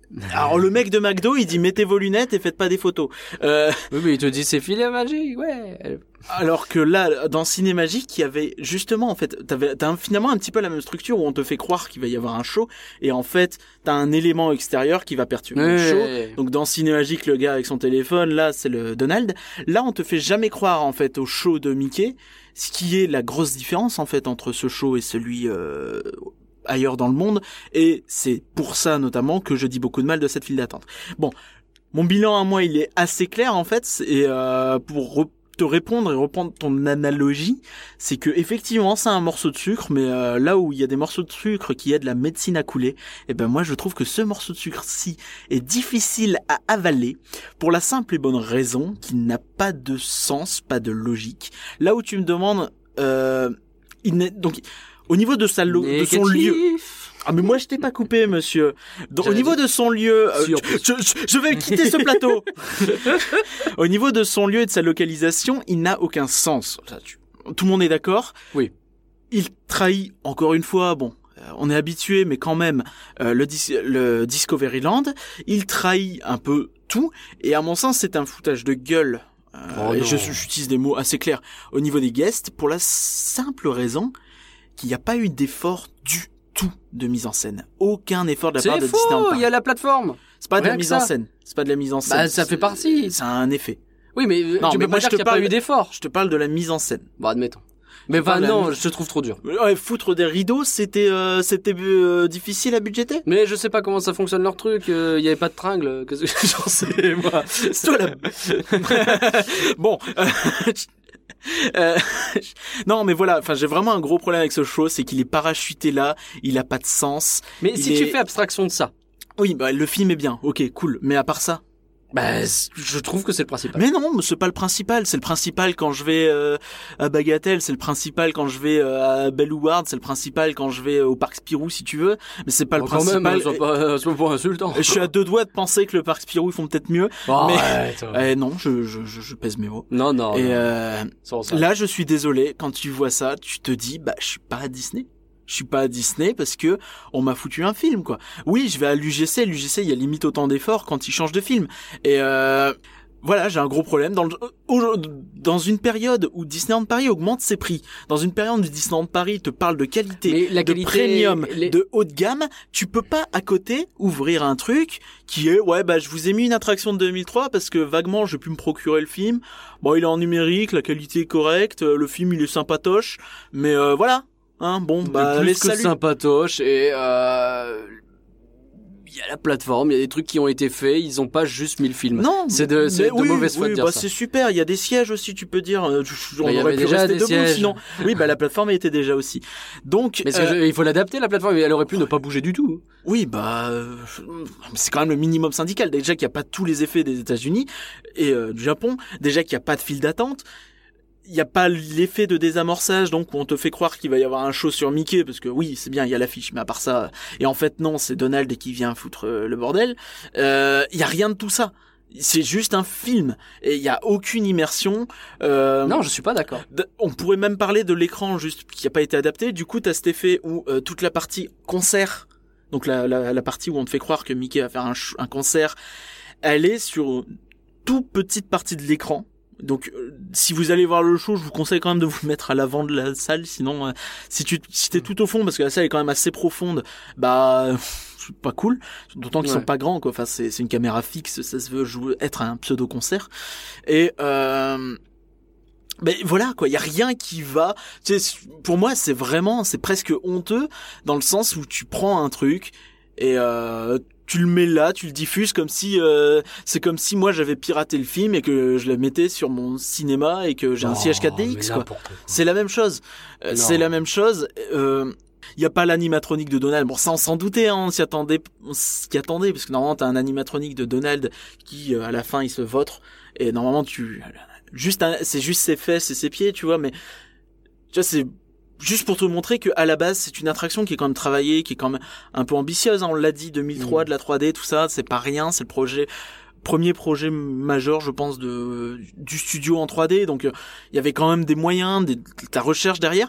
Speaker 1: Alors le mec de McDo, il dit mettez vos lunettes et faites pas des photos. Euh...
Speaker 3: Oui, mais il te dit c'est filet magique, ouais.
Speaker 1: Alors que là, dans Cinémagique, il y avait justement, en fait, t'avais, t'as finalement un petit peu la même structure où on te fait croire qu'il va y avoir un show et en fait, t'as un élément extérieur qui va perturber
Speaker 3: ouais.
Speaker 1: le show. Donc dans Cinémagique, le gars avec son téléphone, là, c'est le Donald. Là, on te fait jamais croire en fait au show de Mickey, ce qui est la grosse différence en fait entre ce show et celui euh, ailleurs dans le monde, et c'est pour ça notamment que je dis beaucoup de mal de cette file d'attente. Bon, mon bilan à moi il est assez clair en fait, et euh, pour re- te répondre et reprendre ton analogie, c'est que effectivement c'est un morceau de sucre, mais euh, là où il y a des morceaux de sucre qui aident la médecine à couler, et ben moi je trouve que ce morceau de sucre-ci est difficile à avaler pour la simple et bonne raison qu'il n'a pas de sens, pas de logique. Là où tu me demandes, euh, il n'est donc au niveau de sa lo- de son lieu. Ah mais moi je t'ai pas coupé monsieur. Donc, au niveau de son lieu, euh, je, je, je vais quitter ce plateau. Au niveau de son lieu et de sa localisation, il n'a aucun sens. Ça, tu, tout le monde est d'accord.
Speaker 3: Oui.
Speaker 1: Il trahit encore une fois. Bon, euh, on est habitué, mais quand même euh, le, dis- le Discoveryland, il trahit un peu tout. Et à mon sens, c'est un foutage de gueule. Euh,
Speaker 3: oh
Speaker 1: et je, j'utilise des mots assez clairs au niveau des guests pour la simple raison qu'il n'y a pas eu d'effort du tout de mise en scène. Aucun effort de la
Speaker 3: c'est
Speaker 1: part de
Speaker 3: faux,
Speaker 1: Disney.
Speaker 3: il y a la plateforme.
Speaker 1: C'est pas de
Speaker 3: Rien
Speaker 1: la
Speaker 3: que
Speaker 1: mise
Speaker 3: ça.
Speaker 1: en scène. C'est pas de la mise en scène.
Speaker 3: Bah, ça fait partie.
Speaker 1: C'est un effet.
Speaker 3: Oui, mais
Speaker 1: Non,
Speaker 3: tu
Speaker 1: mais
Speaker 3: peux
Speaker 1: moi,
Speaker 3: pas
Speaker 1: je
Speaker 3: dire
Speaker 1: te
Speaker 3: qu'il n'y a
Speaker 1: parle-
Speaker 3: pas eu d'effort.
Speaker 1: Je te parle de la mise en scène.
Speaker 3: Bon, admettons. Mais
Speaker 1: parle
Speaker 3: enfin,
Speaker 1: de la
Speaker 3: non,
Speaker 1: mise-
Speaker 3: je te trouve trop dur.
Speaker 1: Ouais, foutre des rideaux, c'était euh, c'était euh, difficile à budgéter.
Speaker 3: Mais je sais pas comment ça fonctionne leur truc, il euh, y avait pas de tringle, qu'est-ce que j'en sais, moi.
Speaker 1: C'est toi la... Bon. Euh... Euh, non mais voilà, enfin j'ai vraiment un gros problème avec ce show, c'est qu'il est parachuté là, il a pas de sens.
Speaker 3: Mais
Speaker 1: Il
Speaker 3: si
Speaker 1: est-
Speaker 3: tu fais abstraction de ça,
Speaker 1: Oui, bah le film est bien, ok, cool, mais à part ça.
Speaker 3: bah, c- je trouve que c'est le principal.
Speaker 1: Mais non, mais c'est pas le principal. C'est le principal quand je vais euh, à Bagatelle, c'est le principal quand je vais euh, à Bellward, c'est le principal quand je vais euh, au parc Spirou si tu veux. Mais c'est pas
Speaker 3: Bon,
Speaker 1: le
Speaker 3: quand
Speaker 1: principal.
Speaker 3: même, sois pas, sois pas insultant.
Speaker 1: Et je suis à deux doigts de penser que le parc Spirou ils font peut-être mieux.
Speaker 3: Oh,
Speaker 1: mais-
Speaker 3: arrête.
Speaker 1: Eh non, je, je, je, je pèse mes mots.
Speaker 3: Non, non,
Speaker 1: Et
Speaker 3: non.
Speaker 1: euh,
Speaker 3: Sans ça.
Speaker 1: là, je suis désolé. Quand tu vois ça, tu te dis, bah, je suis pas à Disney. Je suis pas à Disney parce que on m'a foutu un film, quoi. Oui, je vais à l'U G C. L'U G C, il y a limite autant d'efforts quand ils changent de film. Et euh, voilà, j'ai un gros problème dans le, au- dans une période où Disneyland Paris augmente ses prix, dans une période où Disneyland Paris te parle de qualité,
Speaker 3: Mais la
Speaker 1: de
Speaker 3: qualité,
Speaker 1: premium,
Speaker 3: les-
Speaker 1: de haut de gamme, tu peux pas à côté ouvrir un truc qui est ouais bah je vous ai mis une attraction de deux mille trois parce que vaguement j'ai pu me procurer le film. Bon, il est en numérique, la qualité est correcte, euh, le film il est sympatoche, mais euh, voilà. Hein, bon, bah,
Speaker 3: plus
Speaker 1: les
Speaker 3: que
Speaker 1: saluts.
Speaker 3: sympatoche et euh, il y a la plateforme, il y a des trucs qui ont été faits, ils ont pas juste mis le film.
Speaker 1: Non,
Speaker 3: c'est de, c'est
Speaker 1: mais
Speaker 3: de
Speaker 1: oui,
Speaker 3: mauvaise foi
Speaker 1: oui,
Speaker 3: de dire
Speaker 1: bah,
Speaker 3: ça.
Speaker 1: c'est super. Il y a des sièges aussi, tu peux dire. euh, je- On
Speaker 3: Bah, il y
Speaker 1: aurait
Speaker 3: avait
Speaker 1: pu
Speaker 3: déjà
Speaker 1: rester
Speaker 3: des
Speaker 1: debout,
Speaker 3: sièges.
Speaker 1: sinon. Oui, bah la plateforme était déjà aussi. Donc,
Speaker 3: Mais c'est
Speaker 1: euh,
Speaker 3: que je- il faut l'adapter la plateforme, elle aurait pu ne pas bouger du tout.
Speaker 1: oui, bah euh, c'est quand même le minimum syndical. Déjà qu'il n'y a pas tous les effets des États-Unis et euh, du Japon. Déjà qu'il n'y a pas de file d'attente. Il n'y a pas l'effet de désamorçage, donc où on te fait croire qu'il va y avoir un show sur Mickey, parce que oui, c'est bien, il y a l'affiche, mais à part ça, et en fait non, c'est Donald qui vient foutre euh, le bordel. Euh, Il y a rien de tout ça. C'est juste un film et il y a aucune immersion. Euh,
Speaker 3: Non, je suis pas d'accord.
Speaker 1: d- On pourrait même parler de l'écran juste qui a pas été adapté. Du coup, t'as cet effet où euh, toute la partie concert, donc la, la, la partie où on te fait croire que Mickey va faire un, ch- un concert, elle est sur une toute petite partie de l'écran. Donc, euh, si vous allez voir le show, je vous conseille quand même de vous mettre à l'avant de la salle. Sinon, euh, si tu si t'es tout au fond, parce que la salle est quand même assez profonde, bah c'est pas cool. D'autant qu'ils
Speaker 3: Ouais.
Speaker 1: sont pas grands, quoi. Enfin, c'est c'est une caméra fixe, ça se veut jouer être un pseudo concert. Et euh, mais voilà quoi, il y a rien qui va. Tu sais, pour moi, c'est vraiment, c'est presque honteux dans le sens où tu prends un truc et euh, tu le mets là, tu le diffuses comme si euh, c'est comme si moi j'avais piraté le film et que je le mettais sur mon cinéma et que j'ai un siège quatre D X quoi. C'est la même chose. Euh,
Speaker 3: Non.
Speaker 1: c'est la même chose. Euh, il y a pas l'animatronique de Donald. Bon, ça on s'en doutait, hein, on s'y attendait, on s'y attendait parce que normalement t'as un animatronique de Donald qui euh, à la fin il se vautre et normalement tu juste un- c'est juste ses fesses et ses pieds, tu vois, mais tu vois c'est juste pour te montrer que à la base c'est une attraction qui est quand même travaillée, qui est quand même un peu ambitieuse, hein, on l'a dit deux mille trois,
Speaker 3: Mmh.
Speaker 1: de la trois D, tout ça, c'est pas rien, c'est le projet premier projet majeur je pense de du studio en trois D, donc il euh, y avait quand même des moyens, des, de la recherche derrière.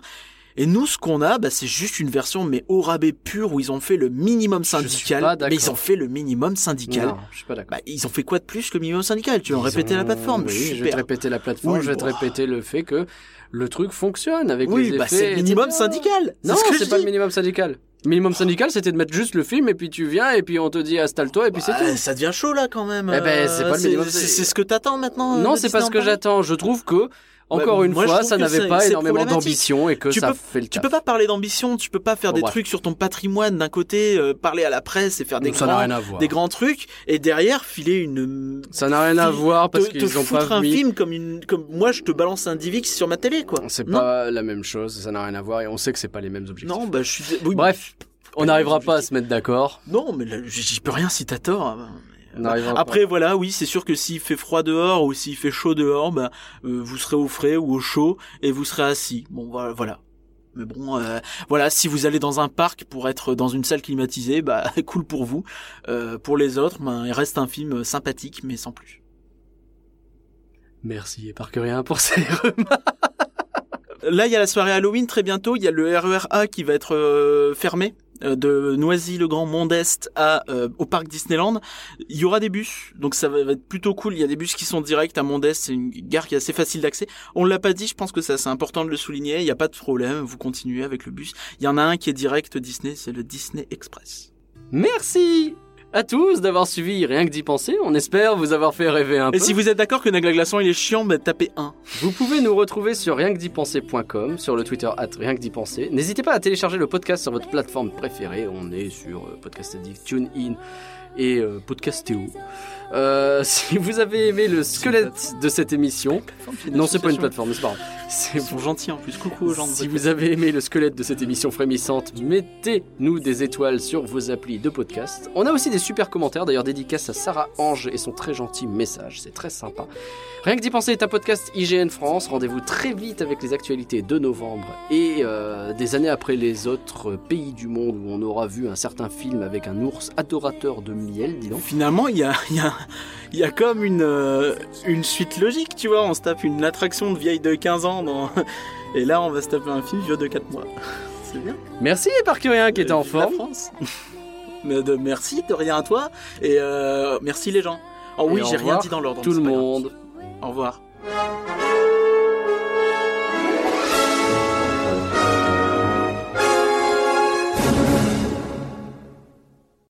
Speaker 1: Et nous, ce qu'on a, bah, c'est juste une version mais au rabais pur où ils ont fait le minimum syndical. Mais ils ont fait le minimum syndical.
Speaker 3: Non, je suis pas d'accord.
Speaker 1: Bah, ils ont fait quoi de plus que le minimum syndical? Tu vas répéter ont... la plateforme.
Speaker 3: Oui,
Speaker 1: Super.
Speaker 3: je vais te répéter la plateforme. Oui, je vais te répéter le fait que le truc fonctionne avec
Speaker 1: oui,
Speaker 3: les
Speaker 1: bah,
Speaker 3: effets.
Speaker 1: C'est le minimum syndical.
Speaker 3: Non,
Speaker 1: c'est,
Speaker 3: c'est pas dis. le minimum syndical. Minimum syndical, c'était de mettre juste le film et puis tu viens et puis on te dit installe-toi et puis bah, c'est tout.
Speaker 1: Ça devient chaud là quand même.
Speaker 3: Eh ben, c'est pas le minimum.
Speaker 1: C'est, c'est ce que t'attends maintenant.
Speaker 3: Non, c'est pas ce que j'attends. Je trouve que Encore bah, une moi, fois, ça n'avait pas énormément d'ambition et que
Speaker 1: tu
Speaker 3: ça
Speaker 1: peux,
Speaker 3: fait le taf.
Speaker 1: Tu peux pas parler d'ambition, tu peux pas faire bon, des bref. trucs sur ton patrimoine d'un côté, euh, parler à la presse et faire des,
Speaker 3: ça
Speaker 1: grands,
Speaker 3: rien à voir.
Speaker 1: des grands trucs, et derrière filer une...
Speaker 3: Ça n'a rien à voir parce
Speaker 1: te,
Speaker 3: qu'ils
Speaker 1: te
Speaker 3: ont pas
Speaker 1: un
Speaker 3: mis...
Speaker 1: film comme une, comme moi je te balance un Divix sur ma télé, quoi.
Speaker 3: C'est
Speaker 1: non
Speaker 3: pas la même chose, ça n'a rien à voir et on sait que c'est pas les mêmes objectifs.
Speaker 1: Non, bah je suis... Oui,
Speaker 3: bref, on n'arrivera pas à se mettre d'accord.
Speaker 1: Non, mais là, j'y peux rien si t'as tort.
Speaker 3: pas.
Speaker 1: Après voilà, oui, c'est sûr que s'il fait froid dehors ou s'il fait chaud dehors, bah euh, vous serez au frais ou au chaud et vous serez assis. Bon voilà, voilà. Mais bon, euh, voilà, si vous allez dans un parc pour être dans une salle climatisée, bah cool pour vous. Euh, pour les autres, bah, il reste un film sympathique mais sans plus.
Speaker 3: Merci Éparcurien pour ces remarques.
Speaker 1: Là, il y a la soirée Halloween très bientôt. Il y a le R E R A qui va être euh, fermé. De Noisy-le-Grand-Mont-d'Est à euh, au parc Disneyland. Il y aura des bus, donc ça va être plutôt cool. Il y a des bus qui sont directs à Mont-d'Est, c'est une gare qui est assez facile d'accès. On l'a pas dit, je pense que ça c'est important de le souligner. Il y a pas de problème, vous continuez avec le bus. Il y en a un qui est direct Disney, c'est le Disney Express.
Speaker 3: Merci à tous d'avoir suivi Rien que d'y penser. On espère vous avoir fait rêver un
Speaker 1: Et
Speaker 3: peu.
Speaker 1: Et si vous êtes d'accord que Nagla Glaçon il est chiant, bah tapez un.
Speaker 3: Vous pouvez nous retrouver sur rien que d'y penser point com, sur le Twitter arobase rien que d'y penser. N'hésitez pas à télécharger le podcast sur votre plateforme préférée. On est sur euh, Podcast Addict, TuneIn et euh, Podcastéo. Euh, si vous avez aimé le squelette de cette émission, non c'est pas une plateforme, c'est pas grave.
Speaker 1: C'est... Ils sont gentils en plus, coucou aux gens.
Speaker 3: Si vous avez aimé le squelette de cette émission frémissante, mettez-nous des étoiles sur vos applis de podcast. On a aussi des super commentaires, d'ailleurs dédicace à Sarah Ange et son très gentil message, c'est très sympa. Rien que d'y penser est un podcast I G N France, rendez-vous très vite avec les actualités de novembre et euh, des années après les autres pays du monde où on aura vu un certain film avec un ours adorateur de miel, dis donc.
Speaker 1: Finalement, il y a, y a Il y a comme une, euh, une suite logique, tu vois, on se tape une attraction de vieille de quinze ans, dans... et là on va se taper un film vieux de quatre mois. C'est bien.
Speaker 3: Merci Éparcurien qui était en forme.
Speaker 1: France. Mais de, merci, de rien à toi, et euh, merci les gens. Oh oui, j'ai rien dit dans l'ordre.
Speaker 3: Tout le monde.
Speaker 1: Au revoir.